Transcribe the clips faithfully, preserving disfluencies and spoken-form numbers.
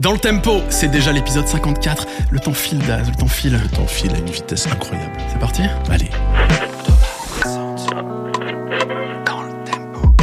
Dans le tempo, c'est déjà l'épisode cinquante-quatre. Le temps file, Daz, le temps file. Le temps file à une vitesse incroyable. C'est parti ? Allez. Dans le tempo.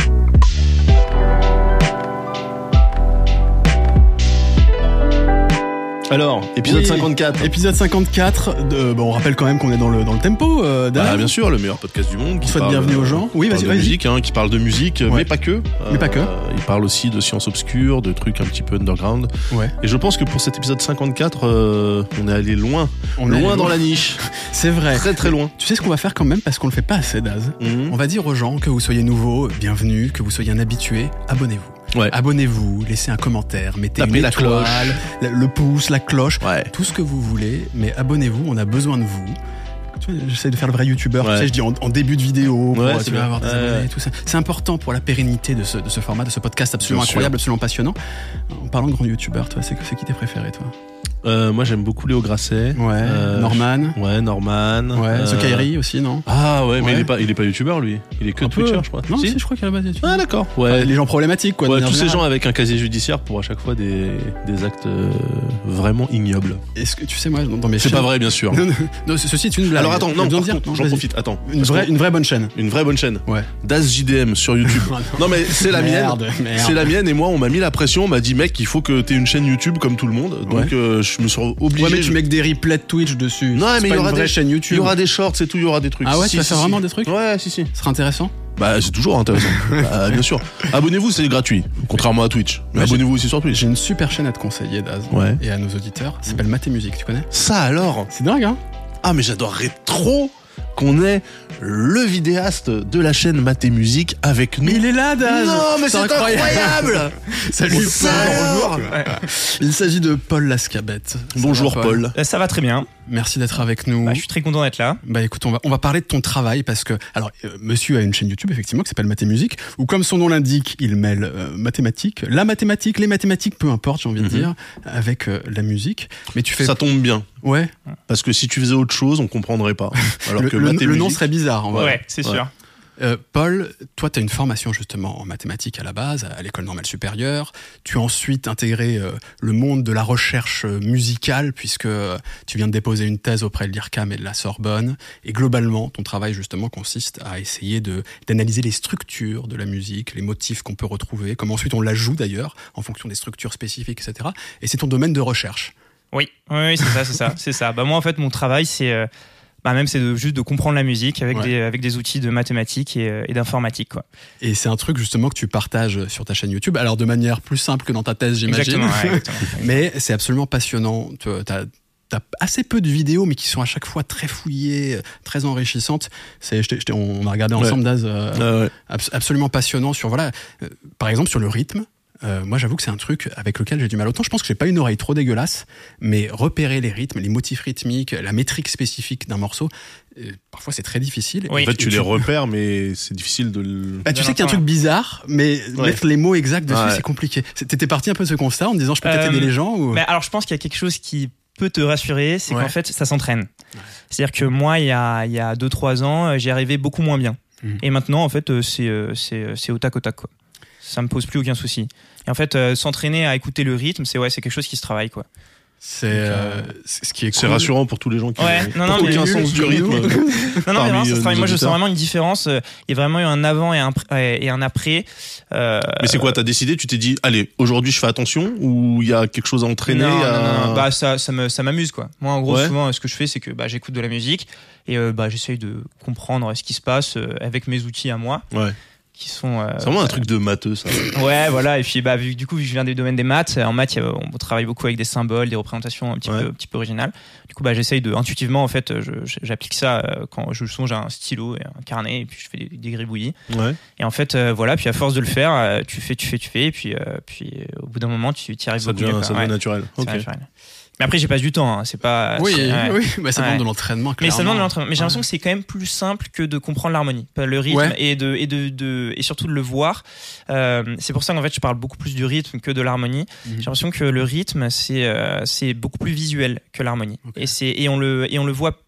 Alors, épisode Oui, cinquante-quatre. Épisode cinquante-quatre. De, bon, on rappelle quand même qu'on est dans le, dans le tempo, euh, Daz. Ah, bien sûr, le meilleur podcast du monde. Qui souhaite bienvenue aux gens. Oui, vas-y, de vas-y. musique, hein, qui parle de musique, Ouais. mais pas que. Mais pas que. Il parle aussi de sciences obscures, de trucs un petit peu underground. Ouais. Et je pense que pour cet épisode cinquante-quatre, euh, on est allé loin. On est loin allé dans loin. la niche. C'est vrai. Très très loin. Tu sais ce qu'on va faire quand même parce qu'on le fait pas assez, Daz. Mhm. On va dire aux gens que vous soyez nouveaux, bienvenue, que vous soyez un habitué, abonnez-vous. Ouais. Abonnez-vous, laissez un commentaire, mettez Tapez une la étoile, cloche. le, le pouce, la cloche, Ouais. tout ce que vous voulez, mais abonnez-vous, on a besoin de vous. Tu vois, j'essaie de faire le vrai youtubeur, Ouais. tu sais, je dis en, en début de vidéo, pour, Ouais, tu c'est vas bien. avoir des Ouais, abonnés, ouais. tout ça. C'est important pour la pérennité de ce, de ce format, de ce podcast absolument Bien sûr. incroyable, absolument passionnant. En parlant de grand youtubeur, toi, c'est, c'est qui tes préférés, toi ? Euh, moi, j'aime beaucoup Léo Grasset. Ouais, Euh, Norman. Ouais, Norman. Ouais, Euh, The Kairi aussi, non ? Ah ouais, mais Ouais. il est pas, il est pas youtubeur lui. Il est que Un peu. Twitcher, je crois. Non, si, Si je crois qu'il y a la base Ah d'accord. Ouais. Les gens problématiques, quoi. de Ouais, manière tous ces générale. gens avec un casier judiciaire pour à chaque fois des, des actes euh, vraiment ignobles. Est-ce que tu sais, moi, dans, dans mes C'est chaînes- pas vrai, bien sûr. Non, non, non, ceci est une blague. Alors attends, Il y a non, besoin par de dire contre, Non, j'en vas-y. profite. Attends, Une Parce vraie, qu'on- une vraie bonne chaîne. une vraie bonne chaîne. Ouais. Das J D M sur YouTube. non mais c'est la Merde, mienne. merde. C'est la mienne et moi on m'a mis la pression, on m'a dit mec il faut que t'aies une chaîne YouTube comme tout le monde. Donc Ouais. euh, je me suis obligé. Ouais, mais tu je- mets que des replays de Twitch dessus. Non c'est mais il pas y aura une vraie des chaîne YouTube. Il y aura des shorts, c'est tout, il y aura des trucs. Ah ouais, Si, tu vas si, faire si. vraiment des trucs ? Ouais, si si. Ce sera intéressant. Bah c'est toujours intéressant. Bah, bien sûr. Abonnez-vous, c'est gratuit, contrairement à Twitch. Mais Ouais, j'ai- abonnez-vous aussi sur Twitch. J'ai une super chaîne à te conseiller, Daz. Ouais. Et à nos auditeurs. Ça s'appelle Mathé Musique, tu connais ? Ça alors. C'est dingue, hein ? Ah mais j'adorerais trop qu'on ait le vidéaste de la chaîne Mathé Musique avec nous. Mais il est là, Daz ! Non mais c'est incroyable. Salut, Ça Paul. alors. Il s'agit de Paul Lascabette. Ça Bonjour va, Paul. Euh, Ça va très bien. Merci d'être avec nous. Bah, je suis très content d'être là. Bah écoute, on va, on va parler de ton travail parce que, alors, euh, monsieur a une chaîne YouTube effectivement qui s'appelle Mathé Musique, où comme son nom l'indique, il mêle euh, mathématiques, la mathématique, les mathématiques, peu importe, j'ai envie de Mhm. dire, avec euh, la musique. Mais tu fais, Ça tombe bien. ouais, Parce que si tu faisais autre chose, on comprendrait pas. Alors le, que le- Mathé le nom Musique- serait bizarre. En vrai. Ouais, c'est Ouais. sûr. Euh, Paul, toi, tu as une formation justement en mathématiques à la base, à l'école normale supérieure. Tu as ensuite intégré euh, le monde de la recherche euh, musicale, puisque euh, tu viens de déposer une thèse auprès de l'I R C A M et de la Sorbonne. Et globalement, ton travail justement consiste à essayer de d'analyser les structures de la musique, les motifs qu'on peut retrouver, comment ensuite on la joue d'ailleurs, en fonction des structures spécifiques, et cetera. Et c'est ton domaine de recherche. Oui, oui, oui, c'est ça, c'est ça, c'est ça. Bah moi en fait mon travail c'est, euh, bah même c'est de, juste de comprendre la musique avec Ouais. des avec des outils de mathématiques et, euh, et d'informatique quoi. Et c'est un truc justement que tu partages sur ta chaîne YouTube, alors de manière plus simple que dans ta thèse, j'imagine. Exactement. Ouais, exactement. Mais c'est absolument passionnant. Tu as, t'as assez peu de vidéos, mais qui sont à chaque fois très fouillées, très enrichissantes. C'est, je t'ai- je t'ai- on a regardé ensemble, Daz, euh, Ah ouais. abs- absolument passionnant sur, voilà, euh, par exemple, sur le rythme. Euh, moi, j'avoue que c'est un truc avec lequel j'ai du mal. Autant je pense que j'ai pas une oreille trop dégueulasse, mais repérer les rythmes, les motifs rythmiques, la métrique spécifique d'un morceau, euh, parfois c'est très difficile. Oui. En fait, Et tu les repères, mais c'est difficile de le. Bah, tu de sais qu'il y a un truc l'entendre. bizarre, mais Ouais. mettre les mots exacts dessus, Ouais. c'est compliqué. C'est- T'étais parti un peu de ce constat en te disant, je peux peut-être Euh, aider les gens ou... Mais alors je pense qu'il y a quelque chose qui peut te rassurer, c'est Ouais. qu'en fait ça s'entraîne. C'est-à-dire que moi il y a il y a deux trois ans euh, j'y arrivais beaucoup moins bien. Mhm. Et maintenant en fait euh, c'est euh, c'est c'est au tac au tac quoi. Ça me pose plus aucun souci. Et en fait euh, s'entraîner à écouter le rythme, c'est ouais c'est quelque chose qui se travaille quoi. C'est euh, c'est- ce qui est C'est cool. rassurant pour tous les gens qui Ouais, n'ont non, non, mais aucun nul, sens du comme nous. rythme. Non, non, mais Parmi, vraiment, ça se euh, travaille. nos Moi, je sens auditeurs. vraiment une différence. euh, Il y a vraiment eu un avant et un, pr- et un après. Euh, Mais c'est quoi, t'as décidé, tu t'es dit, allez, aujourd'hui je fais attention, ou il y a quelque chose à entraîner non, à... non, non, non. Bah, ça, ça me, ça m'amuse, quoi. Moi, en gros, Ouais. souvent, ce que je fais, c'est que bah, j'écoute de la musique et euh, bah, j'essaye de comprendre ce qui se passe euh, avec mes outils à moi, Ouais. qui sont. euh, C'est vraiment un truc de matheux, ça. Ouais, voilà. Et puis, bah, vu, du coup, vu que je viens du domaine des maths, en maths, il y a- on travaille beaucoup avec des symboles, des représentations un petit Ouais. peu, un petit peu originales. Du coup, bah, j'essaye de, intuitivement, en fait, je, je- j'applique ça euh, quand je songe à un stylo et un carnet, et puis je fais des, des gribouillis. Ouais. Et en fait, euh, voilà. Puis à force de le faire, euh, tu fais, tu fais, tu fais, et puis, euh, puis, euh, au bout d'un moment, tu y arrives Ça beaucoup devient, mieux, quoi. ça devient Ouais, naturel. c'est Ok. naturel. Mais après, j'ai pas du temps. Hein. C'est pas. Oui, c'est- ouais. oui, bah, ça demande Ouais. de l'entraînement. Mais ça demande de clairement. l'entraînement. Mais j'ai l'impression que c'est quand même plus simple que de comprendre l'harmonie, pas le rythme Ouais. et de et de, de et surtout de le voir. Euh, c'est pour ça qu'en fait, je parle beaucoup plus du rythme que de l'harmonie. Mhm. J'ai l'impression que le rythme, c'est euh, c'est beaucoup plus visuel que l'harmonie. Ok. Et c'est et on le et on le voit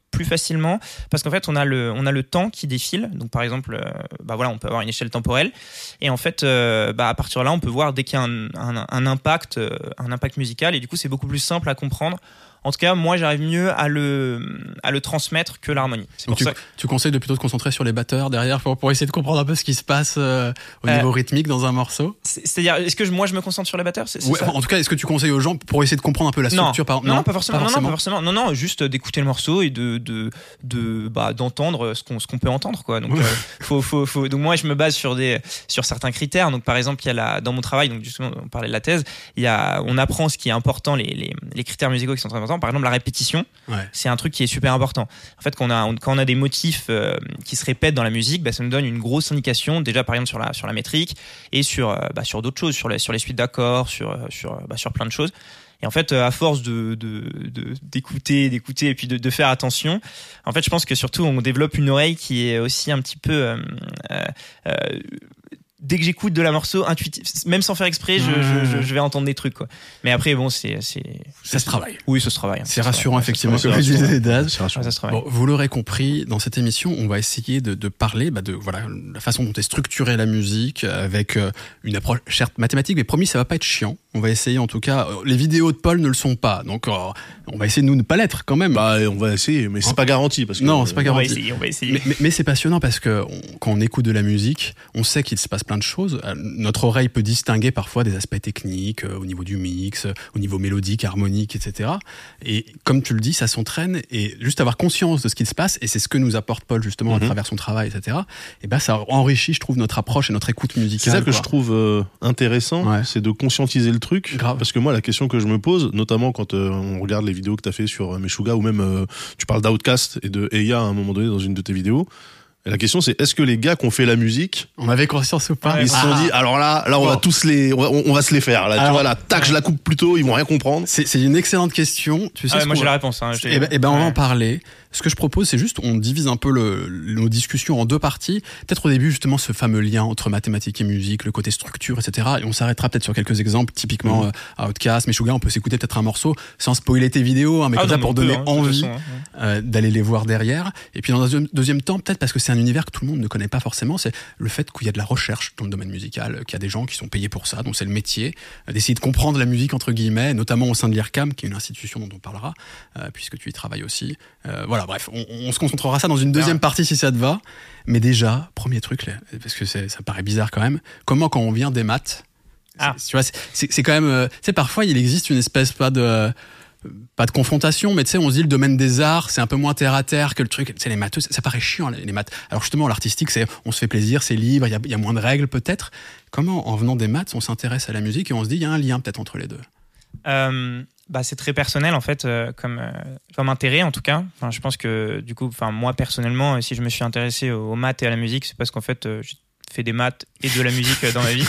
plus facilement parce qu'en fait on a le on a le temps qui défile. Donc par exemple euh, bah voilà, on peut avoir une échelle temporelle et en fait euh, bah à partir de là on peut voir dès qu'il y a un, un, un impact euh, un impact musical et du coup c'est beaucoup plus simple à comprendre. En tout cas, moi, j'arrive mieux à le, à le transmettre que l'harmonie. C'est pour tu, ça que... tu conseilles de plutôt te concentrer sur les batteurs derrière pour, pour essayer de comprendre un peu ce qui se passe euh, au euh, niveau rythmique dans un morceau. C'est-à-dire, est-ce que je, moi, je me concentre sur les batteurs c'est, c'est ouais, ça En tout cas, est-ce que tu conseilles aux gens pour essayer de comprendre un peu la structure non, par... non, non, pas forcément. Pas forcément. Non, non, pas forcément. Non, non, juste d'écouter le morceau et de, de, de, bah, d'entendre ce qu'on, ce qu'on peut entendre, quoi. Donc, euh, faut, faut, faut. Donc moi, je me base sur des, sur certains critères. Donc, par exemple, il y a la, dans mon travail, donc justement, on parlait de la thèse. Il y a, on apprend ce qui est important, les, les, les critères musicaux qui sont très importants. Par exemple, la répétition. Ouais. C'est un truc qui est super important. En fait, quand on a, on, quand on a des motifs euh, qui se répètent dans la musique, bah, ça nous donne une grosse indication, déjà par exemple sur la, sur la métrique et sur, euh, bah, sur d'autres choses, sur les, sur les suites d'accords, sur, sur, bah, sur plein de choses. Et en fait, à force de, de, de, d'écouter, d'écouter et puis de, de faire attention, en fait, je pense que surtout, on développe une oreille qui est aussi un petit peu... Euh, euh, dès que j'écoute de la morceau intuitif, même sans faire exprès, je, je, je, je vais entendre des trucs, quoi. Mais après, bon, c'est, c'est, ça se travaille. Oui, ça se travaille. Hein, c'est rassurant, effectivement, comme vous disiez, Daz. Bon, vous l'aurez compris, dans cette émission, on va essayer de, de parler, bah, de, voilà, la façon dont est structurée la musique, avec euh, une approche, certes, mathématique, mais promis, ça va pas être chiant. On va essayer, en tout cas, euh, les vidéos de Paul ne le sont pas. Donc, euh, on va essayer de nous ne pas l'être, quand même. Bah, on va essayer, mais c'est pas garanti, parce que. Non, c'est pas garanti. On va essayer, on va essayer. Mais, mais, mais c'est passionnant parce que on, quand on écoute de la musique, on sait qu'il se passe plein de choses. Notre oreille peut distinguer parfois des aspects techniques euh, au niveau du mix, euh, au niveau mélodique, harmonique, et cetera. Et comme tu le dis, ça s'entraîne et juste avoir conscience de ce qui se passe, et c'est ce que nous apporte Paul justement mm-hmm. à travers son travail, et cetera. Et ben ça enrichit, je trouve, notre approche et notre écoute musicale. C'est ça que quoi. je trouve euh, intéressant, ouais. c'est de conscientiser le truc. Grave. Parce que moi, la question que je me pose, notamment quand euh, on regarde les vidéos que t'as fait sur euh, Meshuggah ou même euh, tu parles d'Outkast et de Eya à un moment donné dans une de tes vidéos. Et la question c'est, est-ce que les gars qui ont fait la musique, on avait conscience ou pas? Ils se sont ah. dit, alors là, là on bon. va tous les, on va, on va se les faire. Là, alors, tu vois là, tac, je la coupe plus tôt, ils vont rien comprendre. C'est, c'est une excellente question. Tu sais, ah ouais, moi j'ai va... la réponse. Hein, eh ben, eh ben on ouais. va en parler. Ce que je propose, c'est juste, on divise un peu le, nos discussions en deux parties. Peut-être au début, justement, ce fameux lien entre mathématiques et musique, le côté structure, et cetera. Et on s'arrêtera peut-être sur quelques exemples, typiquement mmh. euh, Outkast, Meshuggah. On peut s'écouter peut-être un morceau sans spoiler tes vidéos, hein, mais ah comme non, ça pour donner peut, hein, envie façon, hein. euh, d'aller les voir derrière. Et puis dans un deuxième, deuxième temps, peut-être parce que c'est un univers que tout le monde ne connaît pas forcément, c'est le fait qu'il y a de la recherche dans le domaine musical, qu'il y a des gens qui sont payés pour ça, donc c'est le métier, euh, d'essayer de comprendre la musique entre guillemets, notamment au sein de l'I R C A M, qui est une institution dont on parlera, euh, puisque tu y travailles aussi. Euh, voilà, bref, on, on se concentrera ça dans une deuxième ouais. partie si ça te va. Mais déjà, premier truc, là, parce que c'est, ça paraît bizarre quand même, comment quand on vient des maths, ah. tu vois, c'est, c'est, c'est quand même, euh, tu sais, parfois il existe une espèce pas de, euh, pas de confrontation, mais tu sais, on se dit le domaine des arts, c'est un peu moins terre à terre que le truc, tu sais, les matheux, ça, ça paraît chiant les, les maths. Alors justement, l'artistique, c'est, on se fait plaisir, c'est libre, il y a, y a moins de règles peut-être. Comment, en venant des maths, on s'intéresse à la musique et on se dit, il y a un lien peut-être entre les deux. Euh... Bah, c'est très personnel en fait euh, comme euh, comme intérêt en tout cas. Enfin, je pense que du coup, enfin moi personnellement, si je me suis intéressé aux, aux maths et à la musique, c'est parce qu'en fait euh, j'ai fait des maths et de la musique euh, dans ma vie.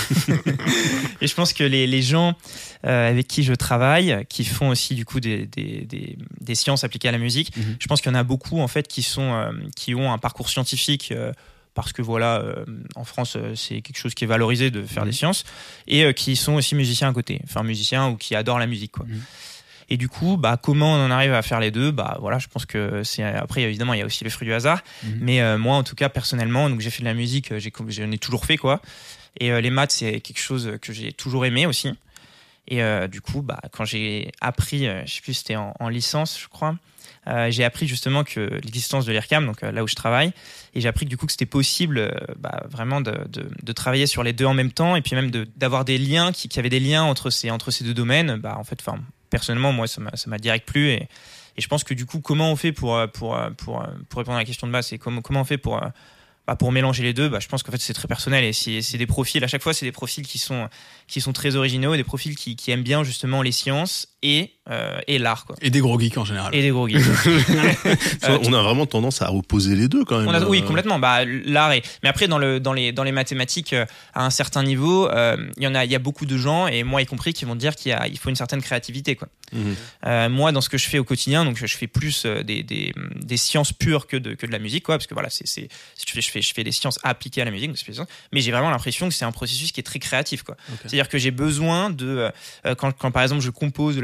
Et je pense que les les gens euh, avec qui je travaille, qui font aussi du coup des des des, des sciences appliquées à la musique, mm-hmm. je pense qu'il y en a beaucoup en fait qui sont euh, qui ont un parcours scientifique. Euh, parce que voilà, euh, en France, euh, c'est quelque chose qui est valorisé de faire mmh. des sciences, et euh, qui sont aussi musiciens à côté, enfin musiciens ou qui adorent la musique, quoi. Mmh. Et du coup, bah, comment on en arrive à faire les deux? Bah voilà, je pense que c'est après évidemment il y a aussi les fruits du hasard, mmh. mais euh, moi en tout cas personnellement, donc j'ai fait de la musique, j'ai j'en ai toujours fait quoi, et euh, les maths c'est quelque chose que j'ai toujours aimé aussi. Et euh, du coup, bah quand j'ai appris, euh, je sais plus, c'était en, en licence, je crois. Euh, j'ai appris justement que l'existence de l'I R C A M, donc euh, là où je travaille, et j'ai appris que du coup que c'était possible euh, bah, vraiment de, de, de travailler sur les deux en même temps, et puis même de, d'avoir des liens, qui, qui avaient des liens entre ces, entre ces deux domaines. Bah, en fait, enfin, personnellement, moi, ça m'a, ça m'a direct plu, et, et je pense que du coup, comment on fait pour, pour, pour, pour répondre à la question de base, c'est comment, comment on fait pour, bah, pour mélanger les deux? Bah, je pense qu'en fait, c'est très personnel, et c'est, c'est des profils, à chaque fois, c'est des profils qui sont, qui sont très originaux, des profils qui, qui aiment bien justement les sciences et Euh, et l'art quoi. Et des gros geeks en général. Et des gros geeks. euh, on a vraiment tendance à opposer les deux quand même. On a, oui, complètement. Bah l'art et mais après dans le dans les dans les mathématiques euh, à un certain niveau, il euh, y en a il y a beaucoup de gens et moi y compris qui vont dire qu'il y a il faut une certaine créativité quoi. Mmh. Euh, moi dans ce que je fais au quotidien, donc je fais plus des des des sciences pures que de que de la musique quoi, parce que voilà c'est c'est je fais je fais je fais des sciences appliquées à la musique, mais j'ai vraiment l'impression que c'est un processus qui est très créatif quoi. Okay. C'est-à-dire que j'ai besoin de euh, quand quand par exemple je compose de la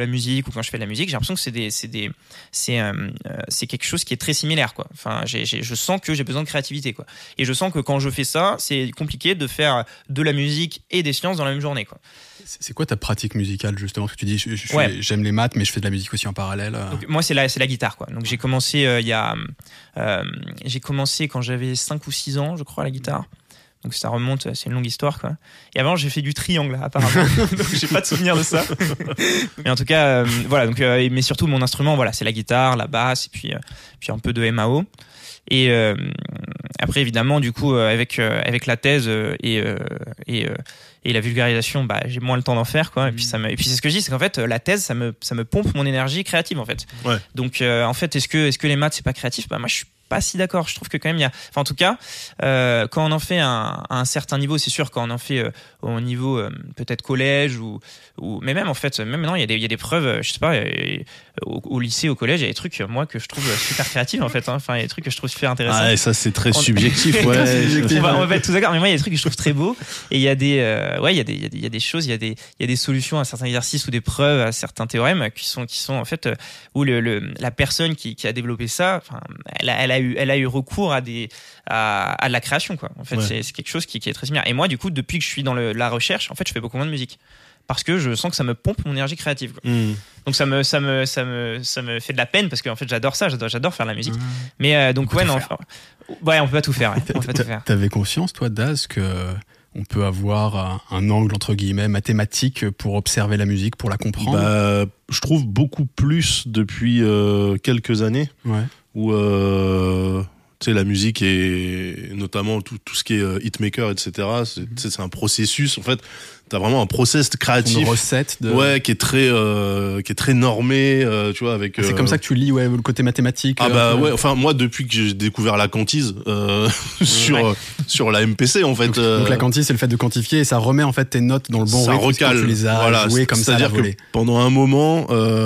musique ou quand je fais de la musique, j'ai l'impression que c'est des, c'est des, c'est, euh, c'est quelque chose qui est très similaire, quoi. Enfin, j'ai, j'ai, je sens que j'ai besoin de créativité, quoi. Et je sens que quand je fais ça, c'est compliqué de faire de la musique et des sciences dans la même journée, quoi. C'est quoi ta pratique musicale, justement? Parce que tu dis, je, je, ouais. j'aime les maths, mais je fais de la musique aussi en parallèle. Donc, moi, c'est la, c'est la guitare, quoi. Donc, j'ai commencé euh, il y a, euh, j'ai commencé quand j'avais cinq ou six ans, je crois, à la guitare. Donc, ça remonte, c'est une longue histoire, quoi. Et avant, j'ai fait du triangle, apparemment. Donc, j'ai pas de souvenir de ça. Mais en tout cas, euh, voilà. Donc, euh, mais surtout, mon instrument, voilà, c'est la guitare, la basse, et puis, euh, puis un peu de M A O. Et euh, après, évidemment, du coup, euh, avec euh, avec la thèse euh, et euh, et euh, et la vulgarisation, bah, j'ai moins le temps d'en faire, quoi. Et puis ça me, et puis c'est ce que je dis, c'est qu'en fait, la thèse, ça me ça me pompe mon énergie créative, en fait. Ouais. Donc, euh, en fait, est-ce que est-ce que les maths c'est pas créatif? Bah, moi, je suis pas si d'accord. Je trouve que quand même il y a, enfin en tout cas, euh, quand on en fait un, à un certain niveau, c'est sûr, quand on en fait euh, au niveau euh, peut-être collège ou ou mais même en fait, même maintenant il y a des il y a des preuves, je sais pas, et, au, au lycée, au collège, il y a des trucs moi que je trouve super créatifs en fait. Hein. Enfin, il y a des trucs que je trouve super intéressants. Ah, et ça c'est très on... subjectif. Ouais. on, va, on va pas être tous d'accord, mais moi il y a des trucs que je trouve très beaux et il y a des euh, ouais il y a des il y a des il y a des choses, il y a des il y a des solutions à certains exercices ou des preuves à certains théorèmes qui sont qui sont en fait où le, le la personne qui qui a développé ça, enfin elle a, elle a eu elle a eu recours à des à, à de la création, quoi. En fait, ouais. c'est, c'est quelque chose qui, qui est très similaire. Et moi, du coup, depuis que je suis dans le, la recherche, en fait, je fais beaucoup moins de musique parce que je sens que ça me pompe mon énergie créative, quoi. Mmh. Donc ça me ça me ça me ça me fait de la peine parce que en fait, j'adore ça, j'adore j'adore faire de la musique. Mmh. Mais euh, donc ouais, non, enfin, ouais, on peut pas tout faire. Ouais. On peut pas tout faire. T'avais conscience, toi, Daz, que on peut avoir un angle entre guillemets mathématique pour observer la musique, pour la comprendre? Bah, je trouve beaucoup plus depuis euh, quelques années. Ouais. Où euh, tu sais, la musique et notamment tout, tout ce qui est euh, hitmaker, et cetera. C'est, mm-hmm. c'est un processus. En fait, t'as vraiment un process créatif. Une recette de... Ouais, qui est très, euh, qui est très normé, euh, tu vois, avec. Ah, c'est euh... comme ça que tu lis, ouais, le côté mathématique. Ah bah ouais. Enfin, moi, depuis que j'ai découvert la quantise euh, sur ouais. sur la M P C, en fait. Donc, euh... donc la quantise, c'est le fait de quantifier et ça remet en fait tes notes dans le bon ça rythme. Recale. Tu les as voilà, jouées comme ça à la volée. Que pendant un moment,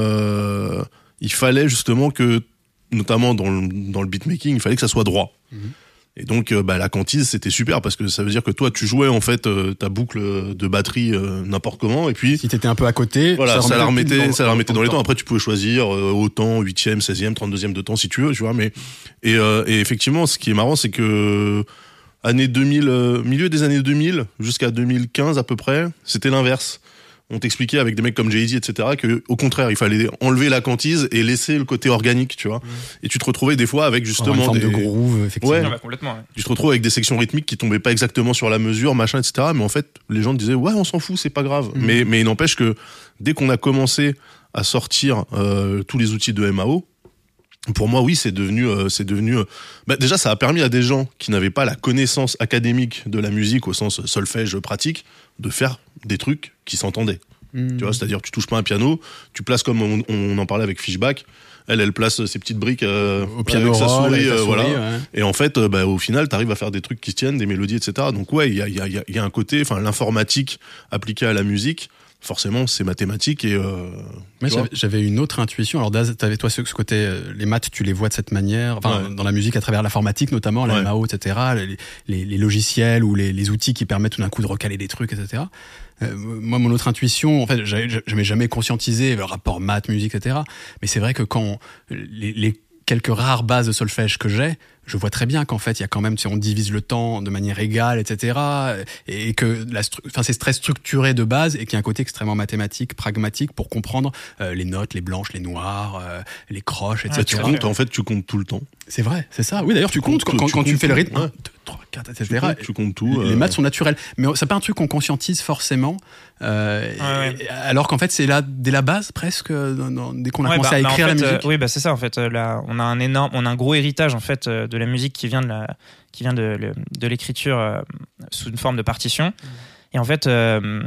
euh, il fallait justement que notamment dans le, dans le beatmaking, il fallait que ça soit droit. Mmh. Et donc, euh, bah, la quantise, c'était super parce que ça veut dire que toi, tu jouais en fait euh, ta boucle de batterie euh, n'importe comment, et puis si t'étais un peu à côté, voilà, ça la remettait, dans, ça la remettait dans, dans les temps. temps. Après, tu pouvais choisir euh, autant, huitième, seizième, trente-deuxième de temps si tu veux, tu vois. Mais et, euh, et effectivement, ce qui est marrant, c'est que année deux mille, euh, milieu des années deux mille jusqu'à deux mille quinze à peu près, c'était l'inverse. On t'expliquait avec des mecs comme Jay-Z, et cetera, que au contraire, il fallait enlever la quantise et laisser le côté organique, tu vois. Mmh. Et tu te retrouvais des fois avec justement une forme des de groove, effectivement. Ouais. Non, bah, complètement. Ouais. Tu te retrouves avec des sections rythmiques qui tombaient pas exactement sur la mesure, machin, et cetera. Mais en fait, les gens te disaient ouais, on s'en fout, c'est pas grave. Mmh. Mais mais il n'empêche que dès qu'on a commencé à sortir euh, tous les outils de M A O, pour moi, oui, c'est devenu, euh, c'est devenu. Euh, bah, déjà, ça a permis à des gens qui n'avaient pas la connaissance académique de la musique au sens solfège pratique de faire des trucs qui s'entendaient. Mmh. Tu vois, c'est-à-dire tu touches pas un piano, tu places comme on, on en parlait avec Fishback. Elle, elle place ses petites briques euh, au piano avec sa roll, souris, avec euh, souris voilà. Ouais. Et en fait, euh, bah, au final, t'arrives à faire des trucs qui se tiennent, des mélodies, et cetera. Donc ouais, il y a, il y a, il y a un côté, enfin, l'informatique appliquée à la musique. Forcément, c'est mathématique et. Euh, Moi, j'avais, j'avais une autre intuition. Alors, Daz, t'avais toi ce, ce côté, euh, les maths, tu les vois de cette manière, enfin, ouais. dans la musique à travers l'informatique notamment, la ouais. M A O, et cetera. Les, les, les logiciels ou les, les outils qui permettent tout d'un coup de recaler des trucs, et cetera. Euh, moi, mon autre intuition, en fait, j'avais, j'avais jamais conscientisé le rapport maths, musique, et cetera. Mais c'est vrai que quand on, les, les quelques rares bases de solfège que j'ai, je vois très bien qu'en fait, il y a quand même, tu sais, on divise le temps de manière égale, et cetera. Et que la stru- enfin, c'est très structuré de base et qu'il y a un côté extrêmement mathématique, pragmatique pour comprendre euh, les notes, les blanches, les noires, euh, les croches, et cetera. Ah, tu comptes, en fait, tu comptes tout le temps. C'est vrai, c'est ça. Oui, d'ailleurs, tu, tu comptes, comptes quand, tu, quand comptes tu fais tout. Le rythme. Ouais. un, deux, trois, quatre, et cetera. Tu comptes, tu comptes tout. Les euh... maths sont naturels. Mais c'est pas un truc qu'on conscientise forcément. Euh, ouais, ouais. Alors qu'en fait, c'est là, dès la base, presque, dans, dans, dès qu'on a ouais, commencé bah, à écrire bah, en fait, la musique. Euh, oui, bah, c'est ça, en fait. Là, on a un énorme, on a un gros héritage, en fait, de la musique qui vient de la, qui vient de, de l'écriture euh, sous une forme de partition. Mmh. Et en fait, euh,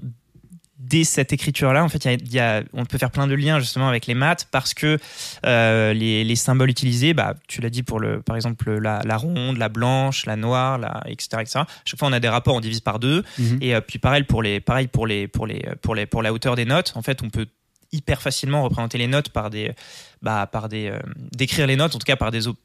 dès cette écriture-là, en fait, y a, y a, on peut faire plein de liens justement avec les maths parce que euh, les, les symboles utilisés, bah, tu l'as dit pour le, par exemple la, la ronde, la blanche, la noire, la, et cetera, et cetera. Chaque fois, on a des rapports, on divise par deux. Mmh. Et euh, puis pareil pour les, pareil pour les, pour les, pour les, pour la hauteur des notes. En fait, on peut hyper facilement représenter les notes par des, bah, par des, euh, décrire les notes, en tout cas par des op-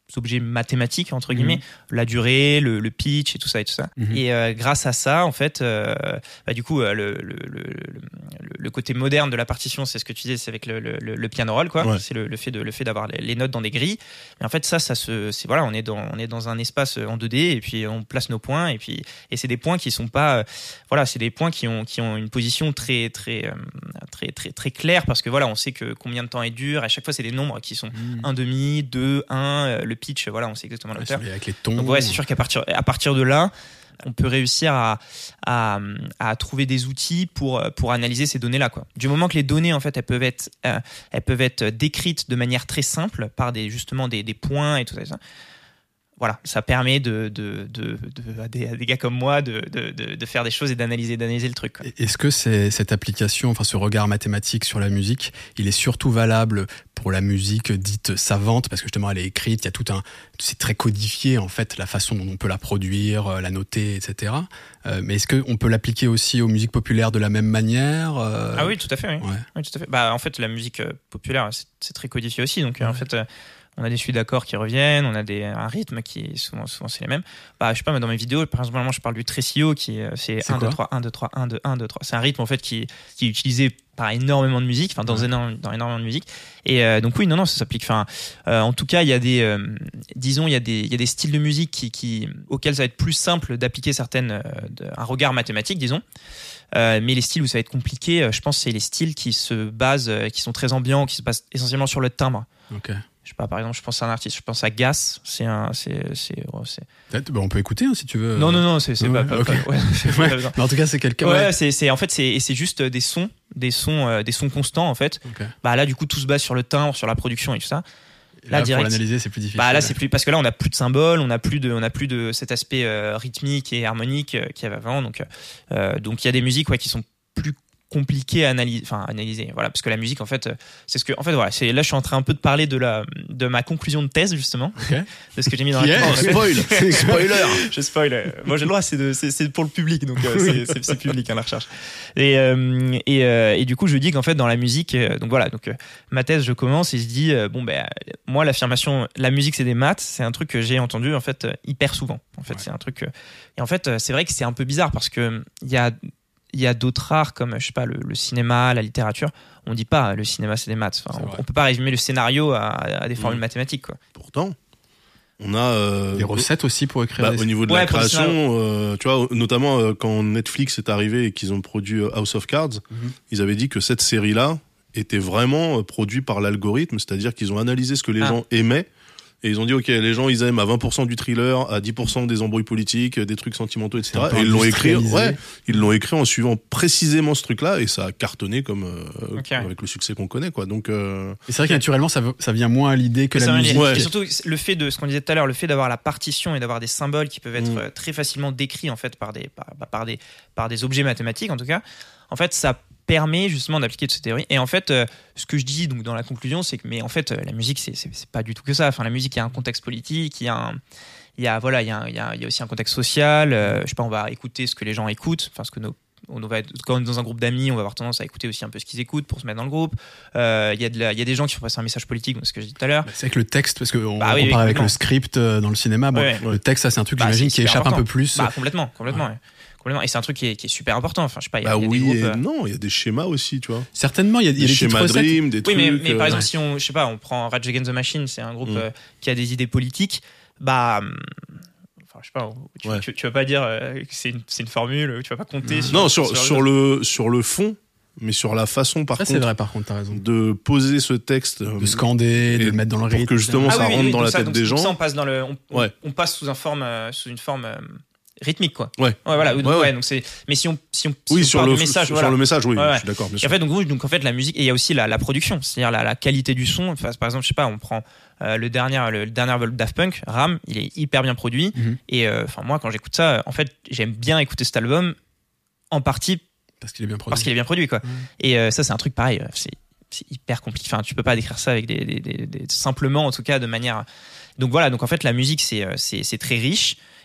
objets mathématiques entre guillemets, mmh. la durée, le, le pitch et tout ça et tout ça. Mmh. Et euh, grâce à ça, en fait, euh, bah, du coup, euh, le, le, le, le, le côté moderne de la partition, c'est ce que tu disais, c'est avec le, le, le piano roll, quoi. Ouais. C'est le, le fait de le fait d'avoir les, les notes dans des grilles. Et en fait, ça, ça se, c'est voilà, on est dans on est dans un espace en deux D et puis on place nos points et puis et c'est des points qui sont pas, euh, voilà, c'est des points qui ont qui ont une position très très euh, très très très claire parce que voilà, on sait que combien de temps est dur. À chaque fois, c'est des nombres qui sont mmh. un demi, deux, un, euh, le pitch, voilà, on sait exactement la hauteur. Ouais, avec les tons. Donc ouais, c'est sûr qu'à partir à partir de là, on peut réussir à, à, à trouver des outils pour, pour analyser ces données-là, quoi. Du moment que les données, en fait, elles peuvent être, euh, elles peuvent être décrites de manière très simple par des, justement des, des points et tout ça. Voilà, ça permet de, de, de, de, à, des, à des gars comme moi de, de, de, de faire des choses et d'analyser, d'analyser le truc, quoi. Est-ce que c'est, cette application, enfin ce regard mathématique sur la musique, il est surtout valable pour la musique dite savante, parce que justement elle est écrite, il y a tout un, c'est très codifié en fait la façon dont on peut la produire, la noter, et cetera. Euh, mais est-ce qu'on peut l'appliquer aussi aux musiques populaires de la même manière euh... Ah oui, tout à fait, oui. Ouais. Oui, tout à fait. Bah en fait la musique populaire c'est, c'est très codifié aussi, donc ouais. en fait. Euh, on a des suites d'accords qui reviennent, on a des, un rythme qui souvent, souvent c'est les mêmes. Bah, je sais pas, mais dans mes vidéos, par exemple, je parle du tresillo qui c'est, c'est un, deux, trois, un, deux, trois, un, deux, un, deux, trois. C'est un rythme, en fait, qui, qui est utilisé par énormément de musique, enfin, dans, ouais. énorme, dans énormément de musique. Et, euh, donc, oui, non, non, ça s'applique. Enfin, euh, en tout cas, il y a des, euh, disons, il y a des, il y a des styles de musique qui, qui, auxquels ça va être plus simple d'appliquer certaines, euh, de, un regard mathématique, disons. Euh, mais les styles où ça va être compliqué, euh, je pense, c'est les styles qui se basent, euh, qui sont très ambiants, qui se basent essentiellement sur le timbre. Ok. Je sais pas, par exemple, je pense à un artiste, je pense à Gas, c'est un, c'est, c'est, oh, c'est... Peut-être, bah on peut écouter, hein, si tu veux. Non, non, non, c'est, c'est ouais, pas, okay. pas, ouais, c'est ouais. Mais en tout cas, c'est quelqu'un. Ouais, ouais. c'est, c'est, en fait, c'est, et c'est juste des sons, des sons, euh, des sons constants, en fait. Okay. Bah, là, du coup, tout se base sur le timbre, sur la production et tout ça. Là, là direct, pour l'analyser, c'est plus difficile. Bah, là, c'est plus, parce que là, on a plus de symboles, on a plus de, on a plus de cet aspect, euh, rythmique et harmonique, euh, qu'il y avait avant, donc, euh, donc, il y a des musiques, ouais, qui sont plus compliqué à analyser, enfin analyser, voilà, parce que la musique en fait, c'est ce que, en fait voilà, c'est là je suis en train un peu de parler de la, de ma conclusion de thèse justement, okay. de ce que j'ai mis dans la. Yeah, spoil, spoiler. Je spoil. Moi j'ai le droit, c'est de, c'est, c'est pour le public, donc euh, c'est, c'est, c'est public hein, la recherche. Et euh, et euh, et du coup je dis qu'en fait dans la musique, euh, donc voilà, donc euh, ma thèse je commence et je dis euh, bon ben moi l'affirmation, la musique c'est des maths, c'est un truc que j'ai entendu en fait hyper souvent. En fait ouais. c'est un truc euh, et en fait c'est vrai que c'est un peu bizarre parce que il y a Il y a d'autres arts comme je sais pas le, le cinéma, la littérature. On dit pas le cinéma c'est des maths. Enfin, on, on peut pas résumer le scénario à, à des formules mmh. mathématiques quoi. Pourtant, on a euh, des recettes aussi pour écrire. Bah, des... Au niveau de ouais, la création, euh, tu vois, notamment euh, quand Netflix est arrivé et qu'ils ont produit House of Cards, mmh. ils avaient dit que cette série-là était vraiment produite par l'algorithme, c'est-à-dire qu'ils ont analysé ce que les ah. gens aimaient. Et ils ont dit, OK, les gens, ils aiment à vingt pour cent du thriller, à dix pour cent des embrouilles politiques, des trucs sentimentaux, et cetera. Et ils l'ont écrit, ouais, ils l'ont écrit en suivant précisément ce truc-là, et ça a cartonné comme, euh, okay. avec le succès qu'on connaît, quoi. Donc, euh... Et c'est vrai que naturellement, ça, ça vient moins à l'idée que ça la musique. Ouais. Et surtout, le fait de, ce qu'on disait tout à l'heure, le fait d'avoir la partition et d'avoir des symboles qui peuvent être mmh. très facilement décrits, en fait, par des, par, par des, par des objets mathématiques, en tout cas. En fait, ça permet justement d'appliquer toutes ces théories. Et en fait, euh, ce que je dis donc dans la conclusion, c'est que mais en fait, euh, la musique, c'est, c'est c'est pas du tout que ça. Enfin, la musique, il y a un contexte politique, il y a un, il y a voilà, il y a, un, il y a, il y a aussi un contexte social. Euh, je sais pas, on va écouter ce que les gens écoutent. Enfin, ce que nos on va être, quand on est dans un groupe d'amis, on va avoir tendance à écouter aussi un peu ce qu'ils écoutent pour se mettre dans le groupe. Euh, il y a de la, il y a des gens qui font passer un message politique, ce que je dis tout à l'heure. Bah, c'est avec le texte, parce qu'on bah, oui, compare oui, avec le script dans le cinéma. Bon, ouais, ouais. Le texte, ça c'est un truc, bah, j'imagine, qui échappe important. Un peu plus. Bah, complètement, complètement. Ouais. Ouais. Et c'est un truc qui est, qui est super important. Enfin, je sais pas. Il y a, bah il y a oui, des groupes, non, il y a des schémas aussi, tu vois. Certainement, il y a, il y a des, des schémas Dream, des oui, trucs. mais, mais euh, par exemple, si on, je sais pas, on prend Rage Against the Machine, c'est un groupe mm. euh, qui a des idées politiques. Bah, enfin, je sais pas. Tu, ouais. tu, tu vas pas dire euh, que c'est une, c'est une formule. Tu vas pas compter. Mm. Sur, non, sur sur, sur le sur le fond. Mais sur la façon, par ça, contre, c'est vrai, par contre, t'as raison. de poser ce texte, de scander, de le mettre dans le rythme, pour que justement ah, ça oui, rentre oui, dans la ça, tête donc, des donc gens. Ça, on passe dans le, on, ouais. on, on passe sous une forme, euh, sous une forme euh, rythmique, quoi. Ouais. Ouais, voilà. Donc, ouais, ouais. ouais, donc c'est. Mais si on, si on, si oui, on sur parle le de message, sur voilà. le message, oui, ouais, ouais. je suis d'accord. Bien et sûr. en fait, donc, donc en fait, la musique, et il y a aussi la, la production, c'est-à-dire la, la qualité du son. Enfin, par exemple, je sais pas, on prend euh, le dernier, le, le dernier album Daft Punk, Ram, il est hyper bien produit. Mm-hmm. Et enfin, euh, moi, quand j'écoute ça, en fait, j'aime bien écouter cet album, en partie parce qu'il est bien produit. Parce qu'il est bien produit, quoi. Mm. Et euh, ça, c'est un truc pareil. C'est c'est hyper compliqué. Enfin, tu peux pas décrire ça avec des, des, des, des simplement, en tout cas, de manière. Donc voilà. Donc en fait, la musique, c'est c'est c'est très riche,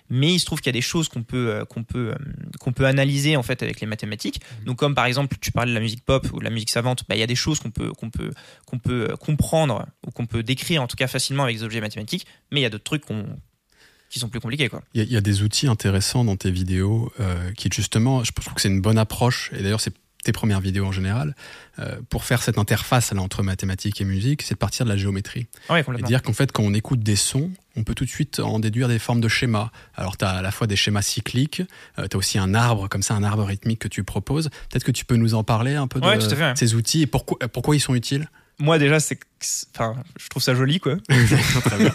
mais il se trouve qu'il y a des choses qu'on peut euh, qu'on peut euh, qu'on peut analyser en fait avec les mathématiques. Mmh. Donc comme par exemple tu parlais de la musique pop ou de la musique savante, bah il y a des choses qu'on peut qu'on peut qu'on peut comprendre ou qu'on peut décrire en tout cas facilement avec des objets mathématiques, mais il y a d'autres trucs qu'on qui sont plus compliqués, quoi. Il y, y a des outils intéressants dans tes vidéos euh, qui justement, je trouve que c'est une bonne approche, et d'ailleurs c'est tes premières vidéos en général, euh, pour faire cette interface là, entre mathématiques et musique, c'est de partir de la géométrie. Ah ouais, complètement. Et dire qu'en fait, quand on écoute des sons, on peut tout de suite en déduire des formes de schémas. Alors, tu as à la fois des schémas cycliques, euh, tu as aussi un arbre, comme ça, un arbre rythmique que tu proposes. Peut-être que tu peux nous en parler un peu de, ouais, tout à fait, ouais. ces outils et pourquoi, pourquoi ils sont utiles. Moi déjà c'est enfin je trouve ça joli, quoi. Très bien.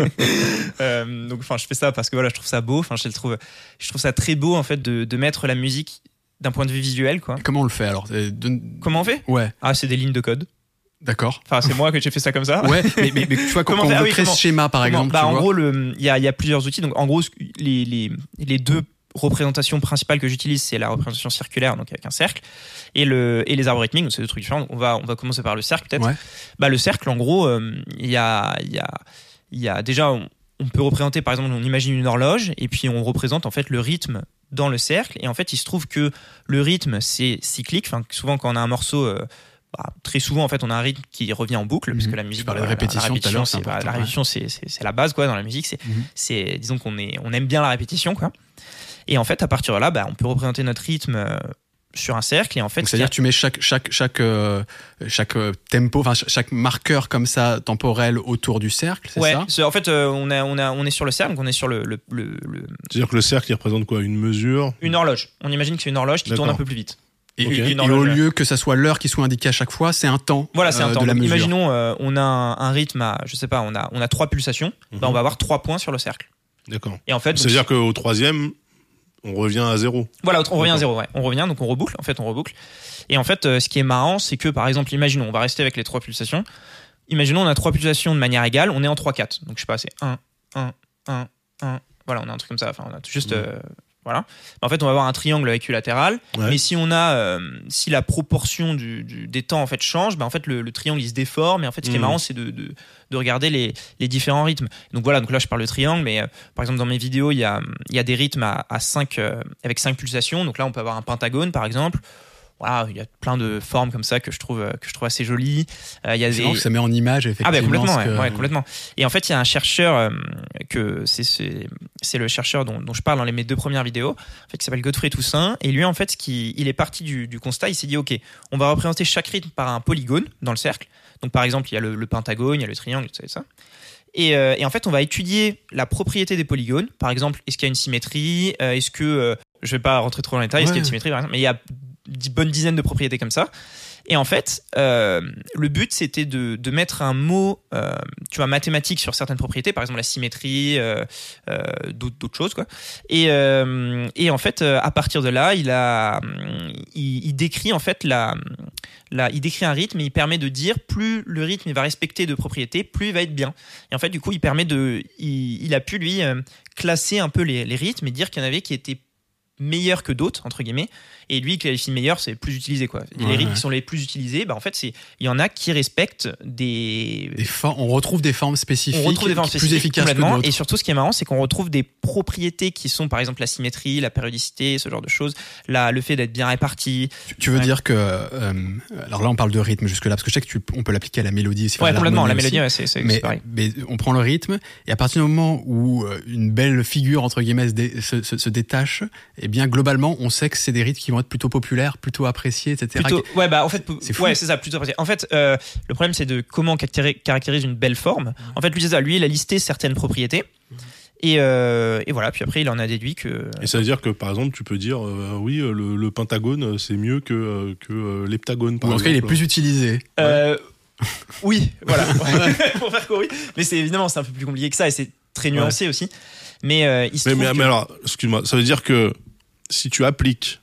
euh, donc enfin je fais ça parce que voilà, je trouve ça beau, enfin je trouve je trouve ça très beau en fait de de mettre la musique d'un point de vue visuel, quoi. Et comment on le fait alors de... Comment on fait? Ouais. Ah, c'est des lignes de code. D'accord. Enfin, c'est moi que j'ai fait ça comme ça. Ouais, mais, mais, mais tu vois, quand on ah, oui, crée ce schéma, par comment, exemple, bah, tu en vois gros, il y a, y a plusieurs outils. Donc, en gros, les, les, les deux représentations principales que j'utilise, c'est la représentation circulaire, donc avec un cercle, et, le, et les arbres rythmiques, donc c'est deux trucs différents. Donc, on va, on va commencer par le cercle, peut-être. Ouais. Bah, le cercle, en gros, il euh, y, a, y, a, y a déjà, on, on peut représenter, par exemple, on imagine une horloge, et puis on représente en fait le rythme dans le cercle. Et en fait, il se trouve que le rythme, c'est cyclique. Enfin, souvent, quand on a un morceau, euh, bah, très souvent, en fait, on a un rythme qui revient en boucle, mmh. parce que la musique, bah, la, la répétition, la répétition, c'est, bah, la répétition, c'est, c'est, c'est la base, quoi, dans la musique. C'est, mmh. c'est, disons qu'on est, on aime bien la répétition, quoi. Et en fait, à partir de là, bah, on peut représenter notre rythme euh, sur un cercle. Et en fait, donc, c'est-à-dire que tu mets chaque chaque chaque euh, chaque euh, tempo, enfin chaque marqueur comme ça temporel autour du cercle, c'est ouais, ça? C'est, en fait, euh, on a on a on est sur le cercle, donc on est sur le le, le, le... C'est-à-dire que le cercle, il représente quoi? Une mesure? Une horloge. On imagine que c'est une horloge qui D'accord. tourne un peu plus vite. Et, okay. et, et au lieu que ça soit l'heure qui soit indiquée à chaque fois, c'est un temps. Voilà, c'est un euh, temps. De la donc, mesure. Imaginons, euh, on a un, un rythme à, je sais pas, on a on a trois pulsations. Mm-hmm. Bah, on va avoir trois points sur le cercle. D'accord. Et en fait, c'est-à-dire donc, qu'au troisième, on revient à zéro. Voilà, on D'accord. revient à zéro. Ouais, on revient, donc on reboucle. En fait, on reboucle. Et en fait, euh, ce qui est marrant, c'est que par exemple, imaginons, on va rester avec les trois pulsations. Imaginons, on a trois pulsations de manière égale. On est en trois quatre. Donc je sais pas, c'est un, un, un, un. Voilà, on a un truc comme ça. Enfin, on a juste. Mmh. Euh, Voilà. En fait, on va avoir un triangle avec équilatéral. Ouais. Mais si on a, euh, si la proportion du, du, des temps en fait change, bah en fait le, le triangle il se déforme. Et en fait, ce qui mmh. est marrant, c'est de, de, de regarder les, les différents rythmes. Donc voilà. Donc là, je parle de triangle, mais euh, par exemple dans mes vidéos, il y a, il y a des rythmes à, à cinq euh, avec cinq pulsations. Donc là, on peut avoir un pentagone, par exemple. Voilà, il y a plein de formes comme ça que je trouve que je trouve assez jolies. Euh, il y a c'est des... que ça met en image effectivement. Ah ben complètement, que... ouais, ouais, complètement. Et en fait, il y a un chercheur euh, que c'est, c'est c'est le chercheur dont, dont je parle dans les, mes deux premières vidéos, en fait, qui s'appelle Godfrey Toussaint. Et lui, en fait, ce qui il est parti du, du constat, il s'est dit ok, on va représenter chaque rythme par un polygone dans le cercle. Donc par exemple, il y a le, le pentagone, il y a le triangle, tout ça et ça. Et, euh, et en fait, on va étudier la propriété des polygones. Par exemple, est-ce qu'il y a une symétrie? euh, Est-ce que euh, je vais pas rentrer trop dans les détails. Ouais. Est-ce qu'il y a une symétrie par exemple? Mais il y a une bonne dizaine de propriétés comme ça. Et en fait, euh, le but, c'était de, de mettre un mot, euh, tu vois, mathématique sur certaines propriétés, par exemple la symétrie, euh, euh, d'autres, d'autres choses, quoi. Et, euh, et en fait, à partir de là, il a, il, il décrit en fait la, la, il décrit un rythme et il permet de dire plus le rythme il va respecter de propriétés, plus il va être bien. Et en fait, du coup, il permet de, il, il a pu lui classer un peu les, les rythmes et dire qu'il y en avait qui étaient meilleurs que d'autres entre guillemets, et lui il qualifie meilleur, c'est plus utilisé quoi. Et ouais, les rythmes ouais. qui sont les plus utilisés, bah en fait c'est il y en a qui respectent des, des for- on retrouve des formes spécifiques, on retrouve des formes spécifiques plus efficaces que d'autres. Et surtout ce qui est marrant c'est qu'on retrouve des propriétés qui sont par exemple la symétrie, la périodicité, ce genre de choses, là le fait d'être bien réparti. Tu, tu veux ouais. dire que euh, alors là on parle de rythme jusque là parce que je sais que tu, on peut l'appliquer à la mélodie aussi. Ouais complètement, la mélodie ouais, c'est, c'est, mais, c'est pareil. Mais on prend le rythme et à partir du moment où une belle figure entre guillemets se, dé, se, se, se détache, et eh bien globalement on sait que c'est des rythmes qui vont être plutôt populaires, plutôt appréciés, et cetera. Plutôt, ouais, bah en fait, c'est fou. Ouais, c'est ça, plutôt apprécié. En fait, euh, le problème c'est de comment caractérise une belle forme. Mmh. En fait, lui, c'est ça. Lui, il a listé certaines propriétés. Mmh. Et, euh, et voilà. Puis après, il en a déduit que. Et ça veut dire que, par exemple, tu peux dire, euh, oui, le, le pentagone, c'est mieux que euh, que euh, l'heptagone. Par Ou en tout cas, il est plus utilisé. Euh, ouais. Oui, voilà. Pour faire quoi, oui. Mais c'est évidemment, c'est un peu plus compliqué que ça, et c'est très nuancé ouais. aussi. Mais euh, il se mais, trouve mais, que... mais alors, excuse-moi, ça veut dire que si tu appliques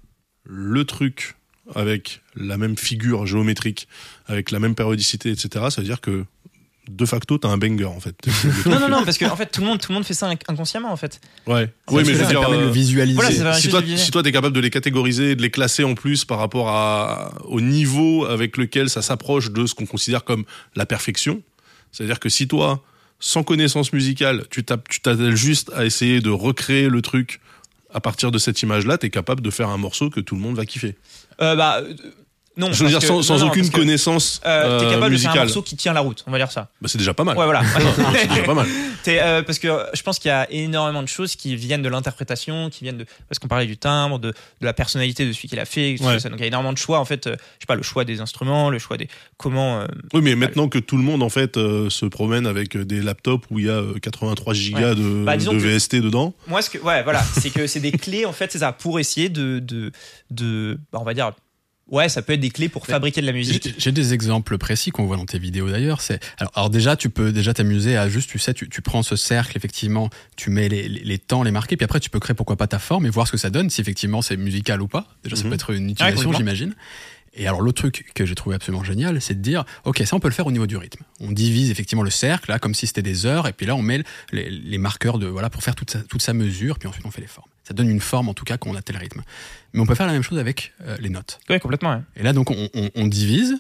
le truc avec la même figure géométrique, avec la même périodicité, et cetera, ça veut dire que de facto, t'as un banger en fait. non, non, non, parce que en fait, tout le monde, tout le monde fait ça inconsciemment en fait. Ouais. En oui, fait, mais je veux dire, permet de le visualiser. Voilà, si, toi, si toi, t'es capable de les catégoriser, de les classer en plus par rapport à, au niveau avec lequel ça s'approche de ce qu'on considère comme la perfection, c'est-à-dire que si toi, sans connaissance musicale, tu tapes, tu t'attelles juste à essayer de recréer le truc à partir de cette image-là, t'es capable de faire un morceau que tout le monde va kiffer. Euh, bah, non. Je veux dire, que, sans, sans non, aucune non, connaissance euh, t'es capable musicale. de faire un morceau qui tient la route, on va dire ça. Bah, c'est déjà pas mal. Ouais, voilà. c'est déjà pas mal. T'es, euh, parce que je pense qu'il y a énormément de choses qui viennent de l'interprétation, qui viennent de, parce qu'on parlait du timbre, de, de la personnalité de celui qui l'a fait, tout Ouais. ça. Donc il y a énormément de choix, en fait. Euh, je sais pas, le choix des instruments, le choix des, comment, euh, Oui, mais maintenant que tout le monde en fait euh, se promène avec des laptops où il y a euh, quatre-vingt-trois gigas Ouais. de, Bah, disons de que- V S T dedans. moi, ce que, ouais, voilà, c'est que c'est des clés, en fait, c'est ça, pour essayer de, de, de, bah, on va dire, ouais, ça peut être des clés pour Mais fabriquer de la musique. J'ai j'ai des exemples précis qu'on voit dans tes vidéos d'ailleurs. C'est alors, alors déjà tu peux déjà t'amuser à juste tu sais tu, tu prends ce cercle effectivement, tu mets les, les, les temps, les marqués, puis après tu peux créer pourquoi pas ta forme et voir ce que ça donne si effectivement c'est musical ou pas. Déjà ça Mhm. peut être une Ouais, utilisation complètement. j'imagine. Et alors l'autre truc que j'ai trouvé absolument génial, c'est de dire ok ça on peut le faire au niveau du rythme. On divise effectivement le cercle là comme si c'était des heures et puis là on met les, les marqueurs de voilà pour faire toute sa, toute sa mesure puis ensuite on fait les formes. Ça donne une forme en tout cas quand on a tel rythme. Mais on peut faire la même chose avec euh, les notes. Ouais, complètement, ouais. Et là, donc, on, on, on divise.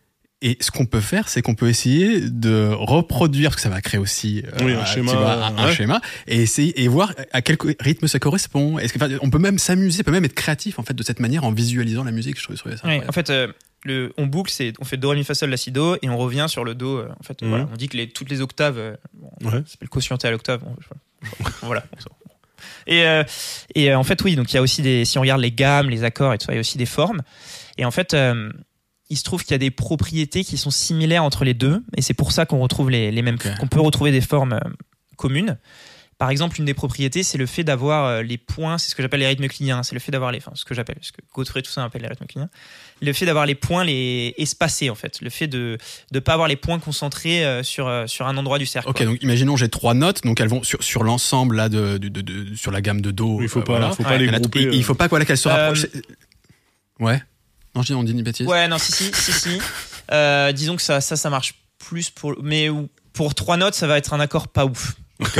Et ce qu'on peut faire, c'est qu'on peut essayer de reproduire, parce que ça va créer aussi euh, Oui, un tu schéma, vois, un, un ouais. schéma, et essayer et voir à quel co- rythme ça correspond. Est-ce que, enfin, on peut même s'amuser, on peut même être créatif en fait de cette manière en visualisant la musique. Je trouvais, je trouvais ça. Ouais, incroyable. en fait, euh, le, on boucle, c'est, on fait do, ré, mi, fa, sol, la, si, do, et on revient sur le do. euh, en fait, Mhm. voilà, on dit que les, toutes les octaves, euh, bon, Ouais. ça s'appelle quotienté à l'octave. bon, je- voilà. on s'en- Et, euh, et euh, en fait, oui, donc il y a aussi des, si on regarde les gammes, les accords et tout ça, il y a aussi des formes. Et en fait, euh, il se trouve qu'il y a des propriétés qui sont similaires entre les deux, et c'est pour ça qu'on retrouve les, les mêmes, Ok. qu'on peut retrouver des formes euh, communes. Par exemple, une des propriétés, c'est le fait d'avoir euh, les points, c'est ce que j'appelle les rythmes cliniens, c'est le fait d'avoir les, enfin, ce que j'appelle, ce que Godfrey, tout ça appelle les rythmes cliniens, le fait d'avoir les points les espacés, en fait, le fait de ne pas avoir les points concentrés euh, sur, euh, sur un endroit du cercle. Ok, quoi. donc imaginons j'ai trois notes, donc elles vont sur, sur l'ensemble là de, de, de, de- sur la gamme de do. Il faut euh, pas, voilà. faut Ouais. pas les Et là, grouper. et- et il faut pas voilà, qu'elles se Euh, rapprochent. C'est- Ouais. Non, je dis on dit une bêtise. Ouais, non, si, si, si, si. Euh, disons que ça, ça, ça marche plus pour, mais pour trois notes, ça va être un accord pas ouf.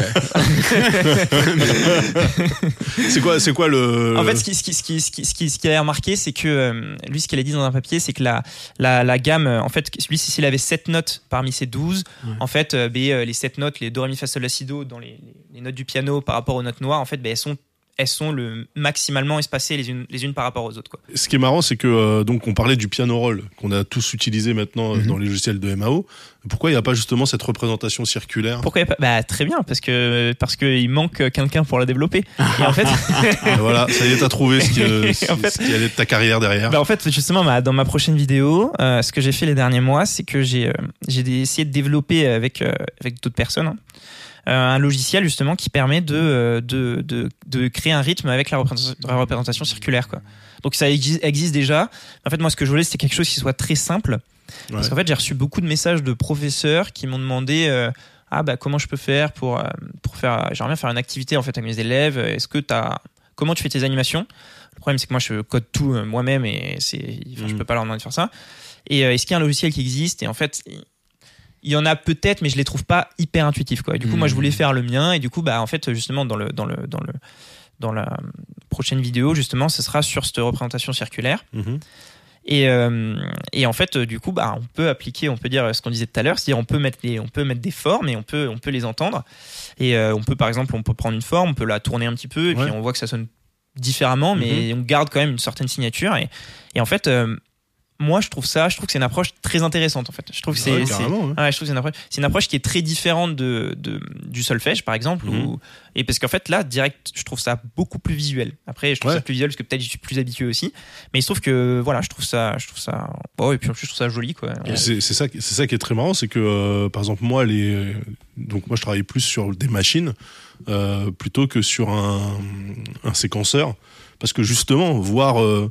C'est quoi, c'est quoi le. En fait, ce qui, ce qui, ce qui, ce qui, ce qui, ce qu'il a remarqué, c'est que euh, lui, ce qu'il a dit dans un papier, c'est que la, la, la gamme, euh, en fait, lui, s'il avait sept notes parmi ses douze, Ouais. en fait, euh, ben, euh, les sept notes, les do, ré, mi, fa, sol, la, si, do, dans les, les, les notes du piano par rapport aux notes noires, en fait, ben, elles sont elles sont le maximalement espacées les unes, les unes par rapport aux autres, quoi. Ce qui est marrant, c'est que euh, donc on parlait du piano roll qu'on a tous utilisé maintenant euh, Mhm. dans les logiciels de M A O. Pourquoi il n'y a pas justement cette représentation circulaire? Pourquoi il y a pas Bah très bien, parce que parce que il manque quelqu'un pour la développer. Et en fait, Et voilà, ça y est, t'as trouvé ce qui, euh, ce, En fait- ce qui allait de ta carrière derrière. bah en fait justement, ma- dans ma prochaine vidéo, euh, ce que j'ai fait les derniers mois, c'est que j'ai euh, j'ai des- essayé de développer avec euh, avec d'autres personnes. hein, euh, un logiciel justement qui permet de, euh, de, de, de créer un rythme avec la représentation, la représentation circulaire, quoi. Donc ça exi- existe déjà. En fait, moi, ce que je voulais, c'était quelque chose qui soit très simple. Parce Ouais. qu'en fait, j'ai reçu beaucoup de messages de professeurs qui m'ont demandé euh, ah bah comment je peux faire pour euh, pour faire j'aimerais bien faire une activité en fait avec mes élèves. Est-ce que t'as comment tu fais tes animations? Le problème, c'est que moi, je code tout euh, moi-même et c'est enfin, je Mhm. peux pas leur demander de faire ça. Et euh, est-ce qu'il y a un logiciel qui existe? Et en fait, il y en a peut-être, mais je les trouve pas hyper intuitifs, quoi. Et du coup, Mhm. moi, je voulais faire le mien. Et du coup, bah en fait, justement, dans le dans le dans le dans la prochaine vidéo, justement, ce sera sur cette représentation circulaire. Mhm. Et, euh, et en fait, euh, du coup, bah, on peut appliquer, on peut dire ce qu'on disait tout à l'heure, c'est-à-dire on peut mettre les, on peut mettre des formes et on peut, on peut les entendre. Et euh, on peut, par exemple, on peut prendre une forme, on peut la tourner un petit peu, et Ouais. puis on voit que ça sonne différemment, mais on garde quand même une certaine signature. Et, et en fait, euh, moi, je trouve ça, je trouve que c'est une approche très intéressante. En fait, je trouve que c'est, Ouais, c'est- carrément, ouais. ouais, je trouve que c'est une approche, c'est une approche qui est très différente de, de du solfège, par exemple, Mhm. ou- et parce qu'en fait, là, direct, je trouve ça beaucoup plus visuel. Après, je trouve Ouais. ça plus visuel parce que peut-être je suis plus habitué aussi. Mais il se trouve que voilà, je trouve ça, je trouve ça. Oh, et puis en plus, je trouve ça joli, quoi. Et C'est c'est ça, qui- c'est ça qui est très marrant, c'est que euh, par exemple moi, les, donc moi je travaille plus sur des machines euh, plutôt que sur un, un séquenceur, parce que justement voir euh,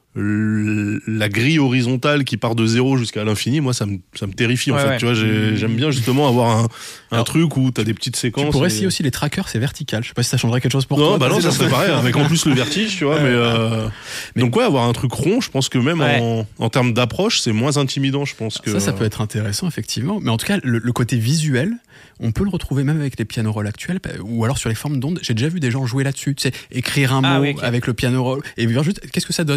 l- la grille horizontale qui part de zéro jusqu'à l'infini, moi ça me ça me terrifie en Ouais, fait. ouais. Tu vois, j'ai- j'aime bien justement avoir un, un Alors, truc où t'as des petites séquences. Tu pourrais et- essayer aussi les trackers, c'est vertical. Je sais pas si ça changerait quelque chose pour non, toi. bah non, passer ça dans serait pareil, avec en plus le vertige, tu vois, mais, euh, Mais- donc ouais, avoir un truc rond, je pense que même Ouais. en, en termes d'approche, c'est moins intimidant, je pense que. Ça, ça peut être intéressant, effectivement. Mais en tout cas, le, le côté visuel, on peut le retrouver même avec les piano roll actuels, ou alors sur les formes d'ondes. J'ai déjà vu des gens jouer là-dessus, tu sais, écrire un Ah mot oui, ok. avec le piano roll, et voir juste, qu'est-ce que ça donne, tu vois, si je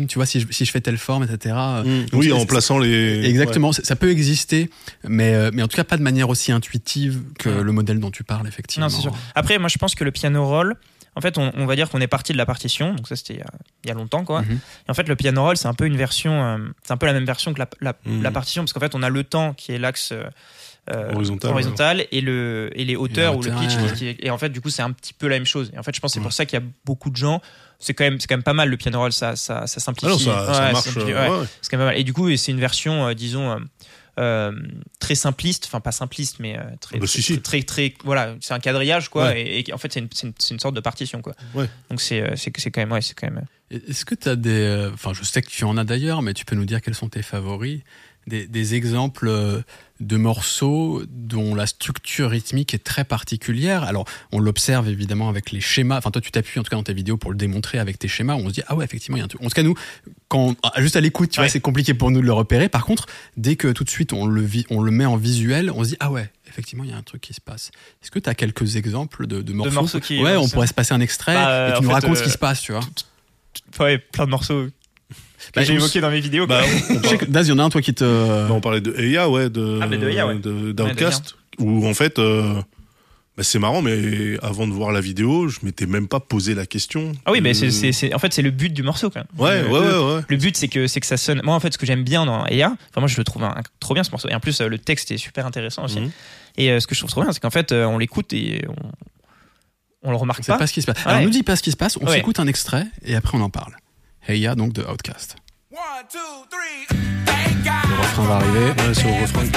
je, si je fais telle forme, et cetera. Mmh. Donc, oui, c'est, en c'est, plaçant les. Exactement, ouais. Ça peut exister, mais mais en tout cas pas de manière aussi intuitive que ouais. le modèle dont tu parles effectivement. Non, c'est sûr. Après, moi, je pense que le piano roll. En fait, on, on va dire qu'on est parti de la partition, donc ça c'était il y a, il y a longtemps, quoi. Mm-hmm. Et en fait, le piano roll, c'est un peu une version, euh, c'est un peu la même version que la, la, mm-hmm. la partition, parce qu'en fait, on a le temps qui est l'axe euh, horizontal, horizontal ouais. et le et les hauteurs et ou le pitch, ouais. qui est, et en fait, du coup, c'est un petit peu la même chose. Et en fait, je pense que c'est pour ça qu'il y a beaucoup de gens. C'est quand même, c'est quand même pas mal le piano roll, ça, ça, ça simplifie. Ah non, ça, ouais, ça marche. simplifie, ouais. Ouais. C'est quand même pas mal. Et du coup, c'est une version, euh, disons. Euh, Euh, très simpliste, enfin pas simpliste, mais euh, très, bah, très, si, si. très, très, très, voilà, c'est un quadrillage quoi, ouais. et, et en fait c'est une, c'est, une, c'est une sorte de partition quoi. Ouais. Donc c'est, c'est, c'est quand même, ouais, c'est quand même. Est-ce que tu as des, enfin je sais que tu en as d'ailleurs, mais tu peux nous dire quels sont tes favoris, des, des exemples de morceaux dont la structure rythmique est très particulière. Alors on l'observe évidemment avec les schémas. Enfin toi tu t'appuies en tout cas dans tes vidéos pour le démontrer avec tes schémas. Où on se dit ah ouais effectivement il y a un truc. En tout cas nous quand juste à l'écoute tu ouais. vois c'est compliqué pour nous de le repérer. Par contre dès que tout de suite on le vi- on le met en visuel on se dit ah ouais effectivement il y a un truc qui se passe. Est-ce que tu as quelques exemples de, de morceaux, de morceaux qui, ouais on pourrait se passer un extrait bah, et tu nous racontes euh, ce qui se passe tu vois. Ouais plein de morceaux. Bah, j'ai évoqué dans mes vidéos. Bah, je sais que Daz, il y en a un toi qui te. Bah, on parlait de Eya, ouais, de, ah, de Eya, ouais. de d'Outcast, ouais, où en fait, euh, bah, c'est marrant, mais avant de voir la vidéo, je m'étais même pas posé la question. Ah oui, de... mais c'est, c'est, c'est, en fait, c'est le but du morceau quand même. Ouais, le, ouais, le, ouais, ouais. Le but, c'est que, c'est que ça sonne. Moi, en fait, ce que j'aime bien dans Eya, enfin, moi, je le trouve un, un, trop bien ce morceau. Et en plus, le texte est super intéressant aussi. Mm-hmm. Et euh, ce que je trouve trop bien, c'est qu'en fait, euh, on l'écoute et on, on le remarque on pas. Sait pas ce qui se passe. Ouais. Alors, on nous dit pas ce qui se passe. On ouais. s'écoute un extrait et après on en parle. Eya, donc de Outkast. One, two, three. Thank God. Le refrain va arriver. Ouais, c'est au refrain.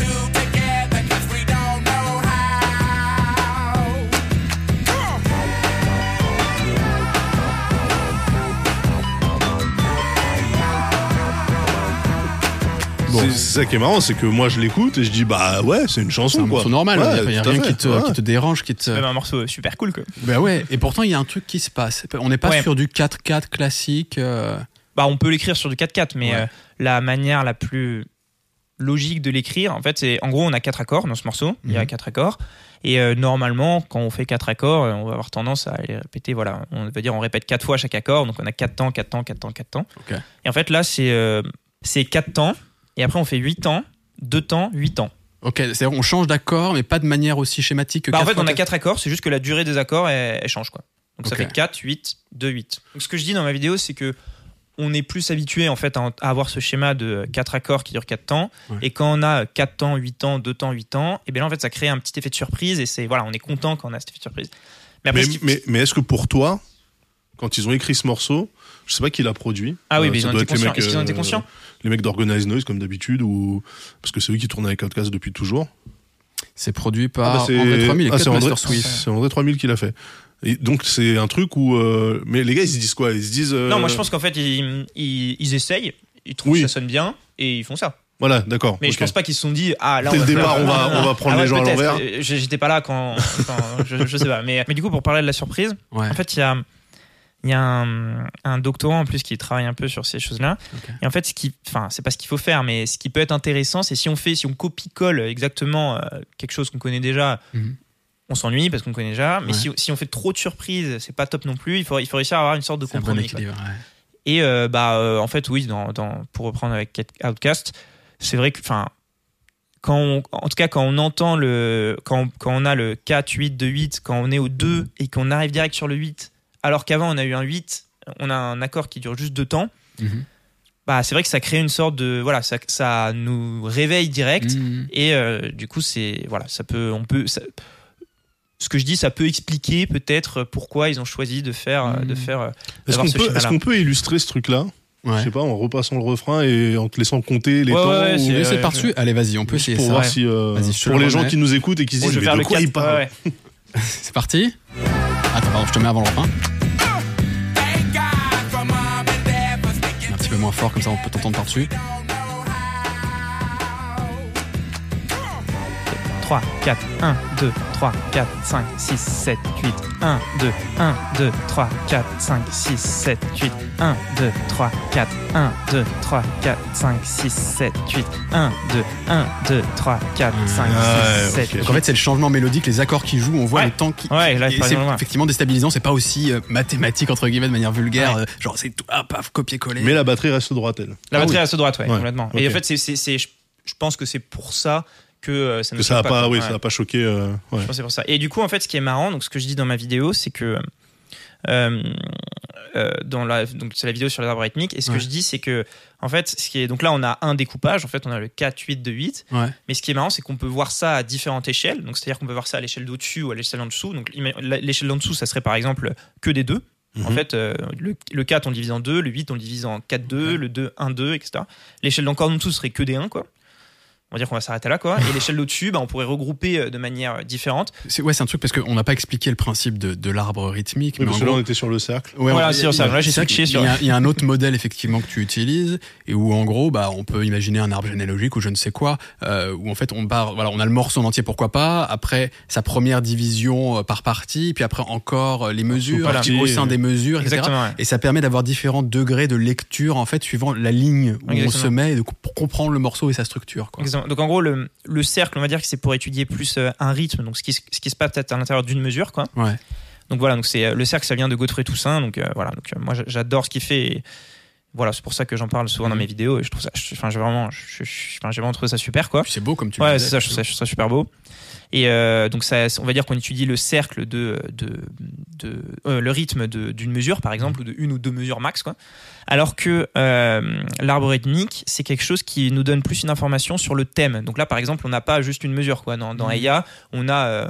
Bon. C'est, c'est ça qui est marrant, c'est que moi je l'écoute et je dis bah ouais, c'est une chanson c'est un quoi. morceau normal, il ouais, n'y a, a rien qui te, ouais. qui te dérange, qui te. C'est même un morceau super cool quoi. Bah ouais, et pourtant il y a un truc qui se passe. On n'est pas ouais. sur du quatre quatre classique. Euh... Bah on peut l'écrire sur du quatre quatre, mais ouais. euh, la manière la plus logique de l'écrire, en fait, c'est en gros on a quatre accords dans ce morceau. Mm-hmm. Il y a quatre accords. Et euh, normalement, quand on fait quatre accords, on va avoir tendance à les répéter. Voilà, on va dire on répète quatre fois chaque accord, donc on a quatre temps, quatre temps, quatre temps, quatre temps. Okay. Et en fait là, c'est euh, c'est quatre temps. Et après, on fait huit temps, deux temps, huit temps. Ok, c'est-à-dire on change d'accord, mais pas de manière aussi schématique que bah quatre. En fait, on a quatre accords, c'est juste que la durée des accords, elle, elle change, quoi. Donc okay. ça fait quatre, huit, deux, huit. Donc ce que je dis dans ma vidéo, c'est que on est plus habitué en fait, à avoir ce schéma de quatre accords qui durent quatre temps. Ouais. Et quand on a quatre temps, huit temps, deux temps, huit temps, et bien là, en fait, ça crée un petit effet de surprise. Et c'est, voilà, on est content quand on a cet effet de surprise. Mais, après, mais, qui... mais, mais est-ce que pour toi, quand ils ont écrit ce morceau, je sais pas qui l'a produit. Ah oui, euh, mais ils ont, été conscients. Mecs, Est-ce qu'ils ont été conscients euh, les mecs d'Organize Noise, comme d'habitude, ou parce que c'est eux qui tournent avec Outkast depuis toujours. C'est produit par ah bah c'est... André trois mille et ah, Cutmaster Swift. C'est André trois mille qui l'a fait. Et donc c'est un truc où, euh... mais les gars ils se disent quoi? Ils se disent. Euh... Non, moi je pense qu'en fait ils, ils, ils essayent, ils trouvent oui. que ça sonne bien et ils font ça. Voilà, d'accord. Mais okay. je pense pas qu'ils se sont dit ah là. Dès on le va départ, faire... on va on va prendre ah, les ouais, gens peut-être. à l'envers. J'étais pas là quand, quand je, je sais pas. Mais mais du coup pour parler de la surprise, ouais. en fait il y a il y a un, un doctorant en plus qui travaille un peu sur ces choses-là. Okay. Et en fait ce qui, enfin c'est pas ce qu'il faut faire, mais ce qui peut être intéressant, c'est si on fait, si on copie-colle exactement euh, quelque chose qu'on connaît déjà. Mm-hmm. On s'ennuie parce qu'on connaît déjà, mais ouais. si, si on fait trop de surprises, c'est pas top non plus. Il faut, il faut réussir à avoir une sorte de c'est compromis. Un bon équilibre, ouais. Et euh, bah, euh, en fait, oui, dans, dans, pour reprendre avec Outkast, c'est vrai que, enfin, quand on, en tout cas, quand on entend le, quand, quand on a le quatre, huit, deux, huit, quand on est au deux et qu'on arrive direct sur le huit, alors qu'avant on a eu un huit, on a un accord qui dure juste deux temps. Mm-hmm. Bah, c'est vrai que ça crée une sorte de, voilà, ça, ça nous réveille direct mm-hmm. et euh, du coup, c'est, voilà, ça peut, on peut. Ça, ce que je dis, ça peut expliquer peut-être pourquoi ils ont choisi de faire, mmh. de faire. Est-ce qu'on, peut, est-ce qu'on peut illustrer ce truc-là? Ouais. Je sais pas, en repassant le refrain et en te laissant compter les ouais, temps. Ouais, ou... c'est, laisser euh, par-dessus. Allez, vas-y, on peut essayer pour ça. Voir si, euh, vas-y, pour les gens qui nous écoutent et qui se disent, mais de quoi ils parlent. Ouais, ouais. C'est parti. Attends, pardon, je te mets avant le refrain. Un petit peu moins fort, comme ça on peut t'entendre par-dessus. trois, quatre, un, deux, trois, quatre, cinq, six, sept, huit, un, deux, un, deux, trois, quatre, cinq, six, sept, huit, un, deux, trois, quatre, un, deux, trois, quatre, cinq, six, sept, huit, un, deux, un, deux, trois, quatre, cinq, Ouais, six, sept, ok. huit. Donc en fait, c'est le changement mélodique, les accords qui jouent, on voit Ouais. le temps qui. Ouais, là, et par c'est exemple, ouais. effectivement déstabilisant, c'est pas aussi euh, mathématique, entre guillemets, de manière vulgaire, Ouais. euh, genre c'est tout, ah, paf, copier-coller. Mais la batterie reste droite, elle. La Ah batterie oui. à ce droite, ouais, Ouais, complètement. ok. Et en fait, c'est, c'est, c'est, je, je pense que c'est pour ça que euh, ça ne Que ça a choque pas, quoi. oui, Ouais. ça a pas choqué. euh, ouais. Je pense que c'est pour ça. Et du coup, en fait, ce qui est marrant, donc ce que je dis dans ma vidéo, c'est que euh, euh, dans la, donc c'est la vidéo sur les arbres rythmiques. Et ce Ouais. que je dis, c'est que en fait, ce qui est, donc là, on a un découpage. En fait, on a le quatre huit deux huit. Ouais. Mais ce qui est marrant, c'est qu'on peut voir ça à différentes échelles. Donc, c'est-à-dire qu'on peut voir ça à l'échelle d'au-dessus ou à l'échelle en dessous. Donc, ima- la- l'échelle d'en dessous, ça serait par exemple que des deux. En Mhm. fait, euh, le, le quatre, on le divise en deux, le huit, on le divise en quatre deux, Ouais. le deux, un deux, et cetera. L'échelle d'encore en dessous serait que des un, quoi. On va dire qu'on va s'arrêter là, quoi. Et l'échelle d'au-dessus, bah, on pourrait regrouper euh, de manière euh, différente. C'est, ouais, c'est un truc parce qu'on n'a pas expliqué le principe de, de l'arbre rythmique. Oui, mais parce en que là, gros- on était sur le cercle. Ouais, Voilà, on- c'est sur ça. il y a- Là, j'ai c'est vrai switché qu'il sur- y a- Il y a un autre modèle effectivement que tu utilises et où en gros, bah, on peut imaginer un arbre généalogique ou je ne sais quoi, euh, où en fait on part, voilà, on a le morceau en entier, pourquoi pas. Après sa première division euh, par partie, puis après encore euh, les mesures Voilà. au sein des mesures, et cetera. Exactement, ouais. Et ça permet d'avoir différents degrés de lecture en fait suivant la ligne où on Exactement. se met et de, pour comprendre le morceau et sa structure. Quoi. Exactement. Donc en gros, le, le cercle, on va dire que c'est pour étudier plus euh, un rythme, donc ce qui, se- ce qui se passe peut-être à l'intérieur d'une mesure, quoi. Ouais. Donc voilà, donc c'est euh, le cercle, ça vient de Godfrey Toussaint. Donc euh, voilà, donc euh, moi j'a- j'adore ce qu'il fait. Et voilà, c'est pour ça que j'en parle souvent dans Mhm. mes vidéos. Et je trouve ça, je- enfin, j'ai vraiment, je- je- enfin, j'ai vraiment trouvé ça super, quoi. Puis c'est beau comme tu le Ouais, disais, c'est ça, je trouve ça, je trouve ça super beau. Et euh, donc ça, on va dire qu'on étudie le cercle de, de, de euh, le rythme de- d'une mesure, par exemple, ou de une ou deux mesures max, quoi. Alors que euh, l'arbre rythmique, c'est quelque chose qui nous donne plus une information sur le thème. Donc là, par exemple, on n'a pas juste une mesure, quoi. Dans, dans Mhm. E I A, on a euh,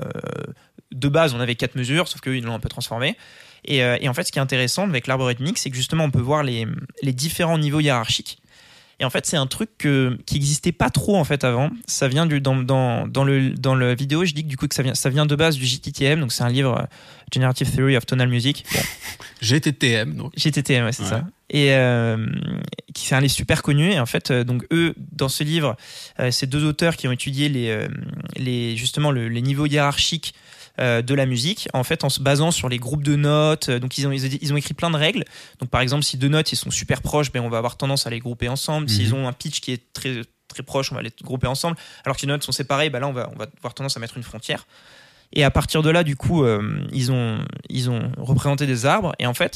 de base, on avait quatre mesures, sauf qu'ils l'ont un peu transformé. Et, euh, et en fait, ce qui est intéressant avec l'arbre rythmique, c'est que justement, on peut voir les, les différents niveaux hiérarchiques. Et en fait, c'est un truc que, qui n'existait pas trop en fait avant. Ça vient du dans dans dans le dans la vidéo, je dis que du coup que ça vient ça vient de base du G T T M, donc c'est un livre euh, Generative Theory of Tonal Music. Bon, G T T M donc. G T T M, ouais, c'est Ouais. ça. Et euh, qui c'est un livre super connu. Et en fait, euh, donc eux, dans ce livre, euh, c'est deux auteurs qui ont étudié les euh, les justement le, les niveaux hiérarchiques euh, de la musique, en fait, en se basant sur les groupes de notes. Donc ils ont ils ont, ils ont écrit plein de règles. Donc par exemple, si deux notes ils sont super proches, ben on va avoir tendance à les grouper ensemble. Mhm. S'ils ont un pitch qui est très très proche, on va les grouper ensemble. Alors que si les notes sont séparées, ben là on va on va avoir tendance à mettre une frontière. Et à partir de là, du coup, euh, ils ont ils ont représenté des arbres. Et en fait,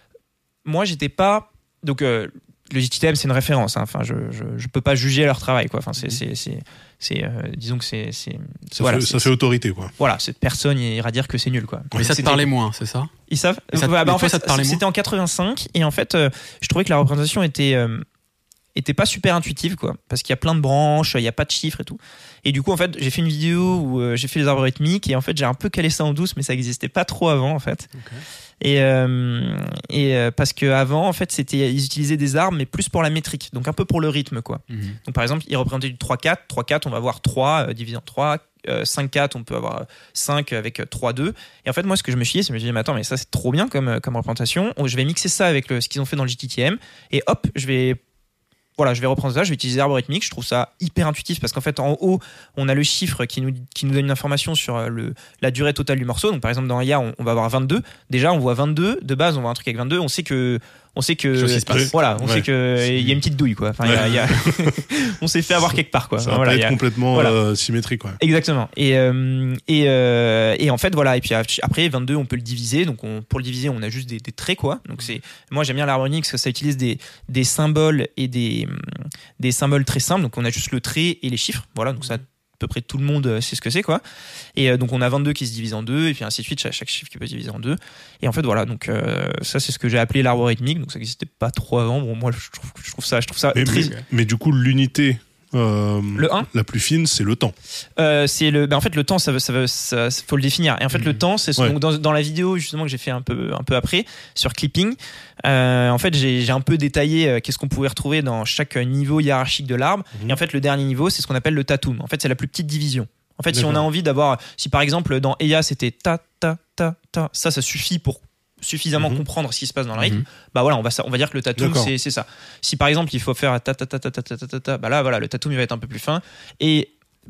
moi, j'étais pas donc euh, le G T T M, c'est une référence. Hein. Enfin, je, je je peux pas juger leur travail, quoi. Enfin, c'est c'est c'est c'est euh, disons que c'est c'est Ça, voilà, fait, c'est- ça fait autorité, quoi. voilà, cette personne ira dire que c'est nul, quoi. Mais ça te C'était- parlait moins, c'est ça? Ils savent. Et ça te- Ouais, bah, mais en toi, fait, ça te parlait c'était en quatre-vingt-cinq et en fait, euh, je trouvais que la représentation était euh, était pas super intuitive, quoi, parce qu'il y a plein de branches, il y a pas de chiffres et tout. Et du coup, en fait, j'ai fait une vidéo où euh, j'ai fait les arbres rythmiques et en fait, j'ai un peu calé ça en douce, mais ça existait pas trop avant, en fait. Ok. Et euh, et euh, parce que avant, en fait, c'était ils utilisaient des arbres, mais plus pour la métrique, donc un peu pour le rythme, quoi. Mhm. Donc par exemple, il représentait du trois quatre. trois quatre, on va avoir trois euh, divisé en trois. Euh, cinq quatre, on peut avoir euh, cinq avec euh, trois deux. Et en fait, moi, ce que je me suis dit, c'est que je me suis dit, mais attends, mais ça, c'est trop bien comme, euh, comme représentation. Oh, je vais mixer ça avec le, ce qu'ils ont fait dans le G T T M. Et hop, je vais. Voilà, je vais reprendre ça, je vais utiliser l'arbre rythmique. Je trouve ça hyper intuitif parce qu'en fait, en haut, on a le chiffre qui nous, qui nous donne une information sur euh, le, la durée totale du morceau. Donc, par exemple, dans E I A, on, on va avoir vingt-deux. Déjà, on voit vingt-deux. De base, on voit un truc avec vingt-deux. On sait que. On sait que. Quelque chose qui se passe. Voilà, on Ouais. sait qu'il y a une petite douille, quoi. Enfin, il y a- il y a- on s'est fait avoir quelque part, quoi. Ça va Voilà, pas il y être a- complètement voilà. euh, symétrique, quoi. Exactement. Et, euh, et, euh, et en fait, voilà. Et puis après, vingt-deux, on peut le diviser. Donc, on, pour le diviser, on a juste des, des traits, quoi. Donc, c'est, moi, j'aime bien l'arbre rythmique parce que ça utilise des, des symboles et des, des symboles très simples. Donc, on a juste le trait et les chiffres. Voilà. Donc, ça, à peu près tout le monde euh, sait ce que c'est, quoi. Et euh, donc, on a vingt-deux qui se divise en deux. Et puis, ainsi de suite, chaque, chaque chiffre qui peut se diviser en deux. Et en fait, voilà. Donc, euh, ça, c'est ce que j'ai appelé l'arbre rythmique. Donc, ça n'existait pas trop avant. Bon, moi, je trouve, je trouve ça, je trouve ça Mais, très. mais, mais du coup, l'unité euh, Le un la plus fine, c'est le temps. Euh, c'est le ben en fait le temps ça veut ça veut ça, faut le définir et en fait le temps c'est Ouais. donc dans, dans la vidéo justement que j'ai fait un peu un peu après sur clipping euh, en fait j'ai j'ai un peu détaillé euh, qu'est-ce qu'on pouvait retrouver dans chaque niveau hiérarchique de l'arbre Mhm. et en fait le dernier niveau c'est ce qu'on appelle le tatum en fait c'est la plus petite division en fait si on a D'accord. envie d'avoir si par exemple dans E I A c'était ta ta ta ta ça ça suffit pour suffisamment Mhm. comprendre ce qui se passe dans le rythme Mhm. bah voilà on va ça- on va dire que le tatum D'accord. c'est c'est ça si par exemple il faut faire ta ta ta ta ta ta ta ta ta bah là voilà le tatum il va être un peu plus fin et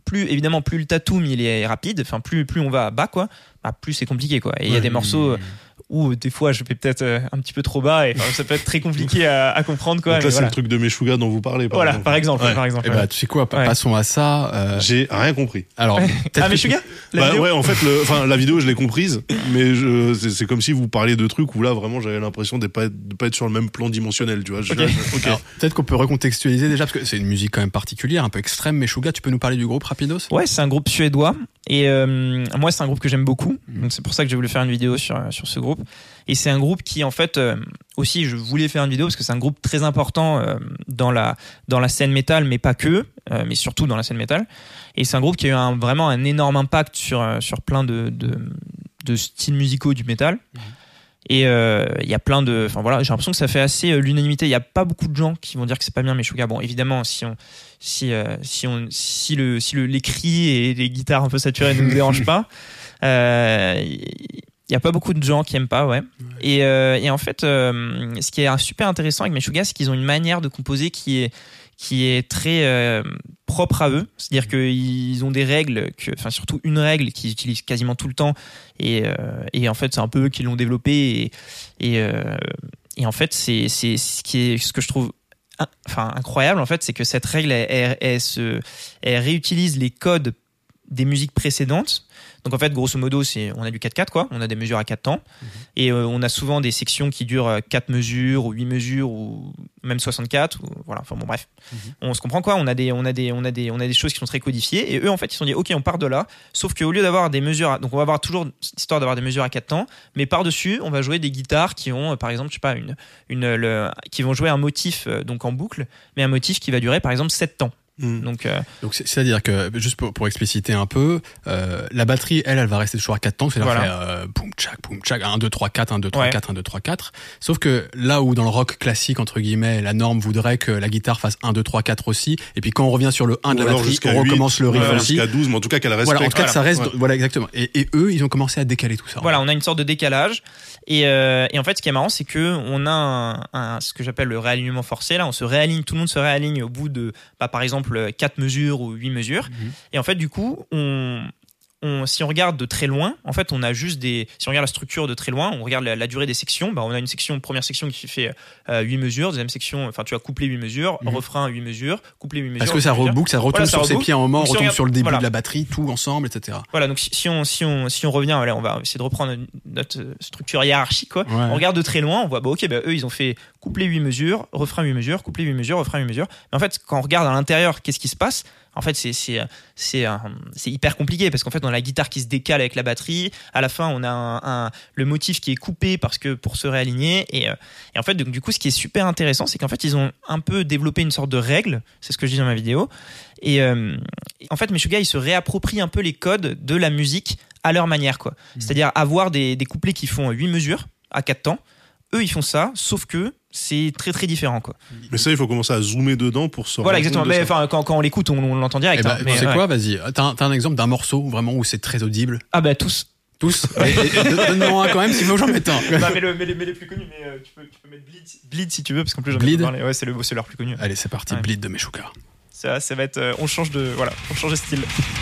plus évidemment plus le tatum il est rapide, enfin plus plus on va bas quoi, bah, plus c'est compliqué quoi. Et il ouais, y a des morceaux où des fois je vais peut-être un petit peu trop bas et ça peut être très compliqué à, à comprendre quoi. Donc là c'est voilà. le truc de Meshuggah dont vous parlez. Par voilà exemple. par exemple. Ouais. Par exemple. Et ouais. bah tu sais quoi, ouais. passons à ça. Euh... J'ai rien compris. Alors ah Meshuggah tu... bah ouais en fait le, enfin la vidéo je l'ai comprise, mais je, c'est, c'est comme si vous parliez de trucs où là vraiment j'avais l'impression de pas être, de pas être sur le même plan dimensionnel, tu vois. Je, okay. je, okay. Alors, peut-être qu'on peut recontextualiser déjà parce que c'est une musique quand même particulière, un peu extrême. Meshuggah, tu peux nous parler du groupe rapidos? Ouais, c'est un groupe suédois et euh, moi c'est un groupe que j'aime beaucoup, donc c'est pour ça que j'ai voulu faire une vidéo sur sur ce groupe. Et c'est un groupe qui en fait euh, aussi je voulais faire une vidéo parce que c'est un groupe très important euh, dans la dans la scène métal, mais pas que, euh, mais surtout dans la scène métal. Et c'est un groupe qui a eu un, vraiment un énorme impact sur euh, sur plein de, de de styles musicaux du métal. Mmh. Et il euh, y a plein de, enfin voilà, j'ai l'impression que ça fait assez euh, l'unanimité. Il y a pas beaucoup de gens qui vont dire que c'est pas bien Meshuggah. Bon, évidemment, si on, si, euh, si on, si le, si le, les cris et les guitares un peu saturées ne nous dérangent pas, il euh, y a pas beaucoup de gens qui aiment pas, ouais. ouais. Et, euh, et en fait, euh, ce qui est super intéressant avec Meshuggah, c'est qu'ils ont une manière de composer qui est qui est très euh, propre à eux, c'est-à-dire qu'ils ont des règles, que, enfin surtout une règle qu'ils utilisent quasiment tout le temps, et, euh, et en fait c'est un peu eux qui l'ont développé, et, et, euh, et en fait c'est, c'est ce qui est ce que je trouve enfin incroyable en fait, c'est que cette règle elle, elle, elle, se, elle réutilise les codes des musiques précédentes. Donc en fait, grosso modo, c'est on a du quatre quatre quoi, on a des mesures à quatre temps mmh. et euh, on a souvent des sections qui durent quatre mesures ou huit mesures ou même soixante-quatre ou voilà, enfin bon bref. Mmh. On se comprend quoi, on a des on a des on a des on a des choses qui sont très codifiées et eux en fait, ils se sont dit OK, on part de là, sauf que au lieu d'avoir des mesures à, donc on va avoir toujours cette histoire d'avoir des mesures à quatre temps, mais par-dessus, on va jouer des guitares qui ont par exemple, je sais pas une une le, qui vont jouer un motif donc en boucle, mais un motif qui va durer par exemple sept temps. Mmh. Donc, euh... donc c'est, c'est-à-dire que juste pour, pour expliciter un peu, euh, la batterie elle elle va rester toujours à quatre temps, c'est-à-dire voilà. faire euh, boum tchac boum tchac un deux trois quatre un deux trois quatre un deux trois quatre. Sauf que là où dans le rock classique entre guillemets la norme voudrait que la guitare fasse un deux trois quatre aussi, et puis quand on revient sur le un de la batterie on recommence huit, le riff ouais, aussi jusqu'à douze, mais en tout cas qu'elle reste. Voilà, en tout cas voilà. que ça reste ouais. voilà exactement. Et, et eux ils ont commencé à décaler tout ça. Voilà, on a une sorte de décalage et, euh, et en fait ce qui est marrant c'est que on a un, un ce que j'appelle le réalignement forcé. Là on se réaligne, tout le monde se réaligne au bout de bah, par exemple quatre mesures ou huit mesures. Mmh. Et en fait, du coup, on, on, si on regarde de très loin, en fait, on a juste des. Si on regarde la structure de très loin, on regarde la, la durée des sections. Bah, on a une section, première section qui fait euh, huit mesures, deuxième section, enfin, tu as couplé huit mesures, mmh. refrain huit mesures, couplet huit mesures. Parce que ça reboucle, ça retombe voilà, ça sur reboucle. Ses pieds en mort, on retombe regarde, sur le début voilà. de la batterie, tout ensemble, et cetera. Voilà, donc si, si on si on si on revient, voilà, on va essayer de reprendre notre structure hiérarchique, quoi. Ouais. On regarde de très loin, on voit, bah ok, bah eux ils ont fait couplet huit mesures, refrain huit mesures, couplet huit mesures, refrain huit mesures. Mais en fait, quand on regarde à l'intérieur, qu'est-ce qui se passe? En fait, c'est c'est c'est c'est hyper compliqué parce qu'en fait, on a la guitare qui se décale avec la batterie. À la fin, on a un, un le motif qui est coupé parce que pour se réaligner. Et, et en fait, donc, du coup, ce qui est super intéressant, c'est qu'en fait, ils ont un peu développé une sorte de règle. C'est ce que je dis dans ma vidéo. Et euh, en fait, Meshuggah, ils se réapproprient un peu les codes de la musique à leur manière, quoi. Mmh. C'est-à-dire avoir des des couplets qui font huit mesures à quatre temps. Eux, ils font ça, sauf que c'est très très différent, quoi. Mais ça, il faut commencer à zoomer dedans pour se. Voilà, exactement. Mais enfin, quand, quand on l'écoute, on, on l'entend direct. Eh ben, hein, mais, c'est ouais. quoi, vas-y. T'as un, t'as un exemple d'un morceau vraiment où c'est très audible? Ah bah tous. Tous. et, et, et, donne-moi un quand même, s'il faut que j'en mette un. Bah, mais, le, mais, les, mais les plus connus, mais euh, tu, peux, tu peux mettre Bleed, Bleed si tu veux, parce qu'en plus j'en Bleed. ai parlé. Ouais, c'est, le, c'est leur plus connu. Allez, c'est parti. Ouais. Bleed de Meshuggah. Ça, ça va être. Euh, on change de. Voilà, on change de style.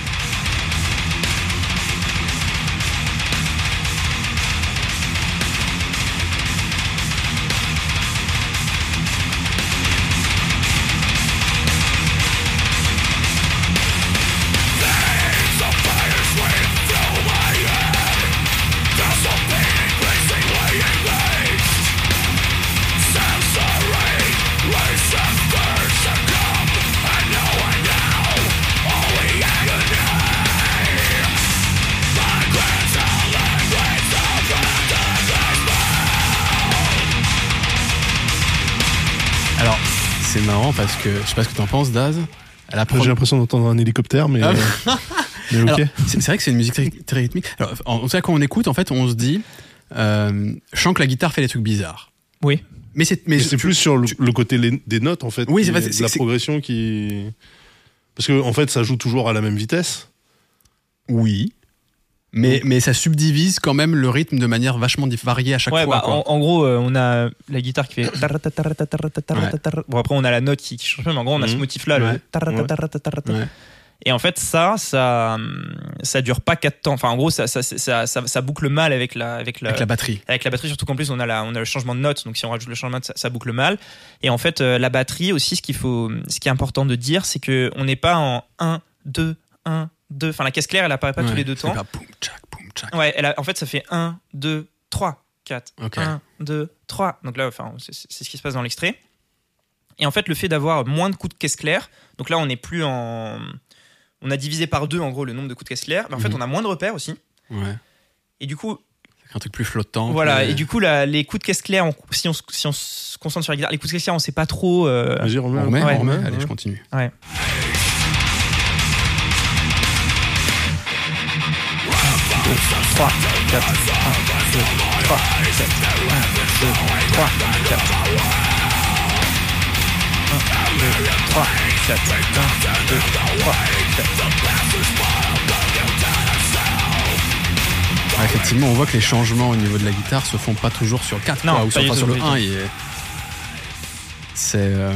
Alors, c'est marrant parce que je sais pas ce que t'en penses, Daz. À la première... J'ai l'impression d'entendre un hélicoptère, mais, euh, mais ok. Alors, c'est, c'est vrai que c'est une musique très, très rythmique. Alors, en tout cas, quand on écoute, en fait, on se dit, euh, je sens que la guitare fait des trucs bizarres. Oui. Mais c'est, mais mais c'est tu, plus sur le, tu... le côté les, des notes, en fait. Oui, c'est, c'est, c'est la c'est... progression qui. Parce que en fait, ça joue toujours à la même vitesse. Oui. Mais, Donc, mais ça subdivise quand même le rythme de manière vachement variée à chaque ouais, fois. Bah, quoi. En, en gros, euh, on a la guitare qui fait. Ouais. Bon, après, on a la note qui, qui change, mais en gros, on a mmh. ce motif-là, ouais. le. Ouais. Et en fait, ça, ça, ça dure pas quatre temps. Enfin, en gros, ça, ça, ça, ça, ça boucle mal avec la, avec la, avec la batterie. Avec la batterie, surtout qu'en plus, on a la, on a le changement de note. Donc, si on rajoute le changement de note, ça, ça boucle mal. Et en fait, euh, la batterie aussi, ce qu'il faut, ce qui est important de dire, c'est que on n'est pas en un, deux, un, deux. Enfin, la caisse claire, elle apparaît pas Ouais, tous les deux c'est temps. pas boum, tchac, boum, tchac. Ouais, elle a, en fait, ça fait un, deux, trois, quatre. Ok. un, deux, trois. Donc là, enfin, c'est, c'est ce qui se passe dans l'extrait. Et en fait, le fait d'avoir moins de coups de caisse claire, donc là, on n'est plus en. On a divisé par deux, en gros, le nombre de coups de caisse claire. Mais en Mhm. fait, on a moins de repères aussi. Ouais. Et du coup, Un truc plus flottant. voilà. plus- Et du coup, la- les coups de caisse claire, on- si, on, se- si on se concentre sur la guitare, les coups de caisse claire, on sait pas trop. euh, Vas-y, remets. On remet, Ouais. on remet. Ouais. Allez, je continue. Ouais. trois, quatre, un, deux, trois, sept, un, deux, trois, quatre. un, deux, trois, quatre, un, deux, trois, Ah, effectivement, on voit que les changements au niveau de la guitare se font pas toujours sur quatre, Non, quoi, ou pas sur, du enfin, tout, sur le pas du un. tout. il est- C'est. euh,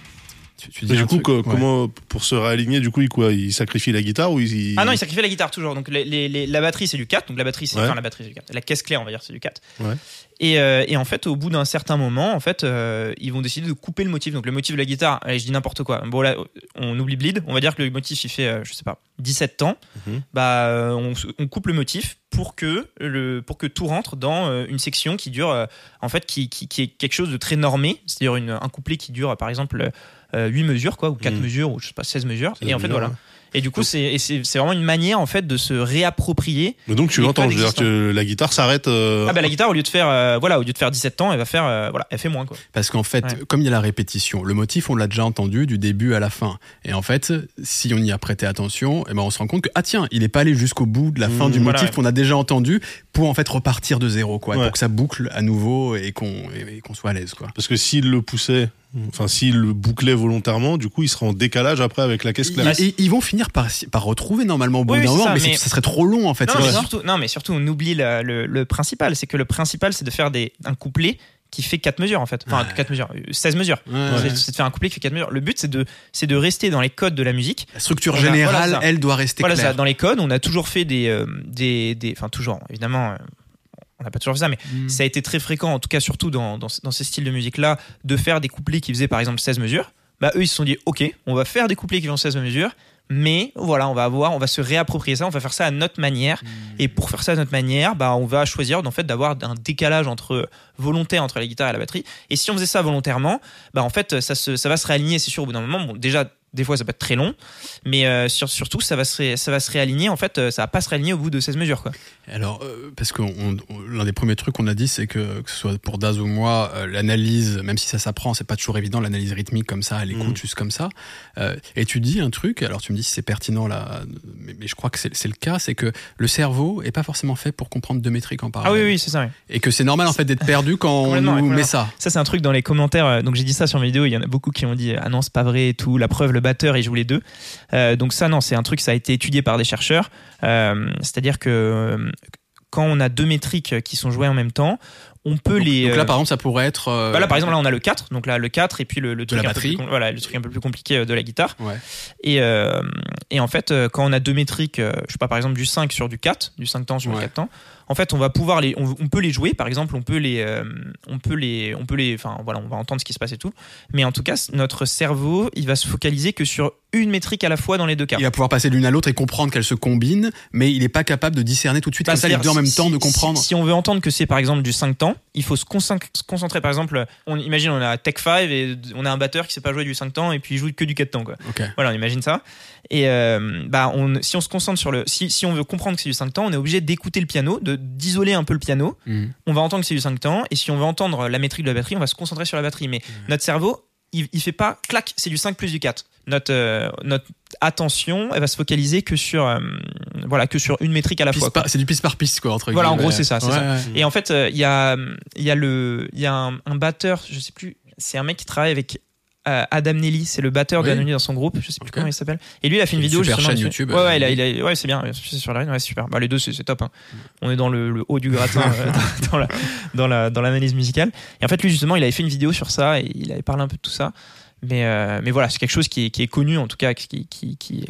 Tu, tu dis Mais un du coup, truc, co- ouais. comment pour se réaligner, du coup, il quoi, il sacrifie la guitare ou il, il- Ah non, il sacrifie la guitare toujours. Donc les, les, les- la batterie c'est du quatre, donc la batterie c'est Ouais. enfin la batterie c'est du quatre. La caisse claire on va dire c'est du quatre. Ouais. Et, euh, et en fait au bout d'un certain moment en fait euh, ils vont décider de couper le motif. Donc le motif de la guitare, allez, je dis n'importe quoi. Bon là on oublie bleed, on va dire que le motif il fait euh, je sais pas dix-sept temps. Mhm. Bah euh, on, on coupe le motif pour que le pour que tout rentre dans euh, une section qui dure euh, en fait qui, qui qui est quelque chose de très normé, c'est-à-dire une, un couplet qui dure par exemple euh, huit mesures quoi ou quatre Mhm. mesures ou je sais pas seize mesures seize et en fait mesures, voilà. ouais. Et du coup, Donc- c'est, et c'est, c'est vraiment une manière en fait de se réapproprier. Mais donc tu les l'entends, codes je veux dire existants. que la guitare s'arrête. euh, Ah bah la guitare au lieu de faire euh, voilà au lieu de faire dix-sept temps, elle va faire euh, voilà elle fait moins quoi. Parce qu'en fait, Ouais. comme il y a la répétition, le motif, on l'a déjà entendu du début à la fin. Et en fait, si on y a prêté attention, eh ben on se rend compte que, ah tiens, il est pas allé jusqu'au bout de la fin Mmh, du voilà, motif ouais. qu'on a déjà entendu pour en fait repartir de zéro, quoi. Ouais. Pour que ça boucle à nouveau et qu'on, et, et qu'on soit à l'aise, quoi. Parce que s'il le poussait, enfin s'il le bouclait volontairement, du coup, il serait en décalage après avec la caisse claire. Et, et ils vont finir par, par retrouver normalement au bout Oui, d'un oui, c'est moment, ça, mais, mais- c'est- ça serait trop long en fait. Non c'est mais, ça. surtout, non mais surtout on oublie la- le, le principal, c'est que le principal c'est de faire des, un couplet qui fait quatre mesures en fait. Enfin Ouais. quatre mesures, euh, seize mesures. Ouais. C'est, c'est de faire un couplet qui fait quatre mesures. Le but c'est de, c'est de rester dans les codes de la musique. La structure On a- générale, voilà ça. elle doit rester Voilà ça, claire. dans les codes, on a toujours fait des, euh, des, des, enfin toujours, évidemment, euh, on n'a pas toujours fait ça, mais Mm. ça a été très fréquent, en tout cas surtout dans, dans, dans ces styles de musique-là, de faire des couplets qui faisaient par exemple seize mesures. Bah eux ils se sont dit, ok, on va faire des couplets qui font seize mesures, mais voilà, on va avoir, on va se réapproprier ça, on va faire ça à notre manière. Et pour faire ça à notre manière, bah on va choisir en fait d'avoir un décalage entre volontaire entre la guitare et la batterie. Et si on faisait ça volontairement, bah en fait ça se, ça va se réaligner, c'est sûr au bout d'un moment. Bon, déjà des fois ça peut être très long, mais euh, sur, surtout ça va se ré- ça va se réaligner. En fait, euh, ça va pas se réaligner au bout de seize mesures quoi. Alors, euh, parce que on- on- l'un des premiers trucs qu'on a dit, c'est que, que ce soit pour Daz ou moi, euh, l'analyse, même si ça s'apprend, c'est pas toujours évident, l'analyse rythmique comme ça, à l'écoute, Mhm. juste comme ça. Euh, et tu dis un truc, alors tu me dis si c'est pertinent là, mais, mais je crois que c'est c'est le cas, c'est que le cerveau est pas forcément fait pour comprendre deux métriques en Ah parallèle. oui oui c'est ça. Oui. Et que c'est normal en fait d'être perdu quand on Complètement, nous complètement. met ça. Ça c'est un truc dans les commentaires. euh, Donc j'ai dit ça sur mes vidéos. Il y en a beaucoup qui ont dit ah non c'est pas vrai et tout. La preuve le batteur il joue les deux. Euh, donc ça non c'est un truc ça a été étudié par des chercheurs. Euh, C'est-à-dire que euh, quand on a deux métriques qui sont jouées en même temps, on peut Donc, les. donc euh, là par exemple ça pourrait être. euh, bah là par exemple là on a le quatre, donc là le quatre et puis le, le truc la un peu batterie. plus com- voilà le truc un peu plus compliqué euh, de la guitare. Ouais. Et euh, et en fait euh, quand on a deux métriques, euh, je sais pas par exemple du cinq sur du quatre, du cinq temps sur Ouais. le quatre temps, en fait on va pouvoir les on, on peut les jouer par exemple, on peut les euh, on peut les on peut les enfin voilà, on va entendre ce qui se passe et tout. Mais en tout cas notre cerveau, il va se focaliser que sur une métrique à la fois dans les deux cas. Il va pouvoir passer de l'une à l'autre et comprendre qu'elles se combinent, mais il n'est pas capable de discerner tout de suite Bah, comme ça les c'est-à-dire, deux en même si- temps, de si- comprendre. Si, si on veut entendre que c'est par exemple du cinq temps, il faut se, concent- se concentrer. Par exemple, on imagine on a Tech cinq et on a un batteur qui sait pas jouer du cinq temps et puis il joue que du quatre temps quoi. Ok. Voilà, on imagine ça. Et euh, bah on, si on se concentre sur le, si, si on veut comprendre que c'est du cinq temps, on est obligé d'écouter le piano, de d'isoler un peu le piano. Mhm. On va entendre que c'est du cinq temps et si on veut entendre la métrique de la batterie, on va se concentrer sur la batterie. Mais notre cerveau, il, il fait pas clac, c'est du cinq plus du quatre. Notre euh, notre attention, elle va se focaliser que sur euh, voilà que sur une métrique à la Piste fois. quoi. par- c'est du piste par piste quoi entre Voilà, en guillemets. gros, c'est ça, c'est Ouais, ça. ouais. Et en fait, il y a il y a le il y a un, un batteur, je sais plus, c'est un mec qui travaille avec euh, Adam Nelly, c'est le batteur Oui. de Adam Nelly dans son groupe, je sais plus Ok. comment il s'appelle. Et lui, il a fait une Une vidéo super justement chaîne dessus. YouTube, Ouais, euh, ouais, il a, il a- ouais, c'est bien, c'est sur la ligne, ouais, c'est super. Bah, les deux, c'est c'est top. Hein. On est dans le, le haut du gratin euh, dans, dans la dans la dans l'analyse musicale. Et en fait, lui justement, il avait fait une vidéo sur ça et il avait parlé un peu de tout ça. Mais euh, mais voilà, c'est quelque chose qui est, qui est connu en tout cas, qui qui qui est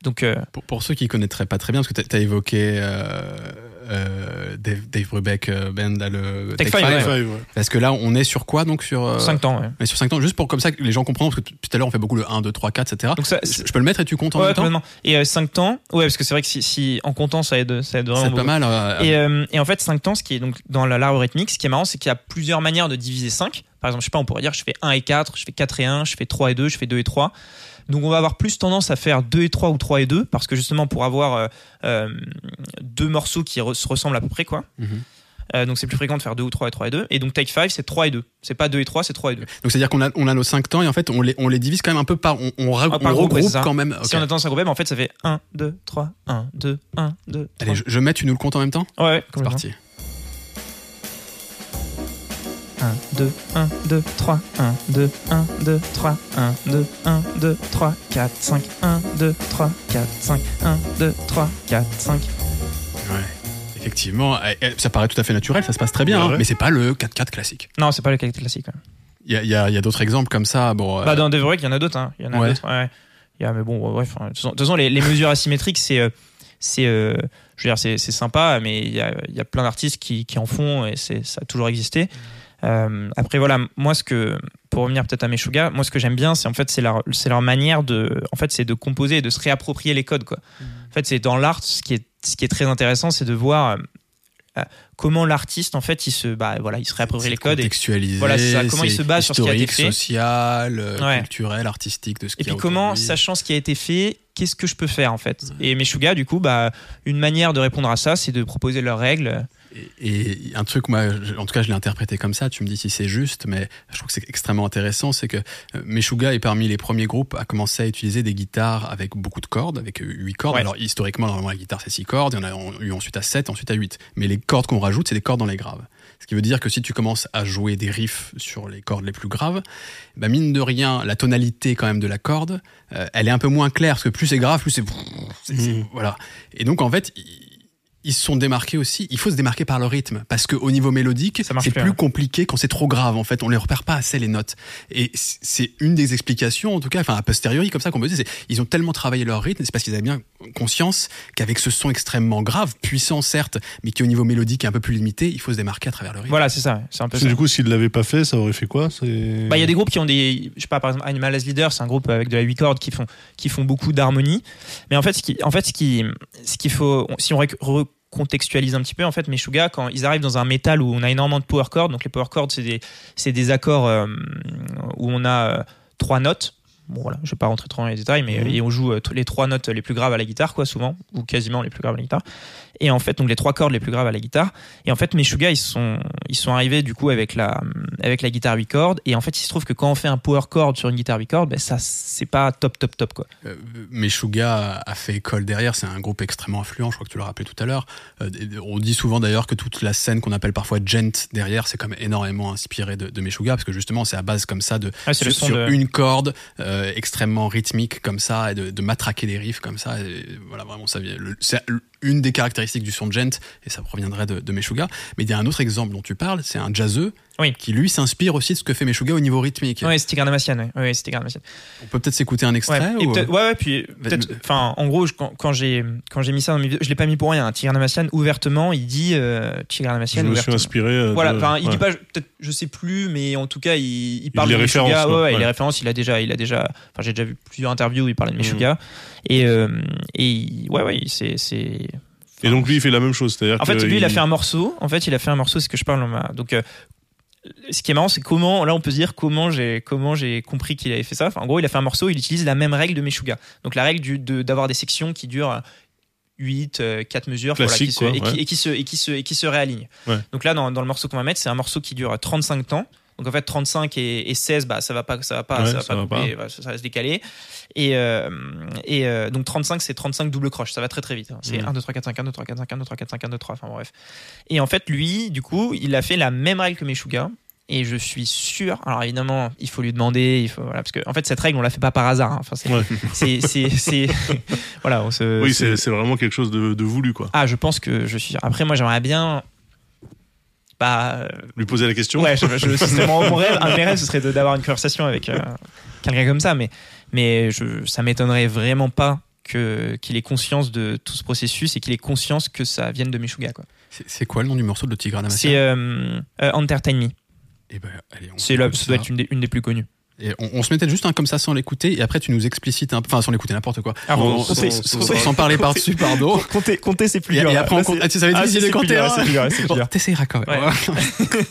Donc, euh, pour, pour ceux qui connaîtraient pas très bien, parce que tu as évoqué euh, euh, Dave, Dave Brubeck euh, band, là, le Take Five, ouais. Ouais, ouais. Parce que là, on est sur quoi donc sur euh, cinq temps, ouais. on est sur cinq temps, juste pour comme ça que les gens comprennent, parce que tout à l'heure on fait beaucoup le un, deux, trois, quatre, et cetera. Donc ça, je, je peux le mettre et tu comptes en ouais, même temps. complètement. Et euh, cinq temps, ouais, parce que c'est vrai que si, si en comptant ça aide, ça aide vraiment C'est beaucoup. pas mal. Euh, Et, euh, et en fait, cinq temps, ce qui est donc dans l'arbre rythmique, ce qui est marrant, c'est qu'il y a plusieurs manières de diviser cinq. Par exemple, je sais pas, on pourrait dire je fais un et quatre, je fais quatre et un, je fais trois et deux, je fais deux et trois. Donc on va avoir plus tendance à faire deux et trois ou trois et deux, parce que justement pour avoir euh, euh, deux morceaux qui re- se ressemblent à peu près, quoi. Mm-hmm. Euh, donc c'est plus fréquent de faire deux ou trois et trois et deux. Et donc Take Five, c'est trois et deux. C'est pas deux et trois, c'est trois et deux. Donc c'est-à-dire qu'on a, on a nos cinq temps et en fait on les, on les divise quand même un peu par. On, on, ra- Ah, on par groupe, regroupe ouais, quand même. Si Ok. on a tendance à grouper, ben en fait ça fait un, deux, trois, un, deux, un, deux, trois. Allez, je, je mets, tu nous le comptes en même temps. Ouais, ouais, C'est complètement. parti. un, deux, un, deux, trois, un, deux, un, deux, trois, un, deux, un, deux, trois, quatre, cinq, un, deux, trois, quatre, cinq, un, deux, trois, quatre, cinq. Ouais. Effectivement, eh, eh, ça paraît tout à fait naturel, ça se passe très bien, Ouais, hein, ouais. mais c'est pas le quatre quatre classique. Non, c'est pas le qualité classique. Ouais. Il y a, il y a, il y a d'autres exemples comme ça. Bon, euh, Bah dans Dave Brubeck, il y en a d'autres. Hein. Il y en a Ouais. d'autres. Ouais. Il y a, mais bon, ouais, ouais, de toute façon- de toute façon, les, les mesures asymétriques, c'est, euh, c'est, euh, je veux dire, c'est, c'est sympa, mais il y a, il y a plein d'artistes qui, qui en font et c'est, ça a toujours existé. Euh, après voilà, moi ce que, pour revenir peut-être à Meshuggah, moi ce que j'aime bien, c'est en fait c'est leur, c'est leur manière de, en fait c'est de composer et de se réapproprier les codes, quoi. En fait c'est dans l'art, ce qui est, ce qui est très intéressant, c'est de voir euh, comment l'artiste en fait il se, bah voilà, il se réapproprie c'est les codes et contextualisé, voilà, c'est ça, comment il c'est se base sur ce qui a été historique, fait. social, euh, Ouais. culturel, artistique de ce Et qu'il y a puis comment, aujourd'hui. sachant ce qui a été fait, qu'est-ce que je peux faire en fait. Et Meshuggah, du coup, bah, une manière de répondre à ça, c'est de proposer leurs règles. Et, et un truc, moi, je- en tout cas, je l'ai interprété comme ça. Tu me dis si c'est juste, mais je trouve que c'est extrêmement intéressant. C'est que euh, Meshuggah est parmi les premiers groupes à commencer à utiliser des guitares avec beaucoup de cordes, avec euh, huit cordes. Ouais. Alors historiquement, normalement, la guitare c'est six cordes. Il y en a eu ensuite à sept, ensuite à huit. Mais les cordes qu'on rajoute, c'est des cordes dans les graves. Ce qui veut dire que si tu commences à jouer des riffs sur les cordes les plus graves, bah mine de rien, la tonalité quand même de la corde, euh, elle est un peu moins claire parce que plus c'est grave, plus c'est, c'est- c'est- Mmh. voilà. Et donc en fait, ils ils se sont démarqués aussi. Il faut se démarquer par le rythme parce que au niveau mélodique, Ça marche c'est plus, plus hein. compliqué quand c'est trop grave. En fait, on les repère pas assez les notes. Et c- c'est une des explications, en tout cas, enfin a posteriori comme ça qu'on peut dire, c'est ils ont tellement travaillé leur rythme, c'est parce qu'ils avaient bien conscience qu'avec ce son extrêmement grave, puissant certes, mais qui au niveau mélodique est un peu plus limité, il faut se démarquer à travers le rythme. Voilà, c'est ça. C'est un peu Parce ça. que du coup, s'ils l'avaient pas fait, ça aurait fait quoi? C'est... Bah, il y a des groupes qui ont des, je sais pas, par exemple, Animal as Leader, c'est un groupe avec de la huit cordes qui font, qui font beaucoup d'harmonie. Mais en fait, ce qui, en fait, ce qui, ce qu'il faut, si on rec- recontextualise un petit peu, en fait, Meshuggah, quand ils arrivent dans un métal où on a énormément de power chords, donc les power chords, c'est des, c'est des accords euh, où on a euh, trois notes. Bon voilà, je vais pas rentrer trop dans les détails, mais Mhm. et on joue euh, t- les trois notes les plus graves à la guitare, quoi, souvent, ou quasiment les plus graves à la guitare. Et en fait, donc les trois cordes les plus graves à la guitare. Et en fait, Meshuggah, ils sont, ils sont arrivés du coup avec la, avec la guitare huit cordes. Et en fait, il se trouve que quand on fait un power chord sur une guitare huit cordes, ben ça, c'est pas top, top, top, quoi. Euh, Meshuggah a fait école derrière, c'est un groupe extrêmement influent, je crois que tu l'as rappelé tout à l'heure. Euh, on dit souvent d'ailleurs que toute la scène qu'on appelle parfois gent derrière, c'est quand même énormément inspiré de, de Meshuggah, parce que justement c'est à base comme ça de Ouais, c'est le sur, son sur de- une corde euh, extrêmement rythmique comme ça, et de, de matraquer des riffs comme ça. Et voilà, vraiment, ça vient. le- C'est une des caractéristiques du son de gent, et ça proviendrait de, de Meshuggah. Mais il y a un autre exemple dont tu parles, c'est un jazzeux Oui. qui lui s'inspire aussi de ce que fait Meshuggah au niveau rythmique. Ouais, c'était Garnamassian, ouais. Ouais, c'était Garnamassian. On peut peut-être s'écouter un extrait Ouais, et ou... peut-être- ouais, ouais, puis Vas- peut-être, enfin, en gros, je- quand, quand j'ai, quand j'ai mis ça dans mes vidéos, je l'ai pas mis pour rien. Tigran Amassian, ouvertement, il dit, euh, Tigran Je Amassian, me suis ouvertement. inspiré. euh, Voilà, de- enfin, il ouais. dit pas, je- peut-être, je sais plus, mais en tout cas, il, il parle les de références, Meshuggah. quoi, Ouais, ouais, ouais. les références, il a déjà, il a déjà, enfin, j'ai déjà vu plusieurs interviews où il parlait de Mm. Meshuggah. Et, euh, et, il- ouais, ouais, c'est, c'est. Et donc lui, il fait la même chose, c'est-à-dire En fait, que lui, il a fait un morceau. En fait, il a fait un morceau, c'est ce que je parle dans ma. Donc, euh, ce qui est marrant, c'est comment, là, on peut se dire comment j'ai, comment j'ai compris qu'il avait fait ça. Enfin, en gros, il a fait un morceau, il utilise la même règle de Meshuggah. Donc, la règle du, de, d'avoir des sections qui durent huit, quatre mesures, voilà, Classique, qui se, quoi, et, qui, ouais. et, qui se, et, qui se, et qui se réalignent. Ouais. Donc, là, dans, dans le morceau qu'on va mettre, c'est un morceau qui dure trente-cinq temps. Donc en fait trente-cinq et, et seize, bah ça va pas, ça va pas, Ouais, ça va ça pas va couper, bah, ça, ça va se décaler. Et, euh, et euh, donc trente-cinq, c'est trente-cinq double croche, ça va très très vite. Hein. C'est Mhm. un, deux, trois, quatre, cinq, un, deux, trois, quatre, cinq, un, deux, trois, quatre, cinq, un, deux, trois, enfin bon, bref. Et en fait lui, du coup, il a fait la même règle que Meshuggah. Et je suis sûr, alors évidemment, il faut lui demander, il faut, voilà, parce que en fait cette règle on la fait pas par hasard. Hein. Enfin c'est, Ouais. c'est, c'est, c'est, voilà, on se. Oui, c'est, c'est vraiment quelque chose de, de voulu, quoi. Ah, je pense que je suis. Après, moi, j'aimerais bien. Bah, euh, Lui poser la question. ouais, je, je, c'est mon, mon rêve. Un de mes rêves, ce serait de- d'avoir une conversation avec euh, quelqu'un comme ça, mais, mais je, ça m'étonnerait vraiment pas que qu'il ait conscience de tout ce processus et qu'il ait conscience que ça vienne de Meshuggah, quoi. C'est, c'est quoi le nom du morceau de Tigran Amasia? C'est euh, euh, Entertain Me. Eh ben, allez, on C'est là, écoute ça doit être une des, une des plus connues. Et on, on se mettait juste un comme ça sans l'écouter, et après tu nous explicites un peu, enfin sans l'écouter, n'importe quoi. Ah, On- bon, sans, comptez, sans- comptez. sans parler par-dessus, pardon. Compter, compter, c'est plus Et, dur. et là. après on Là, compte. c'est- Ah, tu savais Ah, difficile c'est de plus compter, dur, hein. c'est plus dur, c'est plus Bon, dur. t'essayeras quand même. Ouais.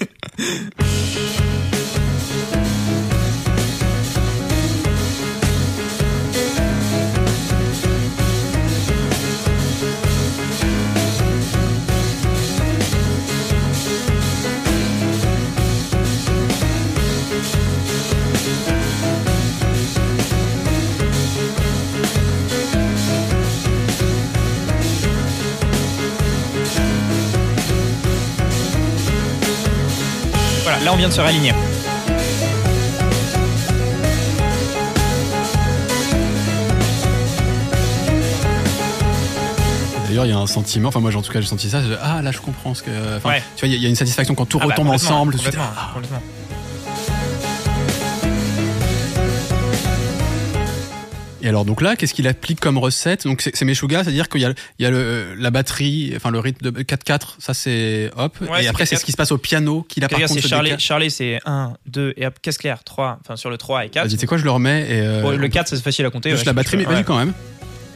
Voilà, là on vient de se réaligner. D'ailleurs, il y a un sentiment, enfin moi en tout cas j'ai senti ça, je- ah là je comprends ce que. Enfin, Ouais. tu vois, il y, a- il y a une satisfaction quand tout Ah bah, retombe complètement, ensemble. tout de suite, complètement, ah. complètement. Et alors donc là, qu'est-ce qu'il applique comme recette? Donc c'est, c'est Meshuggah, c'est-à-dire qu'il y a, il y a le, la batterie, enfin le rythme de quatre quatre, ça c'est hop. Ouais, et c'est après c'est quatre quatre. ce qui se passe au piano qui là par Regarde, contre c'est se Charlie, décale. Charlie c'est un, deux et hop, caisse claire, trois, enfin sur le trois et quatre. Vas-y, tu sais quoi, je le remets et. Euh, Bon, le quatre, c'est facile à compter. juste ouais, la je- batterie, je- mais vas-y ouais. quand même.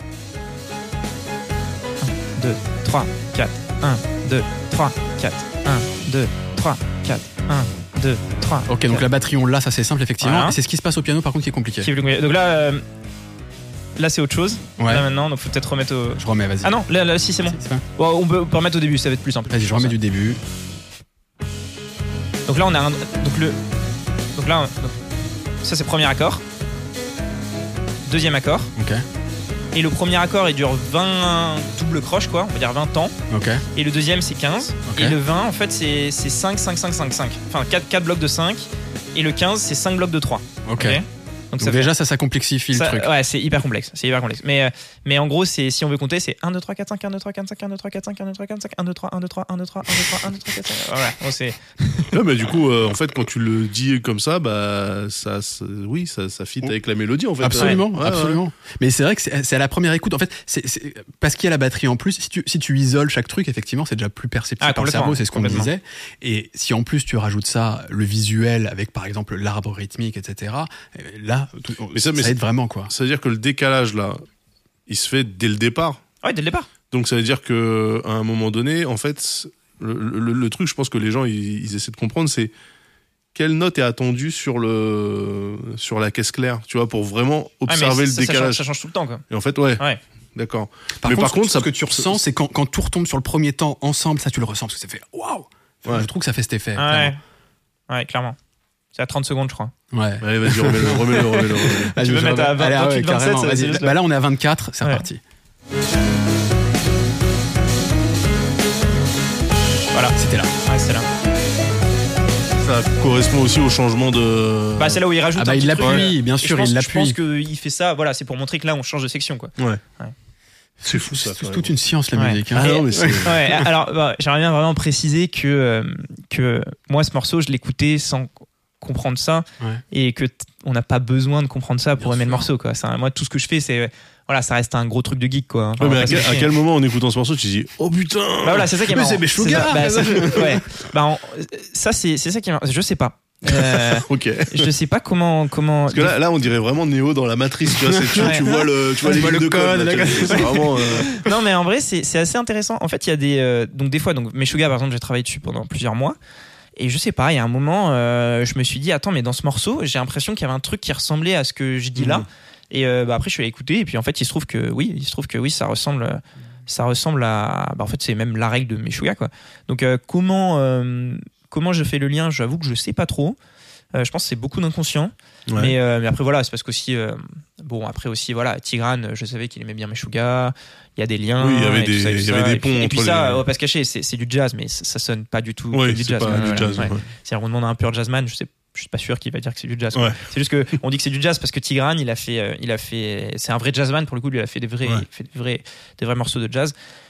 deux, trois, quatre, un, deux, trois, quatre, un, deux, trois, quatre, un, deux, trois. Ok, donc la batterie on l'a, ça c'est simple effectivement. Voilà. Et c'est ce qui se passe au piano par contre qui est compliqué. Qui est plus compliqué. Donc là, euh, là c'est autre chose. Ouais. Là maintenant, donc faut peut-être remettre au. Je remets, vas-y. Ah non, là, là si c'est bon. C'est pas- Bon, on peut, on peut remettre au début, ça va être plus simple. Vas-y, je remets du début. Donc là on a un, donc le, donc là, donc, ça c'est premier accord, deuxième accord, Ok, et le premier accord il dure vingt double croche quoi, on va dire vingt temps, ok. et le deuxième c'est quinze, Ok. et le vingt en fait c'est c'est cinq, cinq, cinq, cinq, cinq, enfin quatre, quatre blocs de cinq, et le quinze c'est cinq blocs de trois. Ok. Ok. Donc, Donc ça fait- déjà ça, ça complexifie le ça- truc. Ouais, c'est hyper complexe. C'est hyper complexe. Mais, euh, mais en gros, c'est, si on veut compter, c'est un, deux, trois, quatre, cinq, un, deux, trois, quatre, cinq, un, deux, trois, quatre, cinq, un, deux, trois, quatre, cinq, un, deux, trois, un, deux, trois, un, deux, trois, un, deux, trois, un, deux, trois, quatre, cinq. Voilà. Bon, c'est... Ouais, mais du coup, euh, en fait, quand tu le dis comme ça, bah, ça, ça- oui, ça, ça fit avec la mélodie, en fait. Absolument, Ouais, ouais, absolument. Mais c'est vrai que c'est, c'est à la première écoute. En fait, c'est, c'est- parce qu'il y a la batterie en plus. Si tu, si tu isoles chaque truc, effectivement, c'est déjà plus perceptible Ah, par le complètement, cerveau. C'est ce qu'on complètement. disait. Et si en plus tu rajoutes ça, le visuel avec par exemple l'arbre rythmique, et cetera. Là, tout- Mais ça- ça, mais aide vraiment quoi. C'est-à-dire que le décalage, là, il se fait dès le départ. Ouais, dès le départ. Donc ça veut dire que à un moment donné, en fait, le, le- le truc, je pense que les gens ils, ils essaient de comprendre, c'est quelle note est attendue sur le sur la caisse claire, tu vois, pour vraiment Ouais, mais observer ça, le ça change, décalage. ça change tout le temps, quoi. Et en fait, ouais, Ouais. d'accord. Par Mais contre, par contre, ce ça- que tu ressens, c'est quand, quand tout retombe sur le premier temps ensemble, ça tu le ressens parce que ça fait waouh. Ouais. Je trouve que ça fait cet effet. Ouais. Ouais, clairement. C'est à trente secondes, je crois. clairement. Ouais. Allez, vas-y, remets-le, remets-le, remets-le. remets-le. Vas-y, Tu veux je mettre à remets- vingt, Allez, ah ouais, vingt-huit, vingt-sept, carrément, ça, vas-y. c'est juste Bah là, on est à vingt-quatre, c'est Ouais. reparti. Voilà. C'était là. Ouais, c'est là. Ça correspond aussi au changement de. Bah, c'est là où il rajoute Ah bah un il petit truc. l'appuie, bien Et je sûr, pense- il Je pense l'appuie. qu'il fait ça, voilà, c'est pour montrer que là, on change de section, quoi. Ouais. Ouais. C'est fou ça. C'est quand toute même. une science la Ouais. musique. hein. Ah non, mais c'est. Ouais, alors bah, j'aimerais bien vraiment préciser que, euh, que moi ce morceau je l'écoutais sans comprendre ça Ouais. et que t- on n'a pas besoin de comprendre ça pour Bien aimer le sûr. morceau quoi. C'est un- moi tout ce que je fais c'est voilà, ça reste un gros truc de geek quoi. Enfin, Ouais, on mais va à pas se quel, à cacher. quel moment en écoutant ce morceau tu te dis oh putain. Bah voilà, c'est ça qui est Mais marrant. c'est Meshuggah. ça. Bah, ça, je- ouais. Bah, en- ça c'est c'est ça qui est marrant. Je sais pas. Euh, Ok. je sais pas comment comment Parce que là, là, on dirait vraiment Néo dans la matrice, tu vois, c'est- tu, Ouais. tu vois le, tu vois Tu les vois lignes le de code, code, là, la tu vois, code. c'est vraiment. euh, Non mais en vrai c'est c'est assez intéressant. En fait il y a des euh, donc des fois donc Meshuggah par exemple j'ai travaillé dessus pendant plusieurs mois et je sais pas il y a un moment euh, je me suis dit attends mais dans ce morceau j'ai l'impression qu'il y avait un truc qui ressemblait à ce que je dis là Mhm. et euh, bah, après je suis allé écouter et puis en fait il se trouve que oui il se trouve que oui ça ressemble ça ressemble à bah, en fait c'est même la règle de Meshuggah quoi. Donc euh, comment euh, comment je fais le lien j'avoue que je sais pas trop. Euh, je pense que c'est beaucoup d'inconscient. Ouais. Mais, euh, mais après, voilà, c'est parce qu'aussi. euh, bon, après aussi, voilà, Tigran, je savais qu'il aimait bien Meshuggah. Il y a des liens. Oui, il y avait et tout des- ça et tout il y avait ça. des Et puis- ponts Et puis entre ça, les- on va pas se cacher, c'est, c'est du jazz, mais ça, ça sonne pas du tout Ouais, comme du c'est jazz. pas quoi. du Voilà, jazz, ouais. ouais. C'est-à-dire, on demande à un pur jazzman, je sais. Je suis pas sûr qu'il va dire que c'est du jazz. quoi. Ouais. C'est juste que on dit que c'est du jazz parce que Tigran, il a fait, euh, il a fait, c'est un vrai jazzman pour le coup. Lui, il a fait des vrais, Ouais. il fait des vrais, des vrais morceaux de jazz.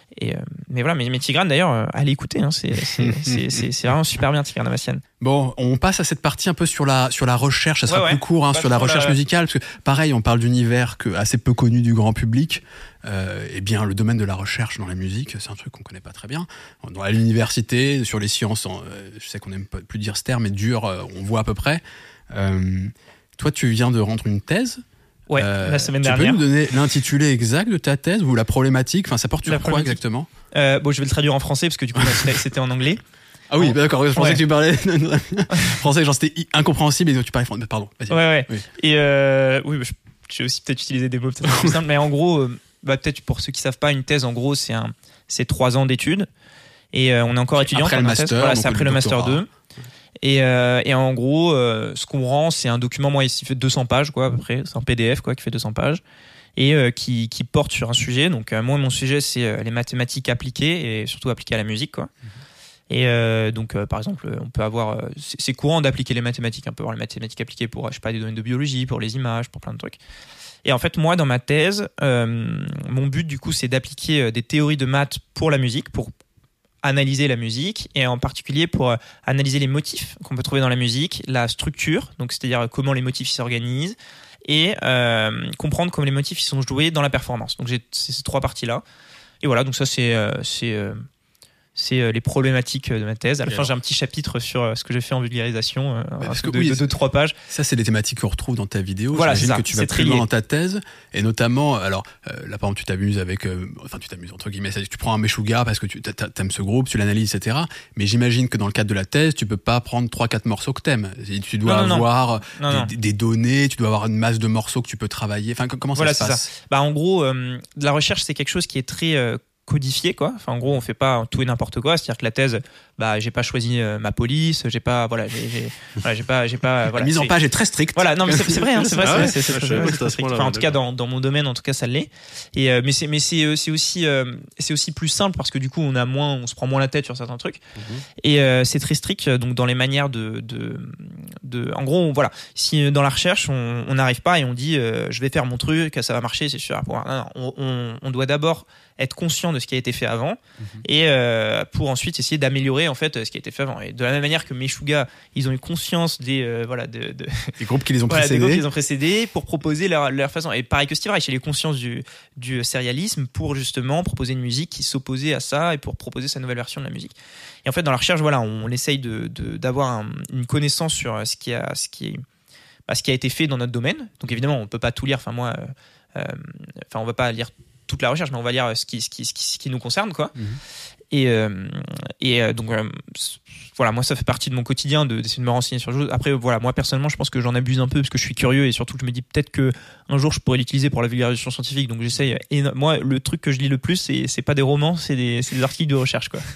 Et, euh, mais voilà, mais, mais Tigrane d'ailleurs, euh, allez écouter, hein, c'est, c'est, c'est, c'est, c'est vraiment super bien Tigrane Amassian. Bon, on passe à cette partie un peu sur la sur la recherche, ça sera Ouais, plus ouais. court, hein, Pas sur la trop recherche la- musicale, parce que pareil, on parle d'univers que, assez peu connu du grand public. Euh, eh bien, le domaine de la recherche dans la musique, c'est un truc qu'on connaît pas très bien. Dans à l'université, sur les sciences, en, euh, je sais qu'on aime pas plus dire ce terme, mais dur, euh, on voit à peu près. Euh, toi, tu viens de rendre une thèse. Ouais, Euh, la semaine tu dernière. peux nous donner l'intitulé exact de ta thèse ou la problématique? Enfin, ça porte sur La quoi problématique. exactement? Euh, bon, je vais le traduire en français parce que du coup, c'était, c'était en anglais. Ah oui, Oh. bah d'accord, je pensais Ouais. que tu parlais français, genre c'était i- incompréhensible et donc tu parlais français. Pardon, vas-y. Ouais, ouais. Oui. Et euh, oui, bah, je, je vais aussi peut-être utiliser des mots peut-être plus simples, mais en gros, euh, bah, peut-être pour ceux qui savent pas, une thèse, en gros, c'est un, c'est trois ans d'études. Et euh, on est encore étudiant. Après le pendant la thèse. master, Voilà, donc c'est après le le master doctorat. deux. Et, euh, et en gros, euh, ce qu'on rend, c'est un document, moi, ici, il fait deux cents pages, quoi, à peu près. C'est un P D F, quoi, qui fait deux cents pages. Et euh, qui, qui porte sur un sujet. Donc, euh, moi, mon sujet, c'est euh, les mathématiques appliquées et surtout appliquées à la musique, quoi. Et euh, donc, euh, par exemple, on peut avoir. Euh, c'est, c'est courant d'appliquer les mathématiques. On peut avoir les mathématiques appliquées pour, je sais pas, des domaines de biologie, pour les images, pour plein de trucs. Et en fait, moi, dans ma thèse, euh, mon but, du coup, c'est d'appliquer euh, des théories de maths pour la musique, pour analyser la musique, et en particulier pour euh, analyser les motifs qu'on peut trouver dans la musique, la structure, donc c'est-à-dire euh, comment les motifs s'organisent, et euh, comprendre comment les motifs ils sont joués dans la performance. Donc j'ai c'est ces trois parties-là. Et voilà, donc ça c'est euh, c'est euh, c'est euh, les problématiques de ma thèse. À la Et fin, alors j'ai un petit chapitre sur euh, ce que j'ai fait en vulgarisation, euh, un parce truc que de, oui, de deux trois pages. Ça, c'est les thématiques qu'on retrouve dans ta vidéo. Voilà, J'imagine c'est ça. que tu vas C'est plus très loin lié. dans ta thèse. Et notamment, alors, euh, là, par exemple, tu t'amuses avec, euh, enfin, tu t'amuses entre guillemets, c'est-à-dire que tu prends un Meshuggah parce que tu t'a- t'a- t'aimes ce groupe, tu l'analyses, et cetera. Mais j'imagine que dans le cadre de la thèse, tu peux pas prendre trois, quatre morceaux que t'aimes. Et tu dois Non, non, non. avoir Non, des, non. des données, tu dois avoir une masse de morceaux que tu peux travailler. Enfin, comment Voilà, ça se c'est passe? Bah, en gros, euh, de la recherche, c'est quelque chose qui est très euh, codifié, quoi. Enfin, en gros, on fait pas tout et n'importe quoi. C'est-à-dire que la thèse, bah, j'ai pas choisi euh, ma police, j'ai pas, voilà, j'ai, j'ai, voilà, j'ai pas, j'ai pas, voilà. La mise en c'est- page est très stricte. Voilà, non, mais c'est, c'est vrai, hein, c'est vrai, Ah c'est, ouais c'est, c'est, Je c'est, savais pas c'est- que c'était à c'est ce strict. point-là, Enfin, en tout cas, d'accord. dans, dans mon domaine, en tout cas, ça l'est. Et euh, mais c'est, mais c'est, euh, c'est aussi, euh, c'est aussi plus simple parce que du coup, on a moins, on se prend moins la tête sur certains trucs. Et euh, c'est très strict, donc dans les manières de, de, de, en gros, on- voilà. Si dans la recherche, on on n'arrive pas et on dit, euh, je vais faire mon truc, ça va marcher, c'est sûr. Bon, non, non, on, on, on doit d'abord être conscient de ce qui a été fait avant et euh, pour ensuite essayer d'améliorer en fait ce qui a été fait avant. Et de la même manière que Meshuggah, ils ont eu conscience des euh, voilà de, de Les groupes qui les ont voilà, des précédés. groupes qui les ont précédés pour proposer leur, leur façon. Et pareil que Steve Reich, il a eu conscience du, du sérialisme pour justement proposer une musique qui s'opposait à ça et pour proposer sa nouvelle version de la musique. Et en fait, dans la recherche, voilà, on, on essaye de, de, d'avoir un- une connaissance sur ce qui a, ce qui est, bah, ce qui a été fait dans notre domaine. Donc évidemment, on peut pas tout lire. Enfin moi, euh, euh, enfin on va pas lire toute la recherche, mais on va lire ce qui, ce qui, ce qui, ce qui nous concerne, quoi. Mhm. Et, euh, et euh, donc euh, voilà, moi ça fait partie de mon quotidien de, d'essayer de me renseigner sur les choses. Après voilà, moi personnellement je pense que j'en abuse un peu parce que je suis curieux et surtout que je me dis peut-être que un jour je pourrais l'utiliser pour la vulgarisation scientifique. Donc j'essaye. éno- Moi le truc que je lis le plus c'est, c'est pas des romans, c'est des, c'est des articles de recherche, quoi.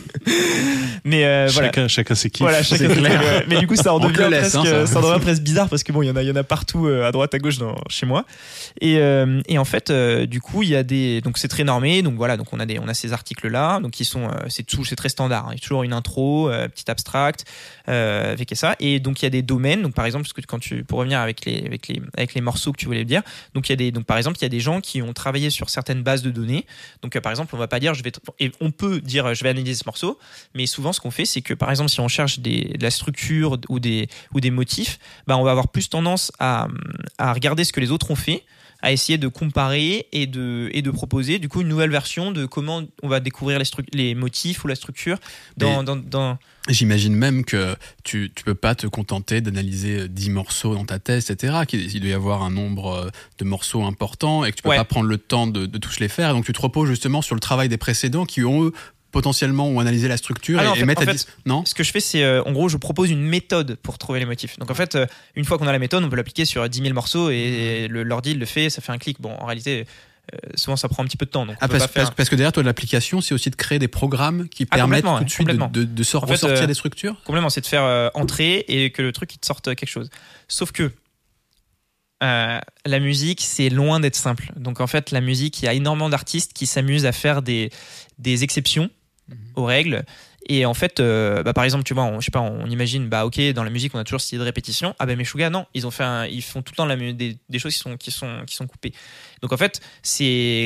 Mais euh, voilà. Chacun, chacun ses kiffs. Voilà, chacun c'est ses clair. trucs, ouais. Mais du coup, ça en On te devient le laisse, presque, hein, ça. ça en devient presque bizarre parce que bon, il y en a, il y en a partout euh, à droite, à gauche dans, chez moi. Et, euh, et en fait, euh, du coup, il y a des, donc c'est très normé. Donc voilà, donc on a des, on a ces articles là, donc qui sont, euh, c'est tout, c'est très standard. Hein. Il y a toujours une intro, euh, petit abstract, euh, avec ça. Et donc il y a des domaines. Donc par exemple, parce que quand tu, pour revenir avec les, avec les, avec les morceaux que tu voulais dire. Donc il y a des, donc par exemple, il y a des gens qui ont travaillé sur certaines bases de données. Donc euh, par exemple, on va pas dire, je vais, et on peut dire, je vais analyser ce morceau, mais souvent ce qu'on fait, c'est que par exemple, si on cherche des, de la structure ou des, ou des motifs, bah, on va avoir plus tendance à, à regarder ce que les autres ont fait, à essayer de comparer et de, et de proposer du coup une nouvelle version de comment on va découvrir les, stru- les motifs ou la structure dans, Mais- dans, dans... J'imagine même que tu tu peux pas te contenter d'analyser dix morceaux dans ta thèse, et cetera. Qu'il il doit y avoir un nombre euh, de morceaux importants et que tu peux Ouais. pas prendre le temps de, de tous les faire. Et donc tu te reposes justement sur le travail des précédents qui ont eux potentiellement ont analysé la structure Ah et, non, en et fait- mettent en à fait, dis- non Ce que je fais, c'est euh, en gros, je propose une méthode pour trouver les motifs. Donc en fait, euh, une fois qu'on a la méthode, on peut l'appliquer sur dix mille morceaux et le, l'ordi il le fait, ça fait un clic. Bon, en réalité, euh, souvent ça prend un petit peu de temps. Donc on Ah, peut parce, pas faire... parce, parce que derrière toi, l'application, c'est aussi de créer des programmes qui Ah, permettent complètement, tout de ouais, suite de, complètement. de, de sor- En fait, ressortir euh, des structures. Complètement, c'est de faire euh, entrer et que le truc il te sorte quelque chose. Sauf que euh, la musique, c'est loin d'être simple. Donc en fait, la musique, il y a énormément d'artistes qui s'amusent à faire des, des exceptions aux règles. Et en fait, euh, bah, par exemple, tu vois, on, je sais pas, on imagine, bah ok, dans la musique, on a toujours cette idée de répétition. Ah ben Meshuggah, non, ils ont fait, un, ils font tout le temps la, mu- des, des choses qui sont, qui sont, qui sont coupées. Donc en fait, c'est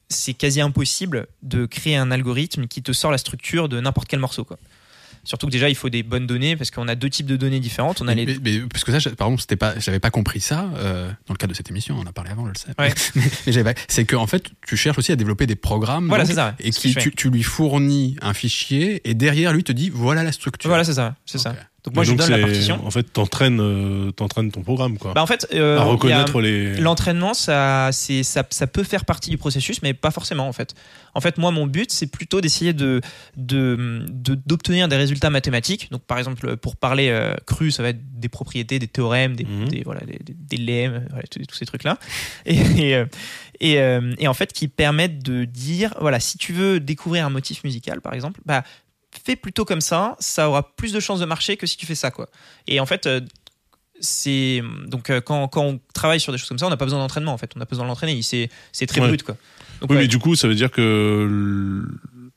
c'est quasi impossible de créer un algorithme qui te sort la structure de n'importe quel morceau, quoi. Surtout que déjà il faut des bonnes données parce qu'on a deux types de données différentes. On a mais, les... mais, mais, parce que ça, pardon, c'était pas, j'avais pas compris ça euh, dans le cadre de cette émission. On en a parlé avant, je le sais. Ouais. mais, mais j'avais pas, c'est que en fait, tu cherches aussi à développer des programmes. Voilà, donc, c'est ça. Et c'est qui, tu, tu lui fournis un fichier et derrière lui te dit voilà la structure. Voilà, c'est ça, c'est okay. ça. Donc moi donc je donne la partition. En fait, t'entraînes, euh, t'entraînes ton programme, quoi. Bah en fait, euh, à reconnaître a, les. L'entraînement, ça, c'est, ça, ça peut faire partie du processus, mais pas forcément en fait. En fait, moi, mon but, c'est plutôt d'essayer de, de, de d'obtenir des résultats mathématiques. Donc, par exemple, pour parler euh, cru, ça va être des propriétés, des théorèmes, des, mmh. des voilà, des, des, des lemmes, voilà, tous, tous ces trucs-là. Et, et, euh, et, euh, et en fait, qui permettent de dire, voilà, si tu veux découvrir un motif musical, par exemple, bah fais plutôt comme ça, ça aura plus de chances de marcher que si tu fais ça, quoi. Et en fait, euh, c'est donc euh, quand, quand on travaille sur des choses comme ça, on n'a pas besoin d'entraînement, en fait. On n'a pas besoin de l'entraîner. C'est, c'est très ouais. brut, quoi. Donc, oui, ouais. mais du coup, ça veut dire que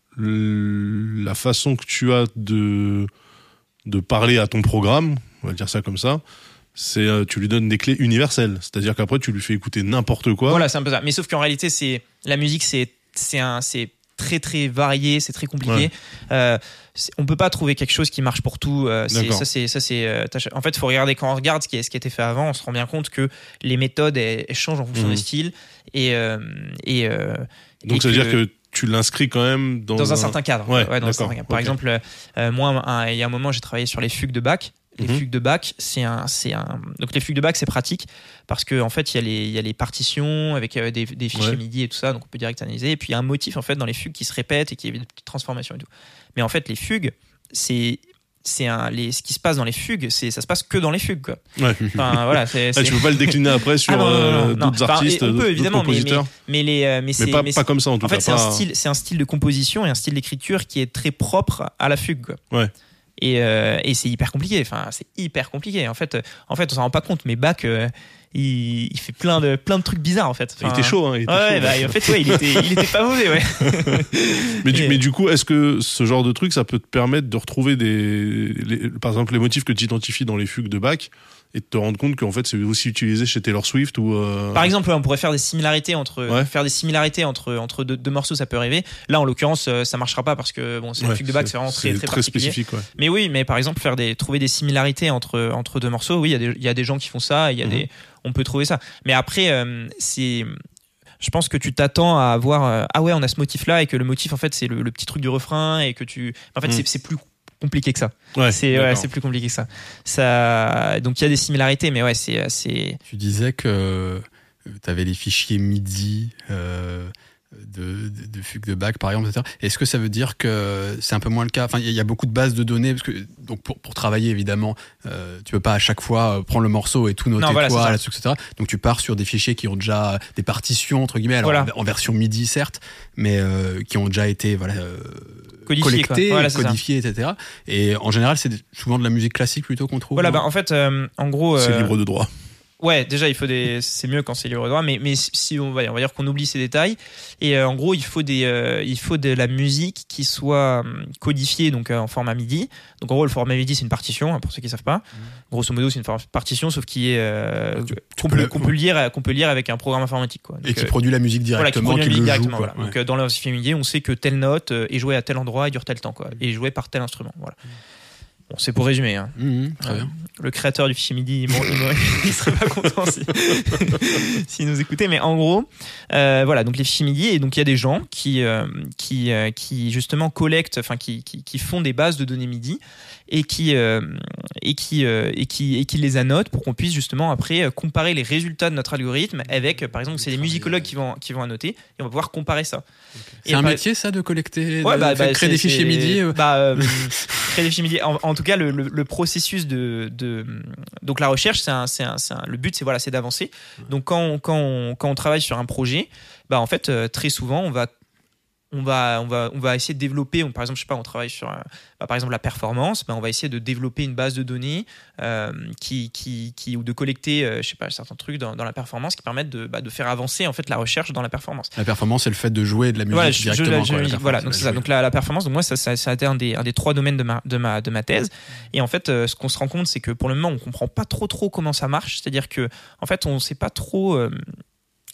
le, la façon que tu as de de parler à ton programme, on va dire ça comme ça, c'est euh, tu lui donnes des clés universelles. C'est-à-dire qu'après, tu lui fais écouter n'importe quoi. Voilà, c'est un peu ça. Mais sauf qu'en réalité, c'est la musique, c'est c'est un c'est très très varié, c'est très compliqué. Ouais. Euh, c'est, on peut pas trouver quelque chose qui marche pour tout. Euh, c'est, ça c'est ça c'est. Euh, en fait, il faut regarder quand on regarde ce qui, est, ce qui a été fait avant, on se rend bien compte que les méthodes elles, elles changent en fonction mmh. des styles et euh, et euh, donc et ça veut que, dire que tu l'inscris quand même dans, dans un, un certain cadre. Ouais, ouais, dans un certain cadre. Par okay. exemple, euh, moi, un, il y a un moment, j'ai travaillé sur les fugues de Bach. Les mmh. fugues de Bach, c'est un, c'est un. Donc les fugues de Bach, c'est pratique parce que en fait, il y a les, il y a les partitions avec euh, des, des fichiers ouais. MIDI et tout ça, donc on peut direct analyser. Et puis il y a un motif en fait dans les fugues qui se répète et qui a des petites transformations et tout. Mais en fait, les fugues, c'est c'est un les ce qui se passe dans les fugues, c'est ça se passe que dans les fugues, quoi. Ouais. Enfin voilà, c'est, c'est... Ah, tu peux pas le décliner après sur ah, non, non, non, non, d'autres non. artistes, enfin, on peut, d'autres, évidemment, d'autres compositeurs. Mais, mais, mais les mais, mais c'est pas, mais pas comme ça en tout en cas. En fait, pas... c'est un style, c'est un style de composition et un style d'écriture qui est très propre à la fugue, quoi. Ouais. Et, euh, et c'est hyper compliqué. Enfin, c'est hyper compliqué. En fait, en fait, on s'en rend pas compte. Mais Bach, euh, il, il fait plein de plein de trucs bizarres en fait. Enfin, il était chaud. Hein, il était ouais, chaud, bah, en fait, ouais, il était, il était pas mauvais, ouais. mais, du, et, mais du coup, est-ce que ce genre de truc, ça peut te permettre de retrouver des, les, par exemple, les motifs que tu identifies dans les fugues de Bach? Et de te rendre compte qu'en fait c'est aussi utilisé chez Taylor Swift ou euh... par exemple on pourrait faire des similarités entre ouais. faire des similarités entre entre deux, deux morceaux, ça peut arriver. Là en l'occurrence ça marchera pas parce que bon c'est ouais, une fugue de Bach, c'est, c'est vraiment très c'est très, très spécifique. Ouais. Mais oui, mais par exemple faire des trouver des similarités entre entre deux morceaux, oui il y a des il y a des gens qui font ça, il y a mm-hmm. des on peut trouver ça. Mais après euh, c'est je pense que tu t'attends à avoir euh, ah ouais on a ce motif là et que le motif en fait c'est le, le petit truc du refrain et que tu en fait mm. c'est c'est plus compliqué que ça. Ouais, c'est ouais, c'est plus compliqué que ça. Ça donc il y a des similarités mais ouais c'est assez. Tu disais que tu avais les fichiers MIDI euh, de, de, de fugue de Bach par exemple, et cetera. Est-ce que ça veut dire que c'est un peu moins le cas? Enfin, il y a beaucoup de bases de données parce que donc pour pour travailler évidemment, euh, tu peux pas à chaque fois prendre le morceau et tout noter non, voilà, toi là-dessus, et cetera. Donc tu pars sur des fichiers qui ont déjà des partitions entre guillemets, alors voilà. en, en version MIDI certes, mais euh, qui ont déjà été voilà. Euh, Codifié, collecté, voilà, codifié, et cetera. Et en général, c'est souvent de la musique classique plutôt qu'on trouve. Voilà, bah, en fait, euh, en gros. C'est euh, libre de droit. Ouais, déjà, il faut des. C'est mieux quand c'est libre de droit, mais mais si on va, on va dire qu'on oublie ces détails. Et euh, en gros, il faut des, euh, il faut de la musique qui soit codifiée donc euh, en format MIDI. Donc en gros, le format MIDI, c'est une partition, hein, pour ceux qui savent pas. Mmh. Grosso modo, c'est une partition, sauf qui est euh, qu'on, peut, qu'on peut lire, qu'on peut lire avec un programme informatique, quoi. Donc, et qui euh, produit la musique directement, voilà, qui, qui produit la musique le directement. joue, Voilà. ouais. Donc euh, dans le fichier MIDI, on sait que telle note est jouée à tel endroit et dure tel temps, quoi, et jouée par tel instrument. Voilà. Mmh. Bon, c'est pour résumer. Hein. Mmh, très euh, bien. Le créateur du fichier MIDI, bon, il, il serait pas content si, s'il nous écoutait. Mais en gros, euh, voilà, donc les fichiers MIDI, et donc il y a des gens qui, euh, qui, euh, qui justement collectent, enfin qui, qui, qui font des bases de données MIDI et qui, euh, et qui, euh, et qui, et qui les annotent pour qu'on puisse justement après comparer les résultats de notre algorithme avec, par exemple, c'est des musicologues qui vont, qui vont annoter et on va pouvoir comparer ça. Okay. C'est un par... métier ça de collecter, ouais, de bah, bah, créer des fichiers MIDI. Euh... Bah, euh, créer des fichiers MIDI. En, en tout cas, le, le, le processus de, de donc la recherche, c'est un, c'est un, c'est un, le but, c'est voilà, c'est d'avancer. Donc quand on, quand on, quand on travaille sur un projet, bah en fait euh, très souvent on va on va on va on va essayer de développer. On, par exemple, je sais pas, on travaille sur bah, par exemple la performance. Bah, on va essayer de développer une base de données euh, qui qui qui ou de collecter euh, je sais pas certains trucs dans, dans la performance qui permettent de bah, de faire avancer en fait la recherche dans la performance. La performance, c'est le fait de jouer de la musique voilà, directement. Je, je, quoi, musique, voilà, donc c'est ça. Donc la, la performance, donc moi ça, ça, ça a été un des un des trois domaines de ma de ma de ma thèse. Et en fait, euh, ce qu'on se rend compte, c'est que pour le moment, on comprend pas trop trop comment ça marche. C'est-à-dire que en fait, on sait pas trop. Euh,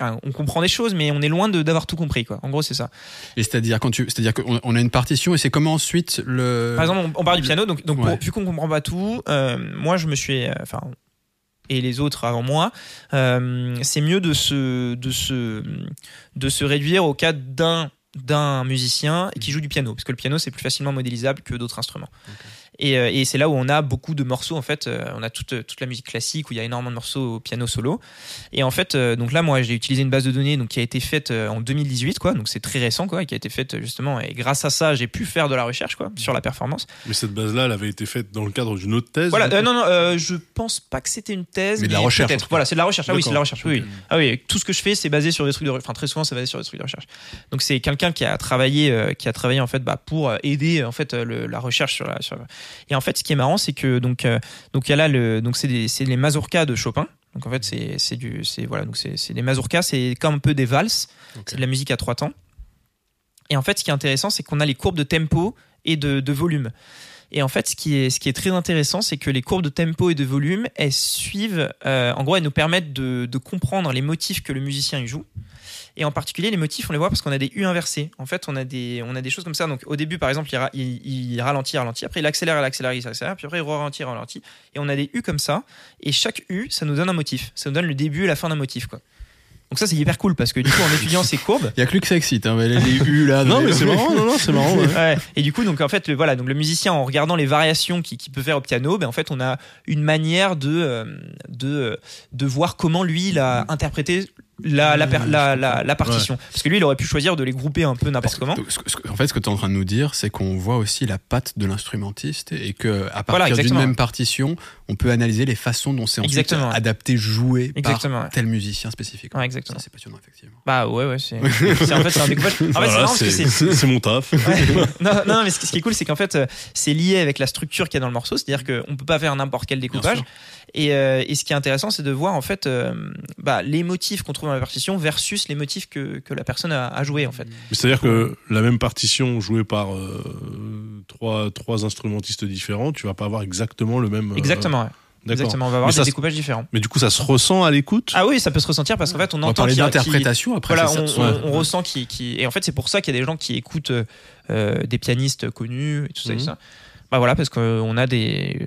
enfin, on comprend des choses, mais on est loin de, d'avoir tout compris, quoi. En gros, c'est ça. Et c'est-à-dire quand tu, c'est-à-dire qu'on on a une partition et c'est comment ensuite le. Par exemple, on, on parle du piano, donc, donc Ouais. pour, vu qu'on comprend pas tout, euh, moi, je me suis, euh, enfin, et les autres avant moi, euh, c'est mieux de se, de se, de se réduire au cas d'un, d'un musicien qui joue du piano, parce que le piano c'est plus facilement modélisable que d'autres instruments. Okay. Et, euh, et c'est là où on a beaucoup de morceaux en fait. Euh, on a toute toute la musique classique où il y a énormément de morceaux au piano solo. Et en fait, euh, donc là, moi, j'ai utilisé une base de données donc qui a été faite euh, en deux mille dix-huit, quoi. Donc c'est très récent, quoi, et qui a été faite justement. Et grâce à ça, j'ai pu faire de la recherche, quoi, sur la performance. Mais cette base-là, elle avait été faite dans le cadre d'une autre thèse. Voilà. Euh, non, non. Euh, je pense pas que c'était une thèse, mais de la recherche. Peut-être. Voilà, c'est de la recherche. Ah oui, c'est de la recherche. Oui, Okay. oui. Ah oui. Tout ce que je fais, c'est basé sur des trucs de. Enfin, très souvent, c'est basé sur des trucs de recherche. Donc c'est quelqu'un qui a travaillé, euh, qui a travaillé en fait, bah, pour aider en fait le, la recherche sur la. Sur... Et en fait, ce qui est marrant, c'est que donc euh, donc il y a là le donc c'est des c'est les mazurkas de Chopin. Donc en fait c'est c'est du c'est voilà donc c'est c'est des mazurkas, c'est comme un peu des valses, okay. C'est de la musique à trois temps. Et en fait ce qui est intéressant, c'est qu'on a les courbes de tempo et de de volume. Et en fait ce qui est ce qui est très intéressant, c'est que les courbes de tempo et de volume, elles suivent euh, en gros elles nous permettent de de comprendre les motifs que le musicien y joue. Et en particulier, les motifs, on les voit parce qu'on a des U inversés. En fait, on a des, on a des choses comme ça. Donc, au début, par exemple, il, ra- il, il ralentit, ralentit. Après, il accélère, il accélère, il accélère. Puis après, il ralentit, ralentit. Et on a des U comme ça. Et chaque U, ça nous donne un motif. Ça nous donne le début et la fin d'un motif, quoi. Donc ça, c'est hyper cool parce que du coup, en étudiant ces courbes, il y a que lui que ça excite, hein, mais les, les U là. Non, mais c'est marrant, non, non, c'est marrant. Ouais. Ouais. Et du coup, donc en fait, le, voilà, donc le musicien, en regardant les variations qu'il, qu'il peut faire au piano, ben en fait, on a une manière de euh, de de voir comment lui il a interprété la la, la, la, la, la partition. Ouais. Parce que lui, il aurait pu choisir de les grouper un peu n'importe comment. Ce que, ce que, en fait, ce que tu es en train de nous dire, c'est qu'on voit aussi la patte de l'instrumentiste et que à partir voilà, d'une même partition, on peut analyser les façons dont c'est ensuite exactement, ouais. adapté, joué exactement, par ouais. tel musicien spécifique. Ouais, exactement. Ça, c'est passionnant, effectivement. Bah ouais, ouais, c'est, c'est en fait c'est un découpage. En fait, voilà, c'est marrant c'est, parce que c'est, c'est, c'est mon taf. Ouais. Non, non, mais ce qui est cool, c'est qu'en fait, c'est lié avec la structure qu'il y a dans le morceau, c'est-à-dire qu'on peut pas faire n'importe quel découpage. Et, euh, et ce qui est intéressant, c'est de voir en fait, euh, bah, les motifs qu'on trouve dans la partition versus les motifs que que la personne a, a joué en fait. Mais c'est-à-dire que la même partition jouée par euh, trois trois instrumentistes différents, tu vas pas avoir exactement le même. Euh... Exactement. Ouais. D'accord. Exactement, on va avoir mais des découpages différents. Mais du coup, ça se ressent à l'écoute. Ah oui, ça peut se ressentir parce qu'en fait, on, on entend. On va parler qu'il d'interprétation après. Voilà, c'est on, ça, on, ouais. on ressent qui, qui, et en fait, c'est pour ça qu'il y a des gens qui écoutent euh, des pianistes connus et tout ça, mmh. et ça. Bah voilà, parce qu'on a des.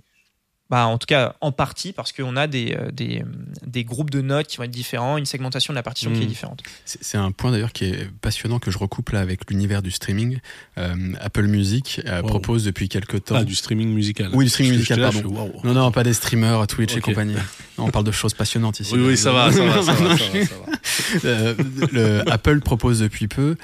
Bah, en tout cas, en partie, parce qu'on a des, des, des groupes de notes qui vont être différents, une segmentation de la partition mmh. qui est différente. C'est, c'est un point d'ailleurs qui est passionnant que je recoupe là avec l'univers du streaming. Euh, Apple Music euh, wow. propose depuis quelques temps. Ah, du streaming musical. Oui, du streaming musical, là, pardon. Fais, wow. Non, non, pas des streamers, Twitch okay. et compagnie. Non, on parle de choses passionnantes ici. Oui, oui, ça va, ça va, ça va, ça va, ça va. Euh, le, Apple propose depuis peu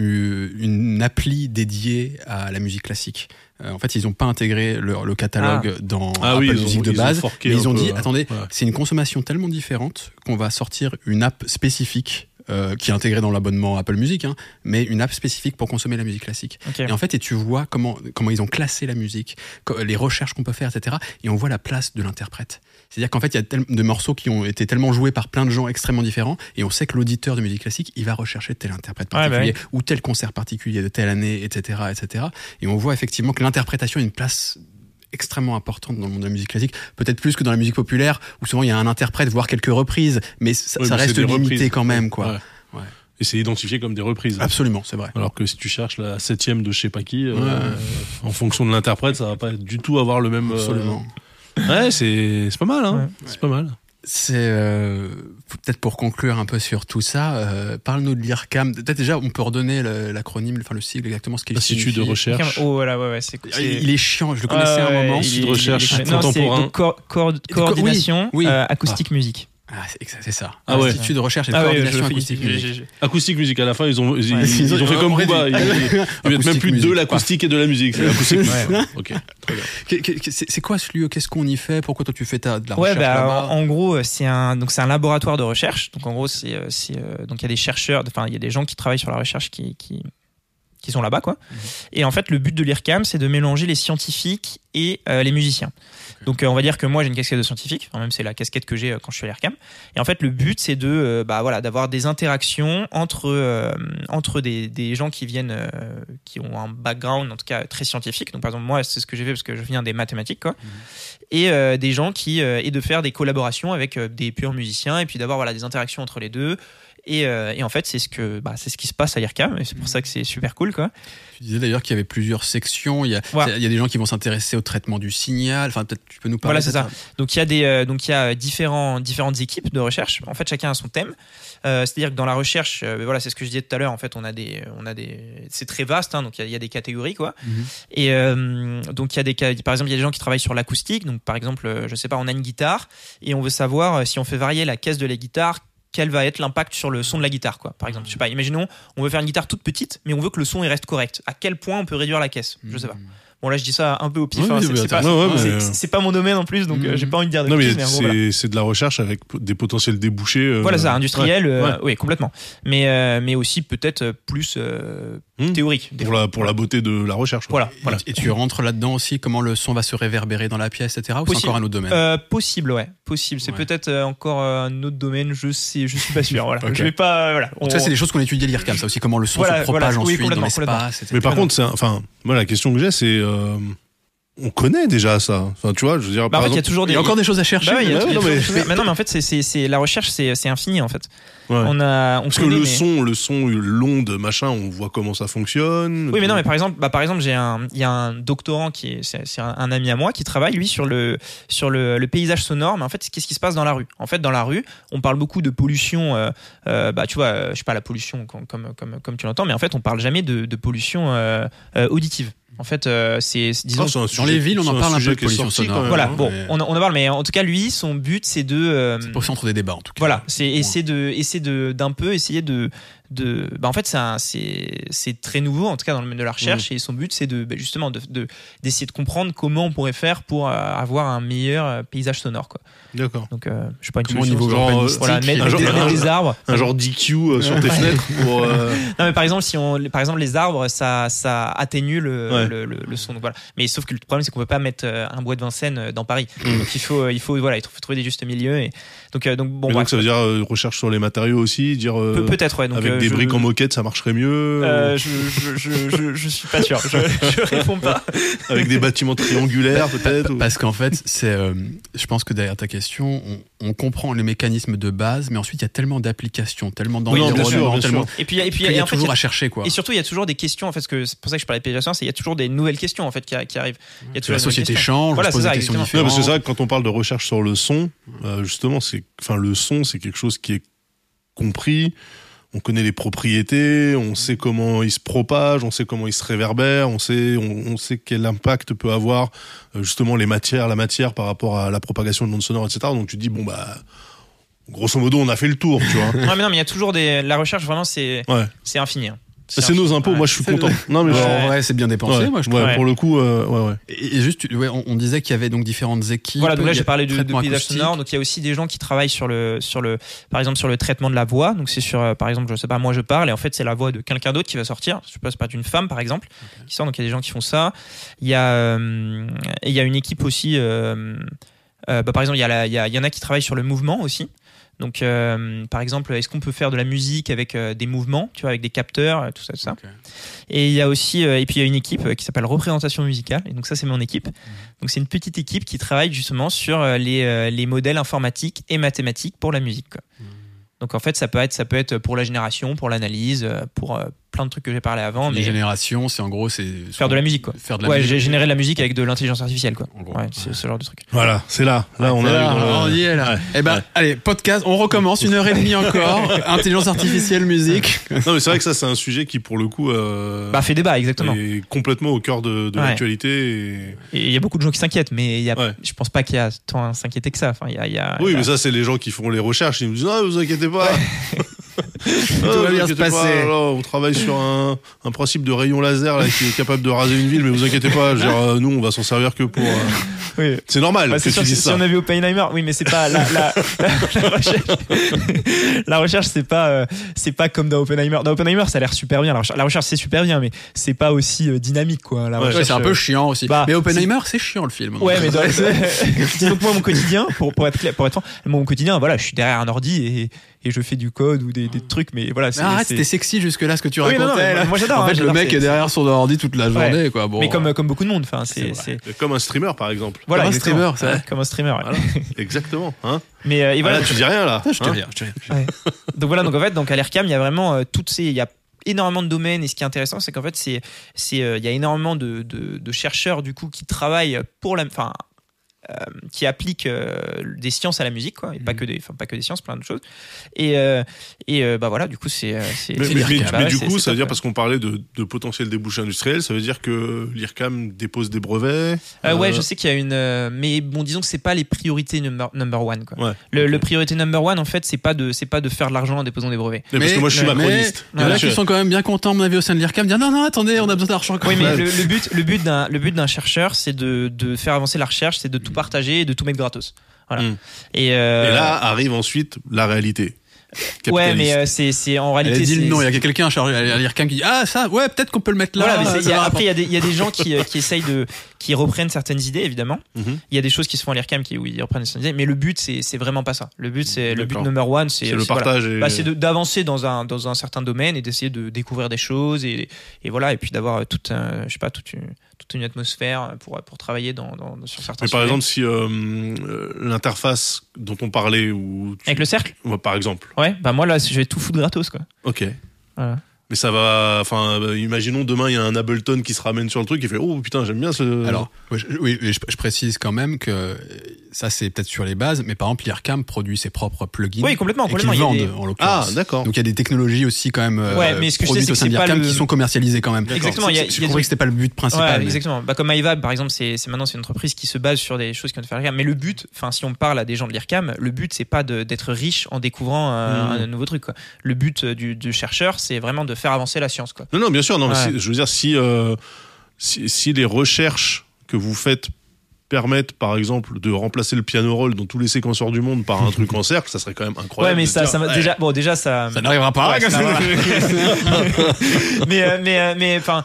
une appli dédiée à la musique classique. Euh, en fait, ils n'ont pas intégré le, le catalogue ah. dans ah Apple oui, Music ont, de base, ils mais ils ont dit, peu, attendez, ouais. c'est une consommation tellement différente qu'on va sortir une app spécifique euh, qui est intégrée dans l'abonnement Apple Music, hein, mais une app spécifique pour consommer la musique classique. Okay. Et en fait, et tu vois comment comment ils ont classé la musique, les recherches qu'on peut faire, et cetera. Et on voit la place de l'interprète. C'est-à-dire qu'en fait, il y a tel, de morceaux qui ont été tellement joués par plein de gens extrêmement différents, et on sait que l'auditeur de musique classique, il va rechercher tel interprète particulier, ouais, bah oui. ou tel concert particulier de telle année, et cetera, et cetera. Et on voit effectivement que l'interprétation a une place extrêmement importante dans le monde de la musique classique, peut-être plus que dans la musique populaire, où souvent il y a un interprète, voire quelques reprises, mais ça, ouais, ça mais reste limité reprises. quand même, quoi. Ouais. Ouais. Et c'est identifié comme des reprises. Absolument, c'est vrai. Alors que si tu cherches la septième de je sais pas qui, ouais. euh, en fonction de l'interprète, ça va pas du tout avoir le même. Absolument. Euh... Ouais, c'est c'est pas mal, hein. Ouais. C'est ouais. pas mal. C'est euh, peut-être pour conclure un peu sur tout ça. Euh, parle-nous de l'I R C A M. Peut-être déjà, on peut redonner le, l'acronyme, enfin le sigle exactement ce qu'il Institut de recherche. Oh voilà, ouais, ouais, c'est, c'est... Il est chiant. Je le connaissais à euh, un moment. Institut de recherche non, contemporain. C'est co- co- coordination oui, oui. Euh, acoustique ah. musique. Ah, c'est, c'est ça. Ah ouais. Institut de recherche et de ah coordination ouais, acoustique j'ai, musique. j'ai, j'ai. Acoustique musique. À la fin, ils ont, ils, ouais, ils, ils, ils ont fait comme Booba. Ils, ils mettent même plus musique, de l'acoustique et de la musique. C'est l'acoustique. Ouais, ouais. Ok. Très bien. C'est, c'est quoi ce lieu? Qu'est-ce qu'on y fait? Pourquoi toi tu fais ta, de la ouais, recherche bah, là-bas? En, en gros, c'est un, donc c'est un laboratoire de recherche. Donc en gros, c'est, c'est donc il y a des chercheurs, enfin il y a des gens qui travaillent sur la recherche qui, qui qui sont là-bas, quoi. Mmh. Et en fait, le but de l'I R C A M, c'est de mélanger les scientifiques et euh, les musiciens. Okay. Donc, euh, on va dire que moi, j'ai une casquette de scientifique. Enfin, même c'est la casquette que j'ai euh, quand je suis à l'I R C A M. Et en fait, le but, c'est de, euh, bah voilà, d'avoir des interactions entre euh, entre des des gens qui viennent, euh, qui ont un background, en tout cas très scientifique. Donc, par exemple, moi, c'est ce que j'ai fait parce que je viens des mathématiques, quoi. Mmh. Et euh, des gens qui euh, et de faire des collaborations avec euh, des purs musiciens et puis d'avoir voilà des interactions entre les deux. Et, euh, et en fait, c'est ce que, bah, c'est ce qui se passe à l'I R C A M, et c'est pour ça que c'est super cool, quoi. Tu disais d'ailleurs qu'il y avait plusieurs sections. Il y a, Voilà. il y a des gens qui vont s'intéresser au traitement du signal. Enfin, peut-être tu peux nous parler. Voilà, c'est de ça. Donc il y a des, euh, donc il y a différents, différentes équipes de recherche. En fait, chacun a son thème. Euh, c'est-à-dire que dans la recherche, euh, voilà, c'est ce que je disais tout à l'heure. En fait, on a des, on a des, c'est très vaste, hein, donc il y, a, il y a des catégories, quoi. Mm-hmm. Et euh, donc il y a des, par exemple, il y a des gens qui travaillent sur l'acoustique. Donc par exemple, euh, je sais pas, on a une guitare et on veut savoir euh, si on fait varier la caisse de la guitare, quel va être l'impact sur le son de la guitare, quoi. Par exemple, je sais pas, imaginons, on veut faire une guitare toute petite, mais on veut que le son il reste correct. À quel point on peut réduire la caisse? Je sais pas. Bon, là, je dis ça un peu au pif. Oui, hein, oui, c'est, bah, c'est, pas, non, ouais, c'est, mais... c'est, c'est pas mon domaine en plus, donc euh, j'ai pas envie de dire de non, bêtises, mais mais en gros, c'est, voilà. c'est de la recherche avec des potentiels débouchés. Euh... Voilà, ça, industriel, ouais, euh, ouais. oui, complètement. Mais, euh, mais aussi peut-être plus euh, Mmh. théorique. Pour la, pour la beauté de la recherche. Voilà, Et, voilà. et tu rentres là-dedans aussi, comment le son va se réverbérer dans la pièce, et cetera. Ou Possible. c'est encore un autre domaine? Euh, possible, ouais, possible. C'est Ouais. peut-être euh, encore euh, un autre domaine. Je sais, je suis pas sûr. Voilà, Ok. je vais pas. Voilà. Donc ça, c'est des choses qu'on étudie à l'I R C A M. Ça aussi, comment le son Voilà, se propage voilà. Oui, ensuite dans complètement, l'espace. et cetera. Mais par contre, c'est, un- enfin, moi, la question que j'ai, c'est, euh, on connaît déjà ça. Enfin, tu vois, je veux dire, Bah, en par fait, il y a exemple, toujours Il des. y a encore des choses à chercher. Bah ouais, il y a, Ouais, il y a non, toujours mais- des choses à- mais non, mais en fait, c'est, c'est, c'est la recherche, c'est, c'est infini en fait. ouais. On a, on Parce que connaît, le mais- son, le son, l'onde, machin, on voit comment ça fonctionne. Oui, mais non, mais par exemple, bah, par exemple, j'ai un, il y a un doctorant qui est, c'est, c'est un, un ami à moi qui travaille lui sur le, sur le, le paysage sonore. Mais en fait, qu'est-ce qui se passe dans la rue? En fait, dans la rue, on parle beaucoup de pollution. Euh, euh, bah, tu vois, euh, je sais pas la pollution comme, comme, comme, comme tu l'entends, mais en fait, on parle jamais de, de pollution euh, euh, auditive. En fait, euh, c'est, disons. Ah, c'est un Dans sujet- les villes, on c'est en parle un sujet peu de qui est pollution sorti, sonore. quand même, Voilà, hein, bon, mais- on, on en parle, mais en tout cas, lui, son but, c'est de. euh, C'est pas au centre des débats, en tout cas. Voilà, c'est Ouais. essayer de, essayer de, d'un peu essayer de, de, bah en fait c'est, un, c'est, c'est très nouveau en tout cas dans le domaine de la recherche et son but c'est de, bah justement de, de, d'essayer de comprendre comment on pourrait faire pour euh, avoir un meilleur euh, paysage sonore, quoi. D'accord. Donc euh, je sais pas une Comment au solution. niveau genre, urbanistique, Voilà, mettre, un genre- mettre- un mettre genre- des arbres. Un genre d'E Q euh, sur tes fenêtres pour. euh, Non mais par exemple si on, par exemple les arbres ça, ça atténue le, Ouais. le, le, le son. Donc voilà. Mais sauf que le problème c'est qu'on peut pas mettre euh, un bois de Vincennes euh, dans Paris. Mm. Donc il faut, euh, il faut voilà, il faut trouver des justes milieux et donc euh, donc bon. mais bref. donc ça veut dire euh, recherche sur les matériaux aussi, dire euh, Pe- peut-être ouais. Donc, avec euh, des je- briques en moquette ça marcherait mieux, Euh, je, je, je, je, je suis pas sûr. Je, je réponds pas. avec des bâtiments triangulaires peut-être. ou- Parce qu'en fait, c'est, euh, je pense que derrière ta question, on, on comprend les mécanismes de base, mais ensuite il y a tellement d'applications, tellement Oui, non, bien sûr, d'environnements, bien tellement. sûr. Et puis, et puis, qu'il y et a en fait, toujours il y a- à chercher, quoi. et surtout, il y a toujours des questions. En fait, parce que c'est pour ça que je parlais de paysage sonore, c'est il y a toujours des nouvelles questions en fait qui, qui arrivent. Il y a toujours La des nouvelles société questions. change, Voilà, on se pose c'est des ça, questions exactement. Non, différentes. parce que c'est vrai que quand on parle de recherche sur le son, euh, justement, c'est, enfin, le son, c'est quelque chose qui est compris. On connaît les propriétés, on sait comment il se propage, on sait comment il se réverbère, on sait, on, on sait quel impact peut avoir euh, justement les matières, la matière par rapport à la propagation de l'onde sonore, et cetera. Donc tu te dis bon bah, grosso modo, on a fait le tour, tu vois. Ouais, mais non, mais il y a toujours des. La recherche, vraiment, c'est Ouais. c'est infini. hein. C'est nos impôts, Ouais. moi je suis C'est- content. Non mais Alors, je- en vrai, c'est bien dépensé, ouais, moi je ouais, trouve. Ouais. pour le coup, euh, ouais, ouais. Et, et juste, tu- ouais, on, on disait qu'il y avait donc différentes équipes. Voilà, donc là il y a j'ai parlé de, de traitement paysage acoustique. sonore. Donc il y a aussi des gens qui travaillent sur le, sur le, par exemple sur le traitement de la voix. Donc c'est sur, euh, par exemple, je sais pas, moi je parle et en fait c'est la voix de quelqu'un d'autre qui va sortir. Je sais pas, c'est pas d'une femme par exemple qui sort. Donc il y a des gens qui font ça. Il y a, euh, et il y a une équipe aussi. Euh, euh, bah, par exemple, il y a, la- il y a, il y en a qui travaillent sur le mouvement aussi. Donc, euh, par exemple, est-ce qu'on peut faire de la musique avec euh, des mouvements, tu vois, avec des capteurs, euh, tout ça, tout ça. Ok. Et il y a aussi, euh, et puis il y a une équipe euh, qui s'appelle représentation musicale. Et donc ça, c'est mon équipe. Donc c'est une petite équipe qui travaille justement sur euh, les euh, les modèles informatiques et mathématiques pour la musique, quoi. Donc en fait, ça peut être ça peut être pour la génération, pour l'analyse, euh, pour euh, plein de trucs que j'ai parlé avant, Les mais générations, c'est en gros, c'est faire de la musique, quoi. Faire de la Ouais, musique. j'ai généré de la musique avec de l'intelligence artificielle, quoi. En gros, Ouais, ouais. c'est ce genre de truc. Voilà, c'est là. Là, on C'est là, arrive. dans le- on y est là. Ouais. Eh ben, Ouais. allez, podcast, on recommence, une heure et demie encore. Intelligence artificielle, musique. Non, mais c'est vrai que ça, c'est un sujet qui, pour le coup, euh, Bah fait débat, exactement. est complètement au cœur de, de Ouais. l'actualité. Et... Et il y a beaucoup de gens qui s'inquiètent, mais il y a, Ouais. je pense pas qu'il y a tant à s'inquiéter que ça. Enfin, il y a, il y a, il Oui, y a- mais ça, c'est les gens qui font les recherches. Ils nous disent, ah, vous inquiétez pas. Tout va bien se passer. On travaille sur un, un principe de rayon laser là, qui est capable de raser une ville, mais vous inquiétez pas. Je veux dire, euh, nous, on va s'en servir que pour. euh, Oui. C'est normal Bah, que c'est tu sûr que dises si ça. on a vu Oppenheimer, oui, mais c'est pas la, la, la, la recherche. La recherche, c'est pas, euh, c'est pas comme dans Oppenheimer. Dans Oppenheimer, ça a l'air super bien. La recherche, la recherche, c'est super bien, mais c'est pas aussi euh, dynamique, quoi. La Ouais, recherche, Ouais, c'est un euh, peu chiant aussi. bah, mais Oppenheimer, c'est chiant le film. Ouais, mais dans, disons que moi, mon quotidien, pour, pour être clair, pour être franc, mon quotidien, voilà, je suis derrière un ordi et, et je fais du code ou des, des trucs, mais voilà. C'est, Ah, arrête, c'est... c'était sexy jusque-là ce que tu Oui, racontais. non, non, mais là. moi j'adore. En hein, fait, j'adore, le mec c'est- est derrière son ordi toute la journée, Ouais. quoi. Bon, mais comme comme beaucoup de monde, enfin, c'est, C'est c'est... Comme un streamer, par exemple. voilà, Comme un exactement. streamer, ça. Ouais, comme un streamer. Ouais. Voilà. Exactement. Hein Mais euh, et voilà. voilà, tu dis rien là. je te hein rien, je te rien. Ouais. Donc voilà, donc en fait, donc à l'Aircam, il y a vraiment euh, toutes ces, il y a énormément de domaines, et ce qui est intéressant, c'est qu'en fait, c'est, c'est, euh, il y a énormément de, de, de chercheurs du coup qui travaillent pour la, enfin, euh, qui appliquent euh, des sciences à la musique, quoi, et pas Mhm. que des, enfin pas que des sciences, plein de choses. Et euh, et euh, bah voilà, du coup, c'est, euh, c'est. Mais, c'est mais- l'I R C A M. mais- Bah mais ouais, du c'est- coup, c'est ça veut top, dire, ouais. parce qu'on parlait de, de potentiel débouché industriel, ça veut dire que l'I R C A M dépose des brevets. Euh, ouais, euh, je sais qu'il y a une, euh, mais bon, disons que c'est pas les priorités number, number one, quoi. Ouais. Le, Ok. le priorité number one, en fait, c'est pas de, c'est pas de faire de l'argent en déposant des brevets. Mais parce que moi, je suis mais- macroniste. Il y en a Ouais. qui sont quand même bien contents, à mon avis, au sein de l'I R C A M, dire non, non, attendez, on a besoin d'argent quand Oui, même. mais le, le but, le but d'un, le but d'un chercheur, c'est de, de faire avancer la recherche, c'est de tout partager et de tout mettre gratos. Voilà. Mm. Et, euh, Et là arrive ensuite la réalité. ouais, mais capitaliste. euh, c'est, c'est en Elle réalité. a dit c'est, le nom, il y a quelqu'un chargé à l'I R C A M qui dit ah, ça, ouais, peut-être qu'on peut le mettre là. Voilà, mais c'est- ça il y a- va après, il y a des, il y a des gens qui, euh, qui essayent de, qui reprennent certaines idées, évidemment. Mhm. Il y a des choses qui se font à l'I R C A M qui, où ils reprennent certaines idées, mais le but, c'est, c'est vraiment pas ça. Le but, c'est, le but D'accord. number one, c'est, C'est le voilà. partage. et- Bah, c'est de- d'avancer dans un, dans un certain domaine et d'essayer de découvrir des choses et, et voilà, et puis d'avoir toute, un, je sais pas, toute une, toute une atmosphère pour, pour travailler dans, dans, sur certains Mais par sujets. exemple, si euh, euh, l'interface dont on parlait, ou tu- Avec le cercle? Ouais, par exemple. Ouais, bah moi là, je vais tout foutre gratos, quoi. Ok. Voilà. Mais ça va. Enfin, euh, imaginons demain il y a un Ableton qui se ramène sur le truc et fait oh putain j'aime bien ce. Alors, oui, je, oui, je, je précise quand même que euh, ça, c'est peut-être sur les bases, mais par exemple, l'I R C A M produit ses propres plugins. Oui, complètement, et qu'ils complètement. Il y a vendent, des- en Ah l'occurrence. d'accord. Donc il y a des technologies aussi quand même euh, Ouais, mais ce que je sais, produites c'est au que sein de c'est l'I R C A M pas qui le- sont commercialisées quand même. Exactement, il y a- C'est- il y Je a compris des- que c'était pas le but principal. Ouais, mais- exactement. Bah, comme iVab, par exemple, c'est, c'est maintenant c'est une entreprise qui se base sur des choses qui ont fait l'I R C A M. Mais le but, enfin, si on parle à des gens de l'I R C A M, le but c'est pas de, d'être riche en découvrant un, Mmh. un nouveau truc, quoi. Le but euh, du, du chercheur, c'est vraiment de faire avancer la science, quoi. Non non bien sûr non. mais Ouais. si- je veux dire si, euh, si si les recherches que vous faites permettent par exemple de remplacer le piano roll dans tous les séquenceurs du monde par un truc en cercle, ça serait quand même Ouais, incroyable. mais de se ça, dire, ça m'a- ouais, déjà, bon, déjà ça. Ça n'arrivera pas. Ouais, ça va. mais euh, mais euh, mais enfin.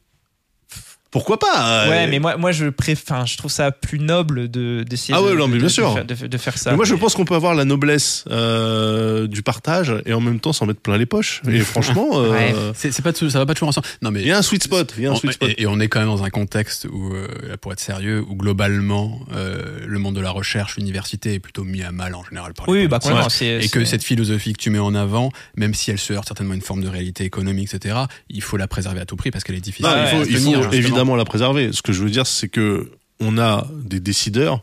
pourquoi pas. Ouais, euh, mais moi, moi, je préfère. Je trouve ça plus noble de d'essayer. Ah de, ouais, non, mais de- bien de sûr. faire- De, de faire ça. Mais moi, je Mais- pense qu'on peut avoir la noblesse euh, du partage et en même temps s'en mettre plein les poches. Et franchement, euh, Ouais. C'est c'est pas tout- ça va pas toujours ensemble. Non mais il y a un sweet spot. Il y a un On- sweet spot. et, et on est quand même dans un contexte où, euh, là, pour être sérieux, où globalement, euh, le monde de la recherche, l'université est plutôt mis à mal en général par les Oui, bah politiciens. complètement. C'est, Et que c'est- cette philosophie que tu mets en avant, même si elle se heurte certainement à une forme de réalité économique, et cetera, il faut la préserver à tout prix parce qu'elle est difficile. Non, Ouais, il faut, à il faut tenir, justement. évidemment la préserver. Ce que je veux dire, c'est que on a des décideurs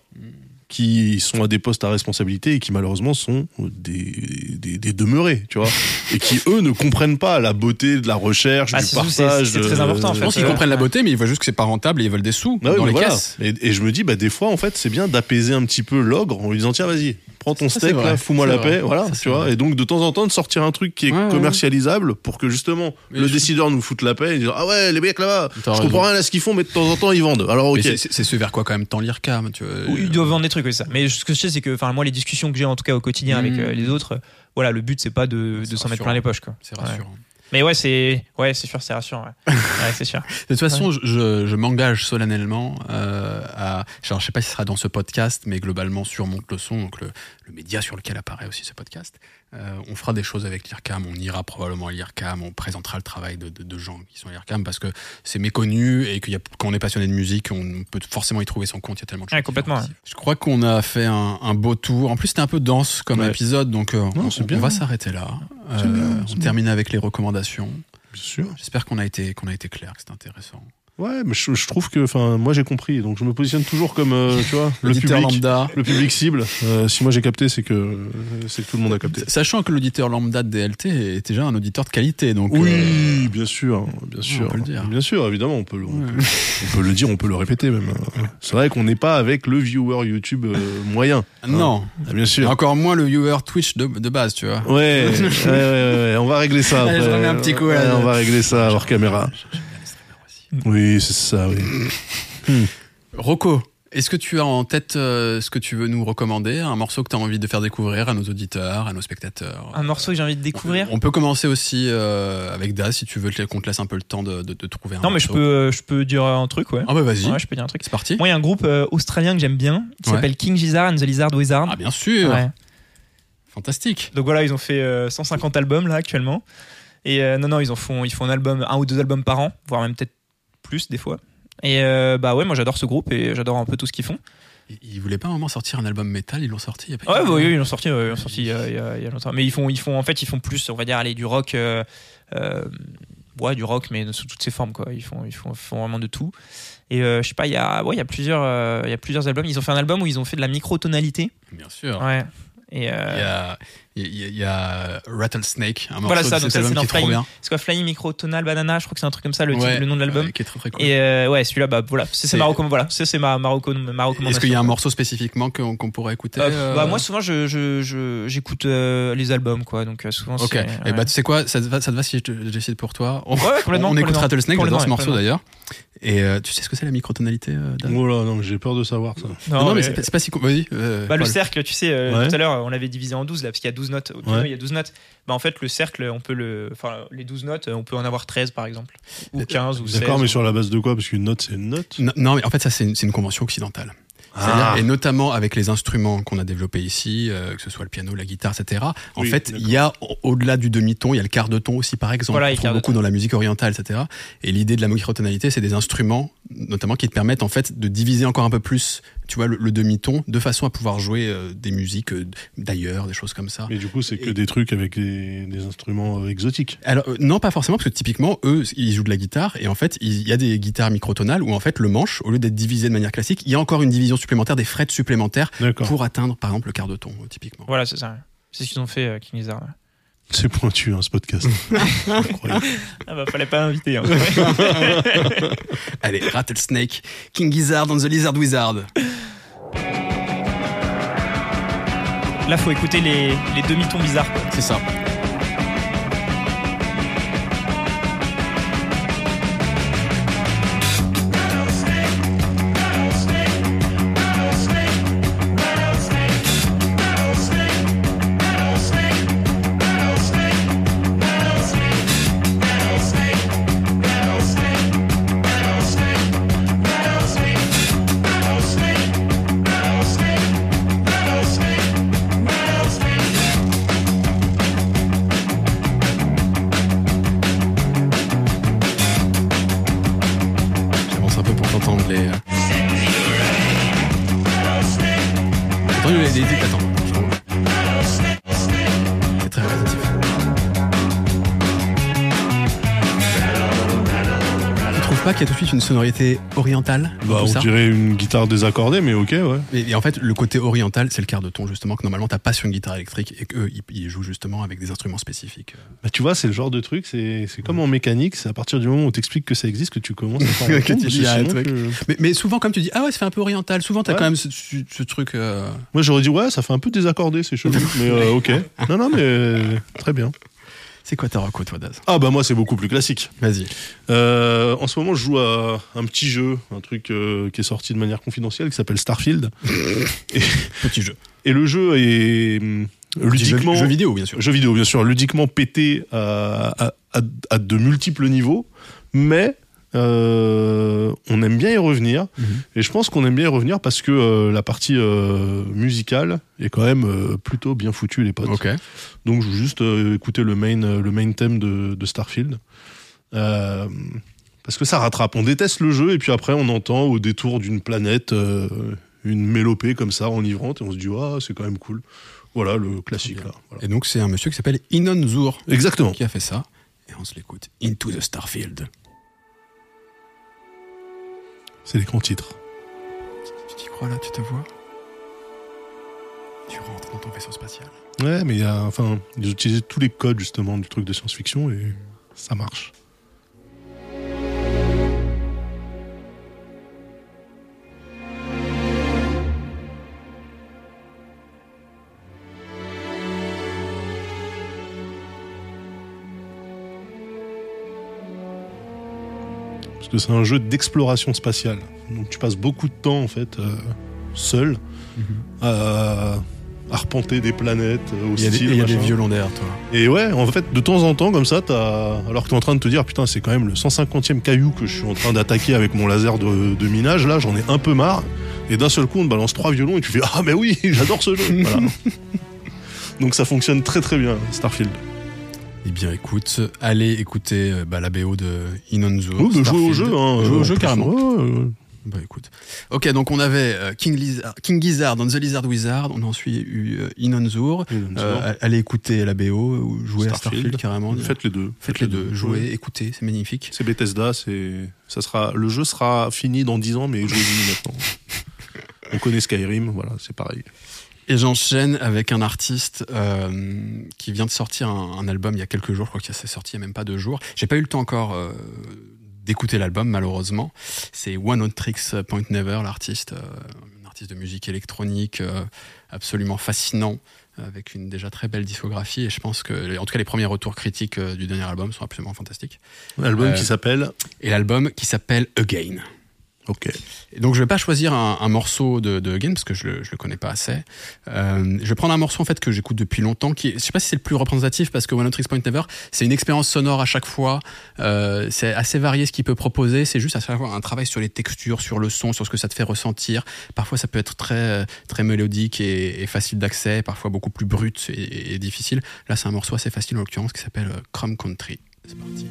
qui sont à des postes à responsabilité et qui malheureusement sont des, des, des demeurés, tu vois, et qui eux ne comprennent pas la beauté de la recherche, Ah, du c'est surtout, c'est- partage. c'est très de- important, en Je fait. pense qu'ils Ouais. comprennent la beauté, mais ils voient juste que c'est pas rentable et ils veulent des sous Bah oui, dans mais les voilà. caisses. Et, et je me dis, bah des fois en fait, c'est bien d'apaiser un petit peu l'ogre en lui disant tiens vas-y, prends ton Ça, steak c'est vrai. là, fous-moi C'est la vrai. paix, voilà, Ça, tu c'est vois. vrai. Et donc de temps en temps de sortir un truc qui est Ouais, ouais. commercialisable pour que justement Mais le je- décideur nous foute la paix et dire ah ouais les mecs là-bas, T'as je raison. comprends rien à ce qu'ils font, mais de temps en temps ils vendent. Alors ok. Mais c'est- c'est c'est ce vers quoi quand même tant l'I R C A M, tu vois. Oui, ils doivent vendre des trucs, oui, ça. Mais ce que je sais, c'est que, enfin, moi, les discussions que j'ai en tout cas au quotidien avec Mmh. euh, les autres, euh, voilà, le but c'est pas de, C'est de s'en mettre rassurant. plein les poches, quoi. C'est Ouais. rassurant. Mais ouais, c'est, ouais, c'est sûr, c'est rassurant. Ouais, ouais c'est sûr. De toute façon, je, je, je m'engage solennellement euh, à. Alors, je sais pas si ce sera dans ce podcast, mais globalement sur Monte le Son, donc le, le média sur lequel apparaît aussi ce podcast. Euh, on fera des choses avec l'I R C A M, on ira probablement à l'I R C A M, on présentera le travail de, de, de gens qui sont à l'I R C A M parce que c'est méconnu et qu'il y a, quand on est passionné de musique, on peut forcément y trouver son compte. Il y a tellement de choses. Ouais, complètement, différentes ici. Je crois qu'on a fait un, un beau tour. En plus, c'était un peu dense comme Ouais. épisode, donc euh, Non, on, c'est on bien. va s'arrêter là. C'est bien, Euh, c'est on bien. termine avec les recommandations. Bien sûr. J'espère qu'on a été qu'on a été clair, que c'était intéressant. Ouais, mais je, je trouve que, enfin, moi j'ai compris, donc je me positionne toujours comme, euh, tu vois, le L'auditeur public, lambda. le public cible. Euh, si moi j'ai capté, c'est que c'est que tout le monde a capté. Sachant que l'auditeur lambda de D L T est déjà un auditeur de qualité, donc. Oui, euh, bien sûr, bien sûr, on peut le dire. bien sûr, évidemment, on peut, le- on, Ouais. peut, on peut le dire, on peut le répéter même. C'est vrai qu'on n'est pas avec le viewer YouTube euh, moyen. non. Ah, bien Et sûr. encore moins le viewer Twitch de, de base, tu vois. Ouais, ouais, ouais, ouais, ouais, on va régler ça. Allez, Après. je remets un petit coup, Ouais, là. on va régler ça hors caméra. J'aime bien les streamers aussi. Oui, c'est ça. Oui. Rocco, est-ce que tu as en tête euh, ce que tu veux nous recommander, un morceau que tu as envie de faire découvrir à nos auditeurs, à nos spectateurs? Un morceau que j'ai envie de découvrir. On peut commencer aussi euh, avec Daz si tu veux qu'on te laisse un peu le temps de, de, de trouver un Non, mais je morceau. peux, euh, je peux dire un truc, ouais. Ah bah vas-y, Ouais, je peux dire un truc. c'est parti. Moi, il y a un groupe euh, australien que j'aime bien qui Ouais. s'appelle King Gizzard and the Lizard Wizard. Ah bien sûr. Ouais. Fantastique. Donc voilà, ils ont fait euh, cent cinquante albums là actuellement. Et euh, non, non, ils en font, ils font un album, un ou deux albums par an, voire même peut-être plus des fois. Et euh, bah ouais, moi j'adore ce groupe et j'adore un peu tout ce qu'ils font. Ils voulaient pas un moment sortir un album métal, ils l'ont sorti il y a pas Ouais, bah, quelques- oui, ils l'ont sorti, ouais, ils l'ont sorti il y, a, il y a- il y a longtemps. Mais ils font, ils font, en fait, ils font plus, on va dire, aller du rock, euh, euh, ouais, du rock, mais sous toutes ses formes, quoi. Ils font, ils font, font vraiment de tout. Et euh, je sais pas, il y a, ouais, il y a plusieurs, euh, il y a plusieurs albums. Ils ont fait un album où ils ont fait de la microtonalité. Bien sûr. Ouais. Et euh, Il y a, il y a- il y a Rattlesnake, un morceau Voilà ça, de donc cet ça, album c'est qui dans est trop Flying- bien. c'est quoi, Flying Microtonal Banana, je crois que c'est un truc comme ça, le, titre- Ouais, le nom de l'album. ouais, qui est très très cool. Et euh, ouais, celui-là, bah voilà, c'est, c'est C'est- ma recommandation. Voilà, c'est, c'est ma, ma, recom- ma recommandation. Est-ce qu'il y a un morceau spécifiquement qu'on, qu'on pourrait écouter Euh, euh, bah moi souvent je, je, je j'écoute euh, les albums quoi, donc euh, souvent Ok. c'est. Et ouais. bah tu sais quoi, ça te va, ça te va si je te- je décide pour toi. On, Ouais, ouais, complètement, on écoute complètement. Rattlesnake, j'adore Complètement, ce morceau complètement. d'ailleurs. Et euh, tu sais ce que c'est la microtonalité, euh, Dan Oh là, non, mais j'ai peur de savoir ça. Non, non, mais mais- c'est, pas- c'est pas si con. Vas-y. euh, Bah, le Paul. cercle, tu sais, euh, Ouais. tout à l'heure, on l'avait divisé en douze là, parce qu'il y a douze notes. Au piano, Ouais. il y a douze notes. Bah, en fait, le cercle, on peut le. Enfin, les douze notes, on peut en avoir treize par exemple. Ou quinze ou seize. D'accord, mais ou- sur la base de quoi? Parce qu'une note, c'est une note. Non, non, mais en fait, ça, c'est une, c'est une convention occidentale. C'est-à-dire, Ah. et notamment avec les instruments qu'on a développés ici, euh, que ce soit le piano, la guitare, et cetera. En Oui, fait, d'accord. il y a, au- au-delà du demi-ton, il y a le quart de ton aussi, par exemple. Voilà, on et trouve quart de beaucoup ton. dans la musique orientale, et cetera. Et l'idée de la microtonalité, c'est des instruments, notamment, qui te permettent, en fait, de diviser encore un peu plus, tu vois, le, le demi-ton, de façon à pouvoir jouer euh, des musiques euh, d'ailleurs, des choses comme ça. Mais du coup, c'est que Et- des trucs avec des, des instruments euh, exotiques. Alors euh, non, pas forcément, parce que typiquement eux, ils jouent de la guitare et en fait il y a des guitares microtonales où en fait le manche, au lieu d'être divisé de manière classique, il y a encore une division supplémentaire, des frettes supplémentaires D'accord. pour atteindre par exemple le quart de ton euh, typiquement. Voilà, c'est ça. C'est ce qu'ils ont fait, euh, King Gizzard. C'est pointu, hein, ce podcast. Incroyable. Ah bah, fallait pas inviter. Hein. Allez, Rattlesnake, King Gizzard and the Lizard Wizard. Là, faut écouter les, les demi-tons bizarres. Quoi. C'est ça. J'avance un peu pour t'entendre les. euh. Attends, les, les, les- attends. je trouve. C'est très répétitif. Tu trouves pas qu'il y a tout de suite une sonorité orientale dans Bah, tout on ça dirait une guitare désaccordée, mais ok, ouais. et, et en fait, le côté oriental, c'est le quart de ton justement que normalement t'as pas sur une guitare électrique et qu'eux ils, ils jouent justement avec des instruments spécifiques. Bah, tu vois, c'est le genre de truc, c'est, c'est comme en mécanique, c'est à partir du moment où on t'explique que ça existe que tu commences à t'en rendre Que tu compte, dis, parce que ah, sinon, truc. tu- Mais, mais souvent, comme tu dis, ah ouais, ça fait un peu oriental. Souvent, t'as Ouais. quand même ce, ce- ce truc. euh, Moi, j'aurais dit, ouais, ça fait un peu désaccordé, c'est chelou, mais euh, ok. Non, non, mais euh, très bien. C'est quoi ta reco, toi, Daz? Ah, bah, moi, c'est beaucoup plus classique. Vas-y. Euh, en ce moment, je joue à un petit jeu, un truc euh, qui est sorti de manière confidentielle, qui s'appelle Starfield. Petit jeu. Et le jeu est hum, Petit jeu, ludiquement. jeu vidéo, bien sûr. Jeu vidéo, bien sûr, ludiquement pété à, à, à, à de multiples niveaux, mais euh, on aime bien y revenir. Mhm. Et je pense qu'on aime bien y revenir parce que euh, la partie euh, musicale est quand même euh, plutôt bien foutue, les potes. Ok. Donc je vais juste euh, écouter le main, euh, le main thème de, de Starfield. Euh, parce que ça rattrape. On déteste le jeu et puis après on entend au détour d'une planète euh, une mélopée comme ça enivrante et on se dit ah c'est quand même cool. Voilà le classique là. Voilà. Et donc, c'est un monsieur qui s'appelle Inon Zur Exactement. qui a fait ça. Et on se l'écoute. Into the Starfield. C'est les grands titres. Tu t'y crois là, tu te vois? Tu rentres dans ton vaisseau spatial. Ouais, mais il y a, enfin, ils utilisaient tous les codes justement du truc de science-fiction et ça marche. Parce que c'est un jeu d'exploration spatiale. Donc tu passes beaucoup de temps en fait euh, seul à arpenter des planètes euh, Il y a des, hostiles. et il y a des machin. violons derrière toi. Et ouais, en fait, de temps en temps, comme ça, t'as... alors que t'es en train de te dire, putain, c'est quand même le cent cinquantième caillou que je suis en train d'attaquer avec mon laser de, de minage, là, j'en ai un peu marre. Et d'un seul coup, on te balance trois violons et tu fais, ah, mais oui, j'adore ce jeu. Voilà. Donc ça fonctionne très très bien, Starfield. Eh bien, écoute, allez écouter euh, bah, la B O de Inonzur. Oui, bah, jouer au jeu. Hein, jouer au jeu, plus, carrément. Ouais, ouais. Bah écoute. Ok, donc on avait euh, King, Lizard, King Gizzard dans The Lizard Wizard, on a ensuite eu euh, Inonzur. Euh, allez écouter la B O, ou jouer Starfield. à Starfield carrément. Faites les deux. Faites les deux, jouez, ouais. Écoutez, c'est magnifique. C'est Bethesda, c'est, ça sera, le jeu sera fini dans dix ans, mais jouez-y maintenant. On connaît Skyrim, voilà, c'est pareil. Et j'enchaîne avec un artiste euh, qui vient de sortir un, un album il y a quelques jours, je crois que c'est sorti il n'y a même pas deux jours. J'ai pas eu le temps encore euh, d'écouter l'album, malheureusement. C'est One Hot Tricks Point Never, l'artiste, euh, un artiste de musique électronique euh, absolument fascinant, avec une déjà très belle discographie. Et je pense que, en tout cas, les premiers retours critiques euh, du dernier album sont absolument fantastiques. L'album euh, qui s'appelle Et l'album qui s'appelle Again. Ok. Et donc je vais pas choisir un, un morceau de, de Again parce que je le, je le connais pas assez. Euh, je vais prendre un morceau en fait que j'écoute depuis longtemps. Qui, je sais pas si c'est le plus représentatif parce que One Hot Tricks Point Never, c'est une expérience sonore à chaque fois. Euh, c'est assez varié ce qu'il peut proposer. C'est juste à chaque fois un travail sur les textures, sur le son, sur ce que ça te fait ressentir. Parfois ça peut être très très mélodique et, et facile d'accès, parfois beaucoup plus brut et, et difficile. Là c'est un morceau assez facile en l'occurrence qui s'appelle Chrome Country. C'est parti.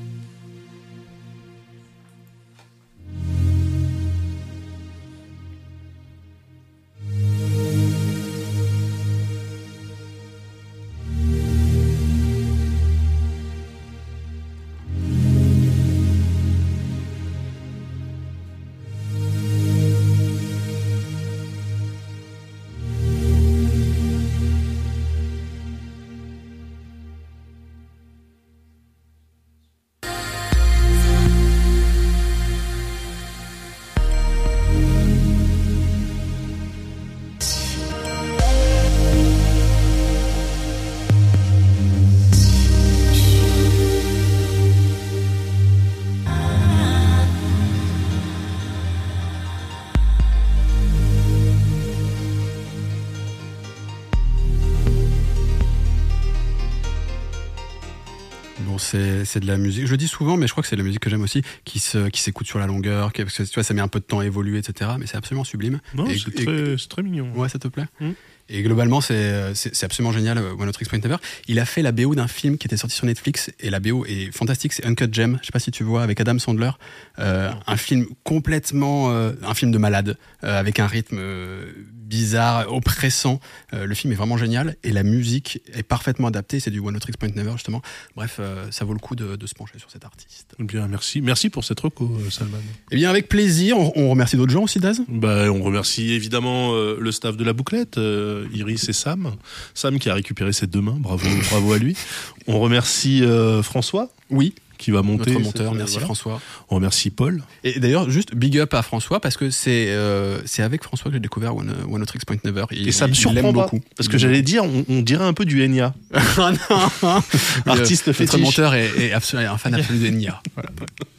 C'est, c'est de la musique, je le dis souvent, mais je crois que c'est de la musique que j'aime aussi, qui, se, qui s'écoute sur la longueur, qui, parce que tu vois, ça met un peu de temps à évoluer, et cetera. Mais c'est absolument sublime. Non, et, c'est, et, très, c'est très mignon. Ouais, ça te plaît mmh. Et globalement, c'est, c'est, c'est absolument génial, One Hot Tricks Point Never. Il a fait la B O d'un film qui était sorti sur Netflix, et la B O est fantastique, c'est Uncut Gem, je sais pas si tu vois, avec Adam Sandler. Euh, un film complètement... Euh, un film de malade, euh, avec un rythme... Euh, bizarre, oppressant. Euh, le film est vraiment génial et la musique est parfaitement adaptée. C'est du One Hot Tricks Point Never justement. Bref, euh, ça vaut le coup de, de se pencher sur cet artiste. Bien, merci, merci pour cette reco, Salman. Eh bien, avec plaisir. On, on remercie d'autres gens aussi, Daz. Bah, on remercie évidemment euh, le staff de la bouclette, euh, Iris et Sam. Sam qui a récupéré ses deux mains. Bravo, bravo à lui. On remercie euh, François. Oui. Qui va monter. Notre monteur, merci voilà. François. On remercie Paul. Et d'ailleurs, juste big up à François parce que c'est euh, c'est avec François que j'ai découvert One, One Hot Tricks Point Never. Il, et ça me surprend pas, beaucoup. Parce que j'allais dire, on, on dirait un peu du Enya. Ah non. Artiste le, fétiche. Notre monteur est, est absolument un fan absolu d'Enya. Voilà.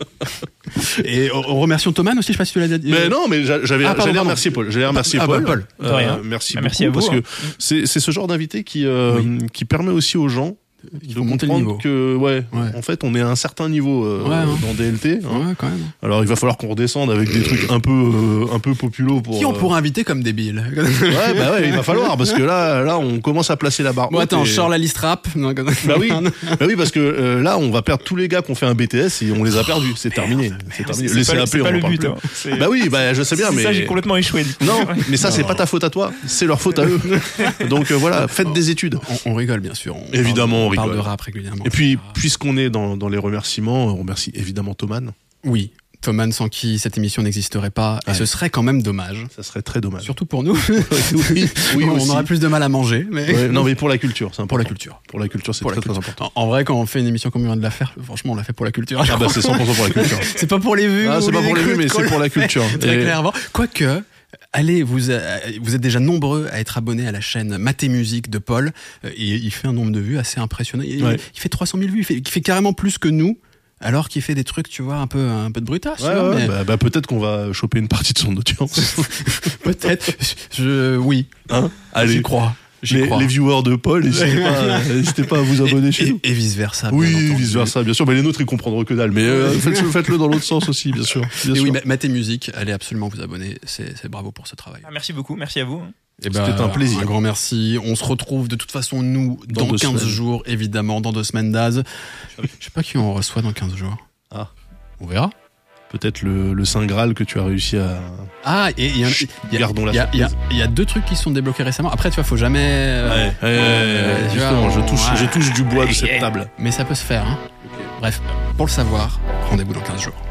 Et on, on remercie Thomas aussi, je sais pas si tu l'as dit. Mais non, mais j'avais, ah, pardon, j'allais remercier Paul. J'allais remercier ah, Paul. Bah, Paul. Euh, rien. Merci bah, beaucoup merci à vous, parce hein. que c'est, c'est ce genre d'invité qui, euh, oui. qui permet aussi aux gens il faut monter le niveau. Que, ouais, ouais, en fait, on est à un certain niveau euh, ouais, hein. dans D L T. Hein. Ouais, quand même. Alors, il va falloir qu'on redescende avec des trucs un peu, euh, un peu populos pour. Qui on pourrait inviter comme débile. Ouais, bah ouais, il va falloir parce que là, là, on commence à placer la barre. Bon, attends, et... je sors la liste rap. Non, bah oui, bah oui, parce que euh, là, on va perdre tous les gars qui ont fait un B T S et on les a perdus. C'est oh, terminé. Merde, c'est terminé. C'est Laissez pas, la c'est paix, pas on le en but. parle Hein. plus. Bah oui, bah je sais bien, c'est mais ça, j'ai complètement échoué. Non, mais ça, c'est pas ta faute à toi. C'est leur faute à eux. Donc voilà, faites des études. On, on rigole bien sûr. On Évidemment, on rigole. On parle de rap régulièrement. Et puis, puisqu'on est dans, dans les remerciements, on remercie évidemment Thoman. Oui, Thoman sans qui cette émission n'existerait pas, et ouais. ce serait quand même dommage. Ça serait très dommage. Surtout pour nous. oui, oui on aussi. aurait plus de mal à manger. Mais... Ouais, non, mais pour la culture, c'est important. Pour la culture. Pour la culture, c'est pour très, la culture. très important. En, en vrai, quand on fait une émission comme on vient de la faire, franchement, on l'a fait pour la culture. Ah bah c'est cent pour cent pour la culture. C'est pas pour les vues. Ah, c'est pas pour les vues, mais c'est pour la culture. Très et... clairement. Quoique... Allez, vous, euh, vous êtes déjà nombreux à être abonnés à la chaîne Maté Musique de Paul. Euh, et il fait un nombre de vues assez impressionnant. Il, ouais. il fait trois cent mille vues. Il fait, il fait carrément plus que nous. Alors qu'il fait des trucs, tu vois, un peu, un peu de brutasse. Ouais, ouais, mais... bah, bah, peut-être qu'on va choper une partie de son audience. Peut-être. Je, oui. Hein Allez. J'y crois. J'y les, crois. les viewers de Paul, n'hésitez pas, n'hésitez pas à vous abonner et, chez et, nous. Et vice versa. Oui, vice versa, bien sûr. Mais les nôtres, ils comprendront que dalle. Mais euh, faites-le, faites-le dans l'autre sens aussi, bien sûr. Bien et sûr. oui, Maté Musique, allez absolument vous abonner. C'est, c'est bravo pour ce travail. Ah, merci beaucoup, merci à vous. Eh ben, C'était un plaisir. Un grand merci. On se retrouve de toute façon, nous, dans, Dans deux quinze semaines. jours, évidemment, dans deux semaines d'Az. Je sais pas qui on reçoit dans quinze jours. Ah. On verra. Peut-être le, le Saint Graal que tu as réussi à. Ah, et il y, a- Chut, il y, a- gardons la il y a- il y a- surprise. il y a deux trucs qui sont débloqués récemment. Après, tu vois, faut jamais. euh, Ouais, ouais, ouais, euh, ouais, tu vois, justement, on- je touche, ouais. je touche du bois de Et- cette table. Mais ça peut se faire. Hein. Bref, pour le savoir, rendez-vous dans quinze jours.